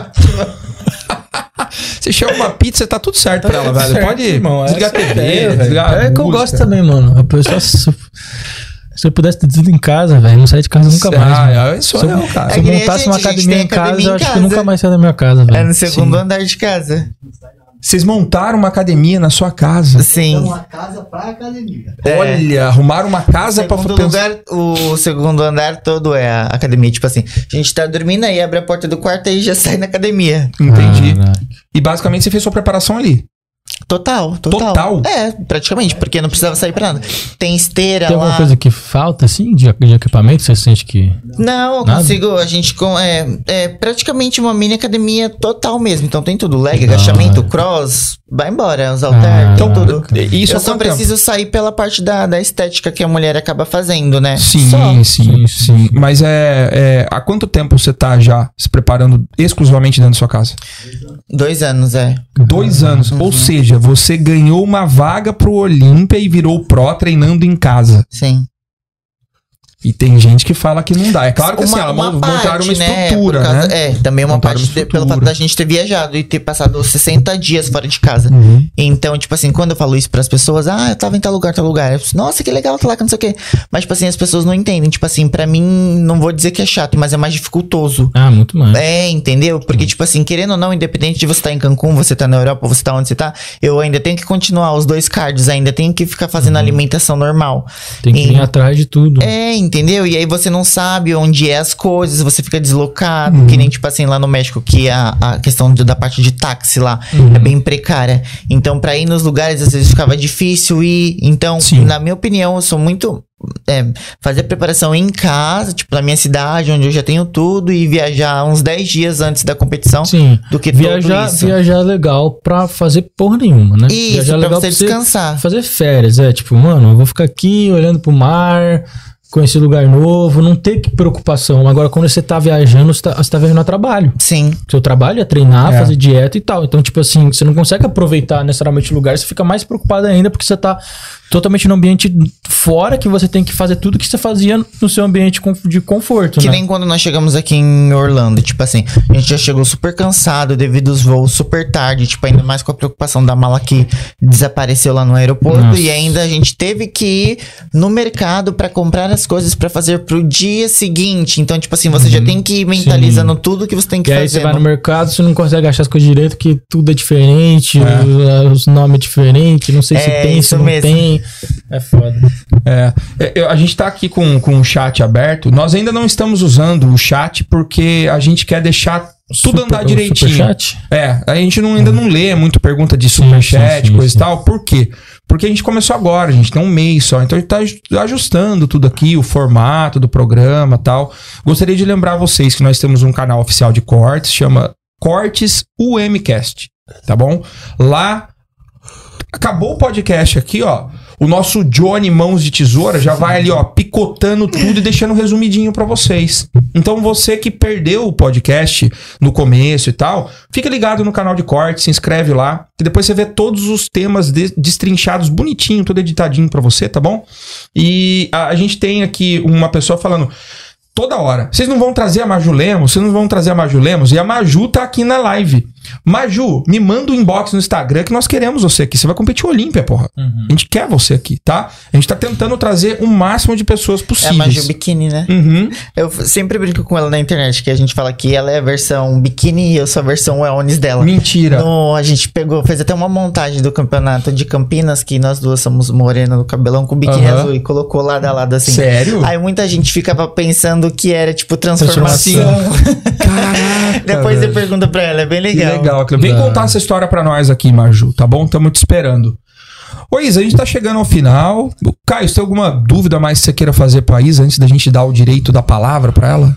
Você chama uma pizza, tá tudo certo pra ela, velho. Pode desligar a TV, desligar É que eu gosto também, mano. A pessoa, se eu pudesse ter tudo em casa, velho, não sair de casa nunca mais. Isso é o cara. Se eu montasse uma academia em casa, eu acho que eu nunca mais saio da minha casa, velho. É no segundo andar de casa. Vocês montaram uma academia na sua casa? Sim. Uma casa pra academia. Olha, arrumaram uma casa pra lugar, o segundo andar todo é a academia. Tipo assim, a gente tá dormindo aí, abre a porta do quarto e já sai na academia. Entendi. E basicamente você fez sua preparação ali. Total. Praticamente, porque não precisava sair pra nada. Tem esteira Tem lá. alguma coisa que falta, assim, de equipamento? Você sente que... Não, eu consigo. A gente é praticamente uma mini academia total mesmo. Então tem tudo: leg, agachamento, cross, vai embora, os halter, tem tudo. Isso eu só preciso sair pela parte da estética que a mulher acaba fazendo, né? Sim. Mas há quanto tempo você tá já se preparando exclusivamente dentro da sua casa? 2 anos, 2 anos. Ou seja, você ganhou uma vaga pro Olímpia e virou pró treinando em casa. Sim. E tem gente que fala que não dá. É claro que assim, ela montaram uma estrutura, né? Também uma Montaram parte pelo fato da gente ter viajado e ter passado 60 dias fora de casa. Então, tipo assim, quando eu falo isso pras pessoas, eu tava em tal lugar. Eu falo, nossa, que legal, tá lá, que não sei o quê. Mas, tipo assim, as pessoas não entendem. Tipo assim, pra mim, não vou dizer que é chato, mas é mais dificultoso. Muito mais. Entendeu? Porque, tipo assim, querendo ou não, independente de você estar em Cancún, você tá na Europa, você tá onde você tá, eu ainda tenho que continuar os 2 cards, ainda tenho que ficar fazendo alimentação normal. Tem que ir atrás de tudo. Entendeu? E aí você não sabe onde é as coisas, você fica deslocado, que nem, tipo assim, lá no México, que a questão da parte de táxi lá é bem precária. Então, pra ir nos lugares, às vezes ficava difícil ir. Então, na minha opinião, eu sou muito... fazer preparação em casa, tipo, na minha cidade, onde eu já tenho tudo, e viajar uns 10 dias antes da competição. Do que viajar, tudo isso. Viajar é legal pra fazer porra nenhuma, né? Isso, viajar é pra legal você descansar. Fazer férias, tipo, mano, eu vou ficar aqui olhando pro mar... Conhecer lugar novo, não ter que preocupação. Agora, quando você tá viajando, você tá viajando a trabalho. Sim. Seu trabalho é treinar, fazer dieta e tal. Então, tipo assim, você não consegue aproveitar necessariamente o lugar, você fica mais preocupado ainda porque você tá totalmente no ambiente fora, que você tem que fazer tudo que você fazia no seu ambiente de conforto, que né? nem quando nós chegamos aqui em Orlando, tipo assim, a gente já chegou super cansado devido aos voos super tarde, tipo, ainda mais com a preocupação da mala que desapareceu lá no aeroporto. Nossa. E ainda a gente teve que ir no mercado pra comprar as coisas pra fazer pro dia seguinte. Então, tipo assim, você já tem que ir mentalizando tudo que você tem que fazer. E aí você vai no mercado, você não consegue achar as coisas direito, que tudo é diferente, os nomes é diferente, não sei se tem, se não tem. É foda. A gente tá aqui com o chat aberto. Nós ainda não estamos usando o chat porque a gente quer deixar tudo andar direitinho. Superchat? A gente ainda não lê muito pergunta de superchat, coisa e tal. Por quê? Porque a gente começou agora, a gente tem um mês só. Então a gente tá ajustando tudo aqui, o formato do programa e tal. Gostaria de lembrar vocês que nós temos um canal oficial de cortes, chama Cortes UMcast, tá bom? Lá, acabou o podcast aqui, ó. O nosso Johnny Mãos de Tesoura já vai ali, ó, picotando tudo e deixando resumidinho pra vocês. Então você que perdeu o podcast no começo e tal, fica ligado no canal de corte, se inscreve lá, que depois você vê todos os temas destrinchados bonitinho, todo editadinho pra você, tá bom? E a gente tem aqui uma pessoa falando... Toda hora. Vocês não vão trazer a Maju Lemos? Vocês não vão trazer a Maju Lemos? E a Maju tá aqui na live. Maju, me manda um inbox no Instagram que nós queremos você aqui. Você vai competir o Olímpia, porra. A gente quer você aqui, tá? A gente tá tentando trazer o máximo de pessoas possíveis. É a Maju Biquíni, né? Eu sempre brinco com ela na internet, que a gente fala que ela é a versão biquíni e eu sou a versão wellness dela. Mentira. A gente fez até uma montagem do campeonato de Campinas, que nós duas somos morena no cabelão com biquíni azul e colocou lado a lado assim. Sério? Aí muita gente ficava pensando que era tipo transformação. Caraca. Depois você pergunta pra ela, é bem legal. Que legal. Vem contar essa história pra nós aqui, Maju, tá bom? Tamo te esperando. Ô Isa, a gente tá chegando ao final. Caio, você tem alguma dúvida mais que você queira fazer pra Isa antes da gente dar o direito da palavra pra ela?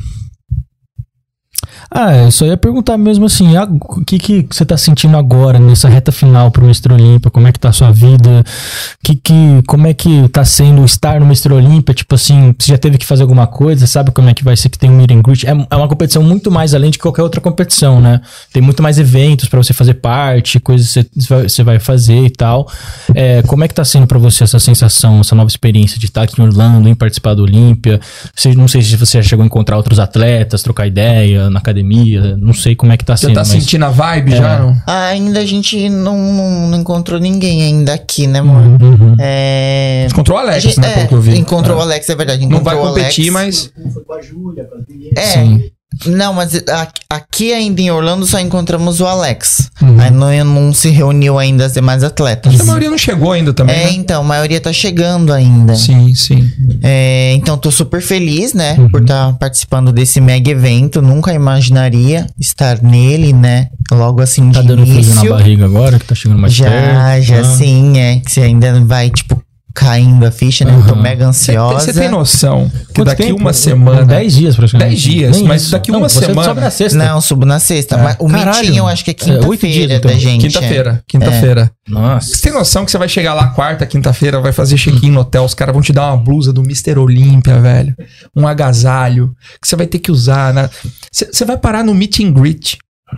Eu só ia perguntar mesmo assim, o que você tá sentindo agora nessa reta final pro Mr. Olímpia? Como é que tá a sua vida? Como é que tá sendo estar no Mr. Olímpia? Tipo assim, você já teve que fazer alguma coisa? Sabe como é que vai ser que tem um meet and greet? É uma competição muito mais além de qualquer outra competição, né? Tem muito mais eventos pra você fazer parte, coisas que você vai fazer e tal. Como é que tá sendo pra você essa sensação, essa nova experiência de estar aqui em Orlando, em participar do Olímpia? Não sei se você já chegou a encontrar outros atletas, trocar ideia na academia, não sei como é que tá sendo. Você tá sentindo a vibe já? Não? Ainda a gente não encontrou ninguém ainda aqui, né, amor? Encontrou o Alex, né, pelo que eu vi. Encontrou o Alex, é verdade. Não vai competir, mas... Foi com a Júlia, com as meninas. Não, mas aqui ainda em Orlando só encontramos o Alex. Aí não se reuniu ainda as demais atletas. A maioria não chegou ainda também, né? Então, a maioria tá chegando ainda. Sim. Então, tô super feliz, né? Por estar participando desse mega evento. Nunca imaginaria estar nele, né? Logo assim de início. Tá dando frio na barriga agora, que tá chegando mais perto? Já sim, que você ainda vai, tipo... caindo a ficha, né? Eu tô mega ansiosa. Você tem noção que Quanto daqui tempo? uma semana... 10 dias praticamente. 10 dias, Nem mas isso. daqui Não, uma você semana... sobe na sexta. Não, subo na sexta. Mas o meeting eu acho que é 8 dias, quinta-feira então. da gente. Quinta-feira. Nossa. Você tem noção que você vai chegar lá quarta, quinta-feira, vai fazer check-in no hotel, os caras vão te dar uma blusa do Mr. Olímpia, velho. Um agasalho que você vai ter que usar. Você vai parar no meet and greet.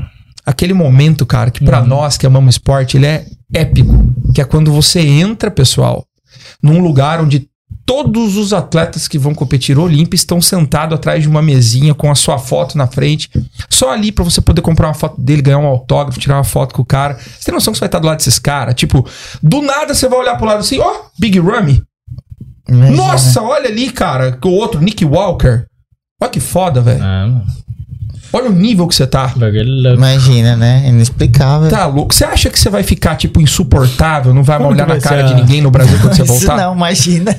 aquele momento, cara, que pra nós que amamos esporte, ele é épico. Que é quando você entra, pessoal, num lugar onde todos os atletas que vão competir Olímpia estão sentados atrás de uma mesinha com a sua foto na frente. Só ali pra você poder comprar uma foto dele, ganhar um autógrafo, tirar uma foto com o cara. Você tem noção que você vai estar do lado desses caras? Tipo, do nada você vai olhar pro lado assim, ó, Big Ramy. Imagina. Nossa, olha ali, cara, o outro, Nick Walker. Olha que foda, velho. Olha o nível que você tá. Imagina, né? Inexplicável. Tá louco. Você acha que você vai ficar, tipo, insuportável? Não vai Como olhar que na vai cara ser de ninguém no Brasil quando você Isso voltar? não, imagina.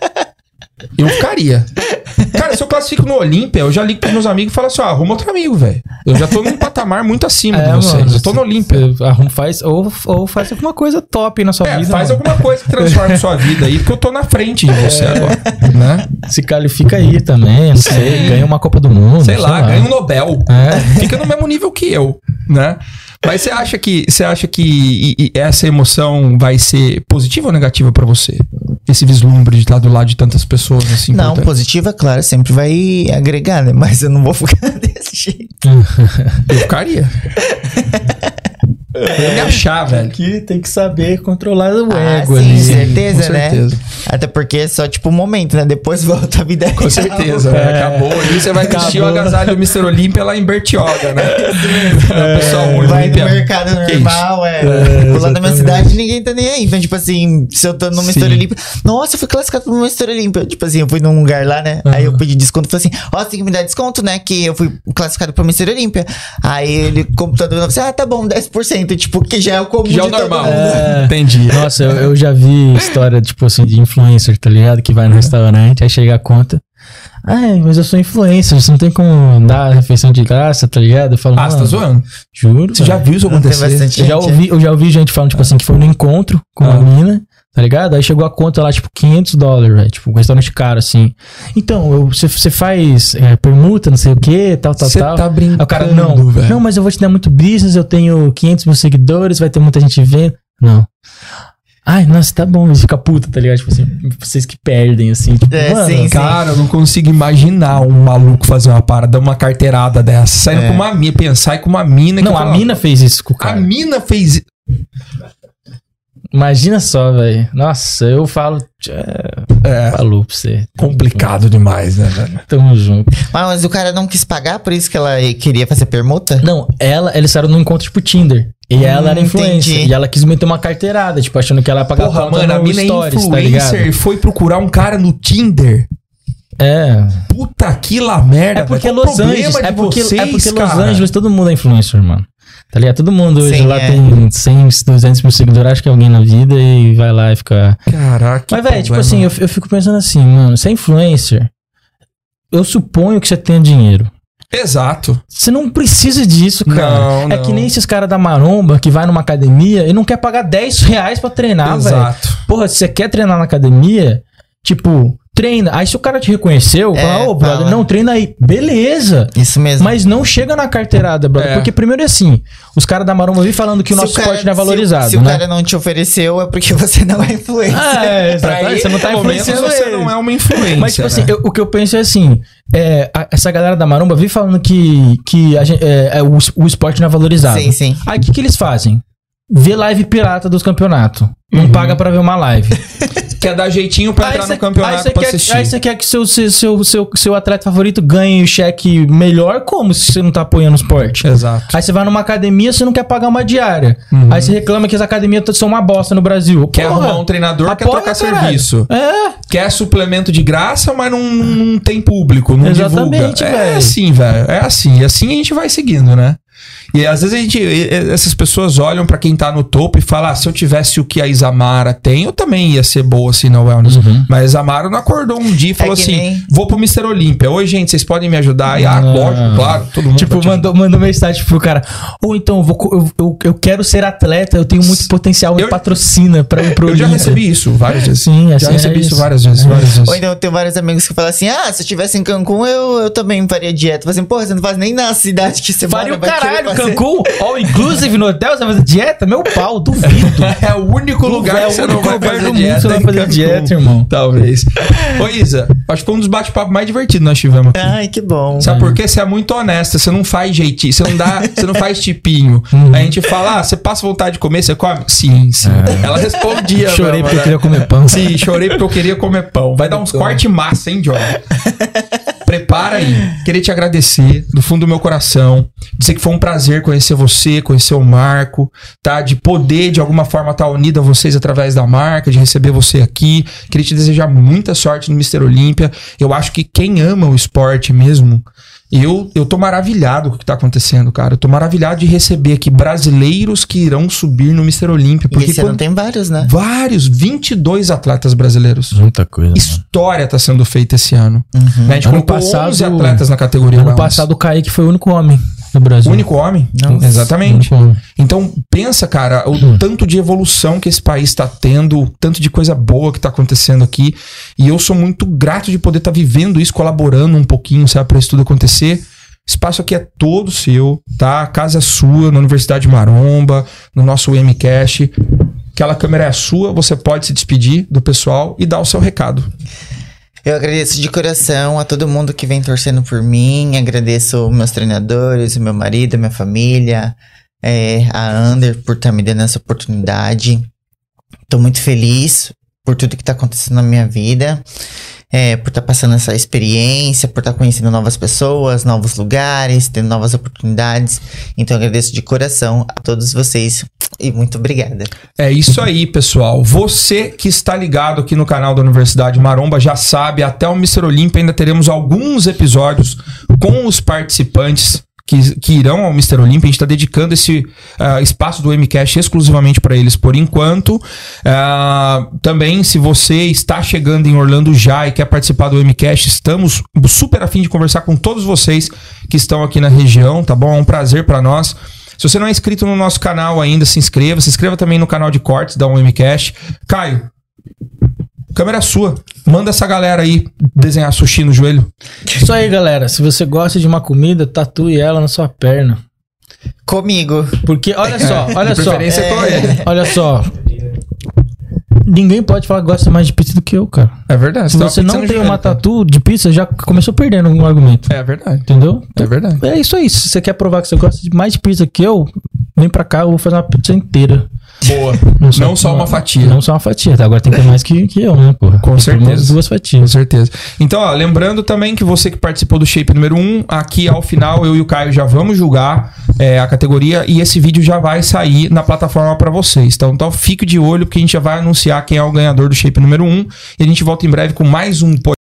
Eu ficaria. Cara, se eu classifico no Olímpia, eu já ligo pros meus amigos e falo assim, ó, arruma outro amigo, velho. Eu já tô num patamar muito acima de vocês. Mano, eu tô no Olímpia. Faz alguma coisa top na sua vida. Faz mano. alguma coisa que transforme sua vida aí, porque eu tô na frente de você agora, né? Se qualifica aí também, não sei, ganha uma Copa do Mundo. Sei lá, ganha um Nobel. É. Fica no mesmo nível que eu, né? Mas você acha que essa emoção vai ser positiva ou negativa pra você? Esse vislumbre de estar do lado de tantas pessoas assim? Não, importantes? positiva, claro, sempre vai agregar, né? Mas eu não vou ficar desse jeito. Eu ficaria. Eu ia me achar, velho. Que tem que saber controlar o Ah, ego sim, ali. certeza, com né? certeza. Até porque é só tipo um momento, né? Depois volta a vida real. Com certeza, né? Acabou. E você vai vestir o agasalho do Mr. Olímpia lá em Bertioga, né? O pessoal Vai no Olímpia. mercado Que normal, Lá na minha cidade ninguém tá nem aí. Então, tipo assim, se eu tô no Mr. Olímpia. Nossa, eu fui classificado pro Mr. Olímpia. Tipo assim, eu fui num lugar lá, né? Aí eu pedi desconto. Falei assim: ó, você tem que me dar desconto, né? Que eu fui classificado pro Mr. Olímpia. Aí ele, computador, falou assim: ah, tá bom, 10%. Tipo, que já é o comum Já é de o todo normal. mundo. Entendi. Nossa, eu já vi história, tipo assim, de influencer, tá ligado? Que vai no restaurante, aí chega a conta. Ai, mas eu sou influencer, você não tem como dar refeição de graça, tá ligado? Eu falo, Ah, você tá mano, zoando? juro. Você já velho. viu isso Não tem acontecer? bastante Eu já ouvi gente falando, tipo assim, que foi no encontro com uma mina, tá ligado? Aí chegou a conta lá, tipo, $500, velho. Tipo, um restaurante caro, assim. Então, você faz permuta, não sei o que, tal. Você tá Aí brincando, o cara, velho. não, mas eu vou te dar muito business, eu tenho 500 mil seguidores, vai ter muita gente vendo. Não. Ai, nossa, tá bom, fica puta, tá ligado? Tipo assim, vocês que perdem, assim. Tipo, É, mano, sim. Cara, eu não consigo imaginar um maluco fazer uma parada, uma carteirada dessa. Saindo com uma mina, pensar com uma mina. Não, a mina fez isso com o A cara. mina fez. Imagina só, velho. Nossa, eu falo. Falou pra você. Complicado demais, né, velho? Tamo junto. Mas o cara não quis pagar, por isso que ela queria fazer permuta? Não, eles saíram num encontro tipo Tinder. E ela era influencer. entendi. E ela quis meter uma carteirada, tipo, achando que ela ia pagar Porra, conta mano, a no mina Stories, é tá influencer ligado? e foi procurar um cara no Tinder. É. Puta que lá merda, É porque velho. Qual o Los Angeles. problema É de porque vocês, Los cara? Angeles todo mundo é influencer, mano. Tá ligado? Todo mundo hoje Sim, lá é. tem 100, 200 mil seguidores, acho que é alguém na vida e vai lá e fica. Caraca. Mas, velho, tipo assim, eu fico pensando assim, mano, você é influencer. Eu suponho que você tenha dinheiro. Exato. Você não precisa disso, cara. Não, É não. que nem esses caras da maromba que vai numa academia e não quer pagar R$10 pra treinar, velho. Exato. Porra, se você quer treinar na academia, tipo, treina. Aí se o cara te reconheceu, fala, ô, brother, fala. não, treina aí. Beleza. Isso mesmo. Mas não chega na carteirada, brother. É. Porque primeiro é assim, os caras da maromba vêm falando que o Se nosso cara- esporte não é valorizado, se o né? cara não te ofereceu, é porque você não é influencer. Exatamente. Você não tá pelo menos, influenciando você eles. não é uma influência. Mas, tipo assim, né? o que eu penso é assim: essa galera da maromba vem falando que o esporte não é valorizado. Sim, sim. Aí o que eles fazem? Vê live pirata dos campeonatos. Não paga pra ver uma live. Quer dar jeitinho pra entrar no campeonato pra assistir. Aí você quer que seu atleta favorito ganhe o cheque melhor? Como se você não tá apoiando o esporte? Exato. Aí você vai numa academia, você não quer pagar uma diária. Aí você reclama que as academias são uma bosta no Brasil. Quer Porra, arrumar um treinador, quer apoia, trocar caralho. serviço. É. Quer suplemento de graça, mas não tem público, não Exatamente, divulga. É velho. assim, velho. É assim. E assim a gente vai seguindo, né? E às vezes essas pessoas olham pra quem tá no topo e falam, se eu tivesse o que a Isamara tem, eu também ia ser boa assim na wellness. Mas a Isamara não acordou um dia e falou que assim, nem- vou pro Mr. Olímpia. Oi, gente, vocês podem me ajudar? E, lógico, claro, todo mundo Tipo, vai te ajudar. mandou mensagem pro cara. Ou então, eu quero ser atleta, eu tenho muito potencial, me Eu- patrocina pra ir pro Eu já Olímpia. recebi isso várias vezes. Sim, assim, já recebi é isso isso. várias vezes, várias vezes. Ou então eu tenho vários amigos que falam assim: se eu estivesse em Cancún, eu também faria dieta. Falo assim, porra, você não faz nem na cidade que você Faria mora, o vai Caralho, Cancún, all inclusive no hotel, você vai fazer dieta? Meu pau, duvido. É o único lugar que você não vai lugar fazer do mundo dieta. que você vai em fazer Cancún. dieta, irmão. Talvez. Ô, Isa, acho que foi um dos bate-papos mais divertidos que nós tivemos aqui. Ai, que bom. Sabe por quê? Você é muito honesta, você não faz jeitinho, você não faz tipinho. A gente fala, você passa vontade de comer, você come? Sim. Ela respondia. Chorei mesmo, porque eu né? queria comer pão. Sim, chorei porque eu queria comer pão. Vai dar uns corte massa, hein, Johnny? Prepara aí. Queria te agradecer do fundo do meu coração. Dizer que foi um prazer conhecer você, conhecer o Marco, tá? De poder, de alguma forma, estar unido a vocês através da marca, de receber você aqui. Queria te desejar muita sorte no Mr. Olímpia. Eu acho que quem ama o esporte mesmo, eu tô maravilhado com o que tá acontecendo, cara. Eu tô maravilhado de receber aqui brasileiros que irão subir no Mr. Olímpia. E esse ano tem vários, né? Vários, 22 atletas brasileiros. Muita coisa. História tá sendo feita esse ano. Né? A gente Ano colocou passado- 11 atletas na categoria. Ano wellness. passado o Kaique foi o único homem no Brasil. O único homem? Não. Exatamente. O único homem. Então, pensa, cara, o tanto de evolução que esse país tá tendo, o tanto de coisa boa que tá acontecendo aqui. E eu sou muito grato de poder estar vivendo isso, colaborando um pouquinho, sabe, pra isso tudo acontecer. O espaço aqui é todo seu, tá? A casa é sua, na Universidade Maromba, no nosso MCast. Aquela câmera é sua, você pode se despedir do pessoal e dar o seu recado. Eu agradeço de coração a todo mundo que vem torcendo por mim. Agradeço meus treinadores, o meu marido, minha família, a Ander por estar me dando essa oportunidade. Tô muito feliz por tudo que tá acontecendo na minha vida. Por estar passando essa experiência, por estar conhecendo novas pessoas, novos lugares, tendo novas oportunidades. Então eu agradeço de coração a todos vocês e muito obrigada. É isso aí, pessoal. Você que está ligado aqui no canal da Universidade Maromba já sabe, até o Mr. Olímpia ainda teremos alguns episódios com os participantes que irão ao Mr. Olímpia. A gente está dedicando esse espaço do MCast exclusivamente para eles por enquanto. Também, se você está chegando em Orlando já e quer participar do MCast, estamos super a fim de conversar com todos vocês que estão aqui na região, tá bom? É um prazer para nós. Se você não é inscrito no nosso canal ainda, se inscreva também no canal de cortes da MCast. Caio, câmera sua. Manda essa galera aí desenhar sushi no joelho. Isso aí, galera. Se você gosta de uma comida, tatue ela na sua perna. Comigo. Porque, olha só, olha De só. preferência com ele. Olha só. Ninguém pode falar que gosta mais de pizza do que eu, cara. É verdade. Se Tá você uma pizza não no tem joelho, uma cara. tatu de pizza, já começou perdendo um argumento. É verdade. Entendeu? É verdade. É isso aí. Se você quer provar que você gosta de mais de pizza que eu, vem pra cá, eu vou fazer uma pizza inteira. Boa. Não só uma fatia. Não só uma fatia. Tá? Agora tem que ter mais que eu, né, porra? Com Tem certeza. pelo menos 2 Com fatias. certeza. Então, ó, lembrando também que você que participou do Shape número 1, aqui ao final eu e o Caio já vamos julgar a categoria e esse vídeo já vai sair na plataforma pra vocês. Então fique de olho porque a gente já vai anunciar quem é o ganhador do Shape número 1 e a gente volta em breve com mais um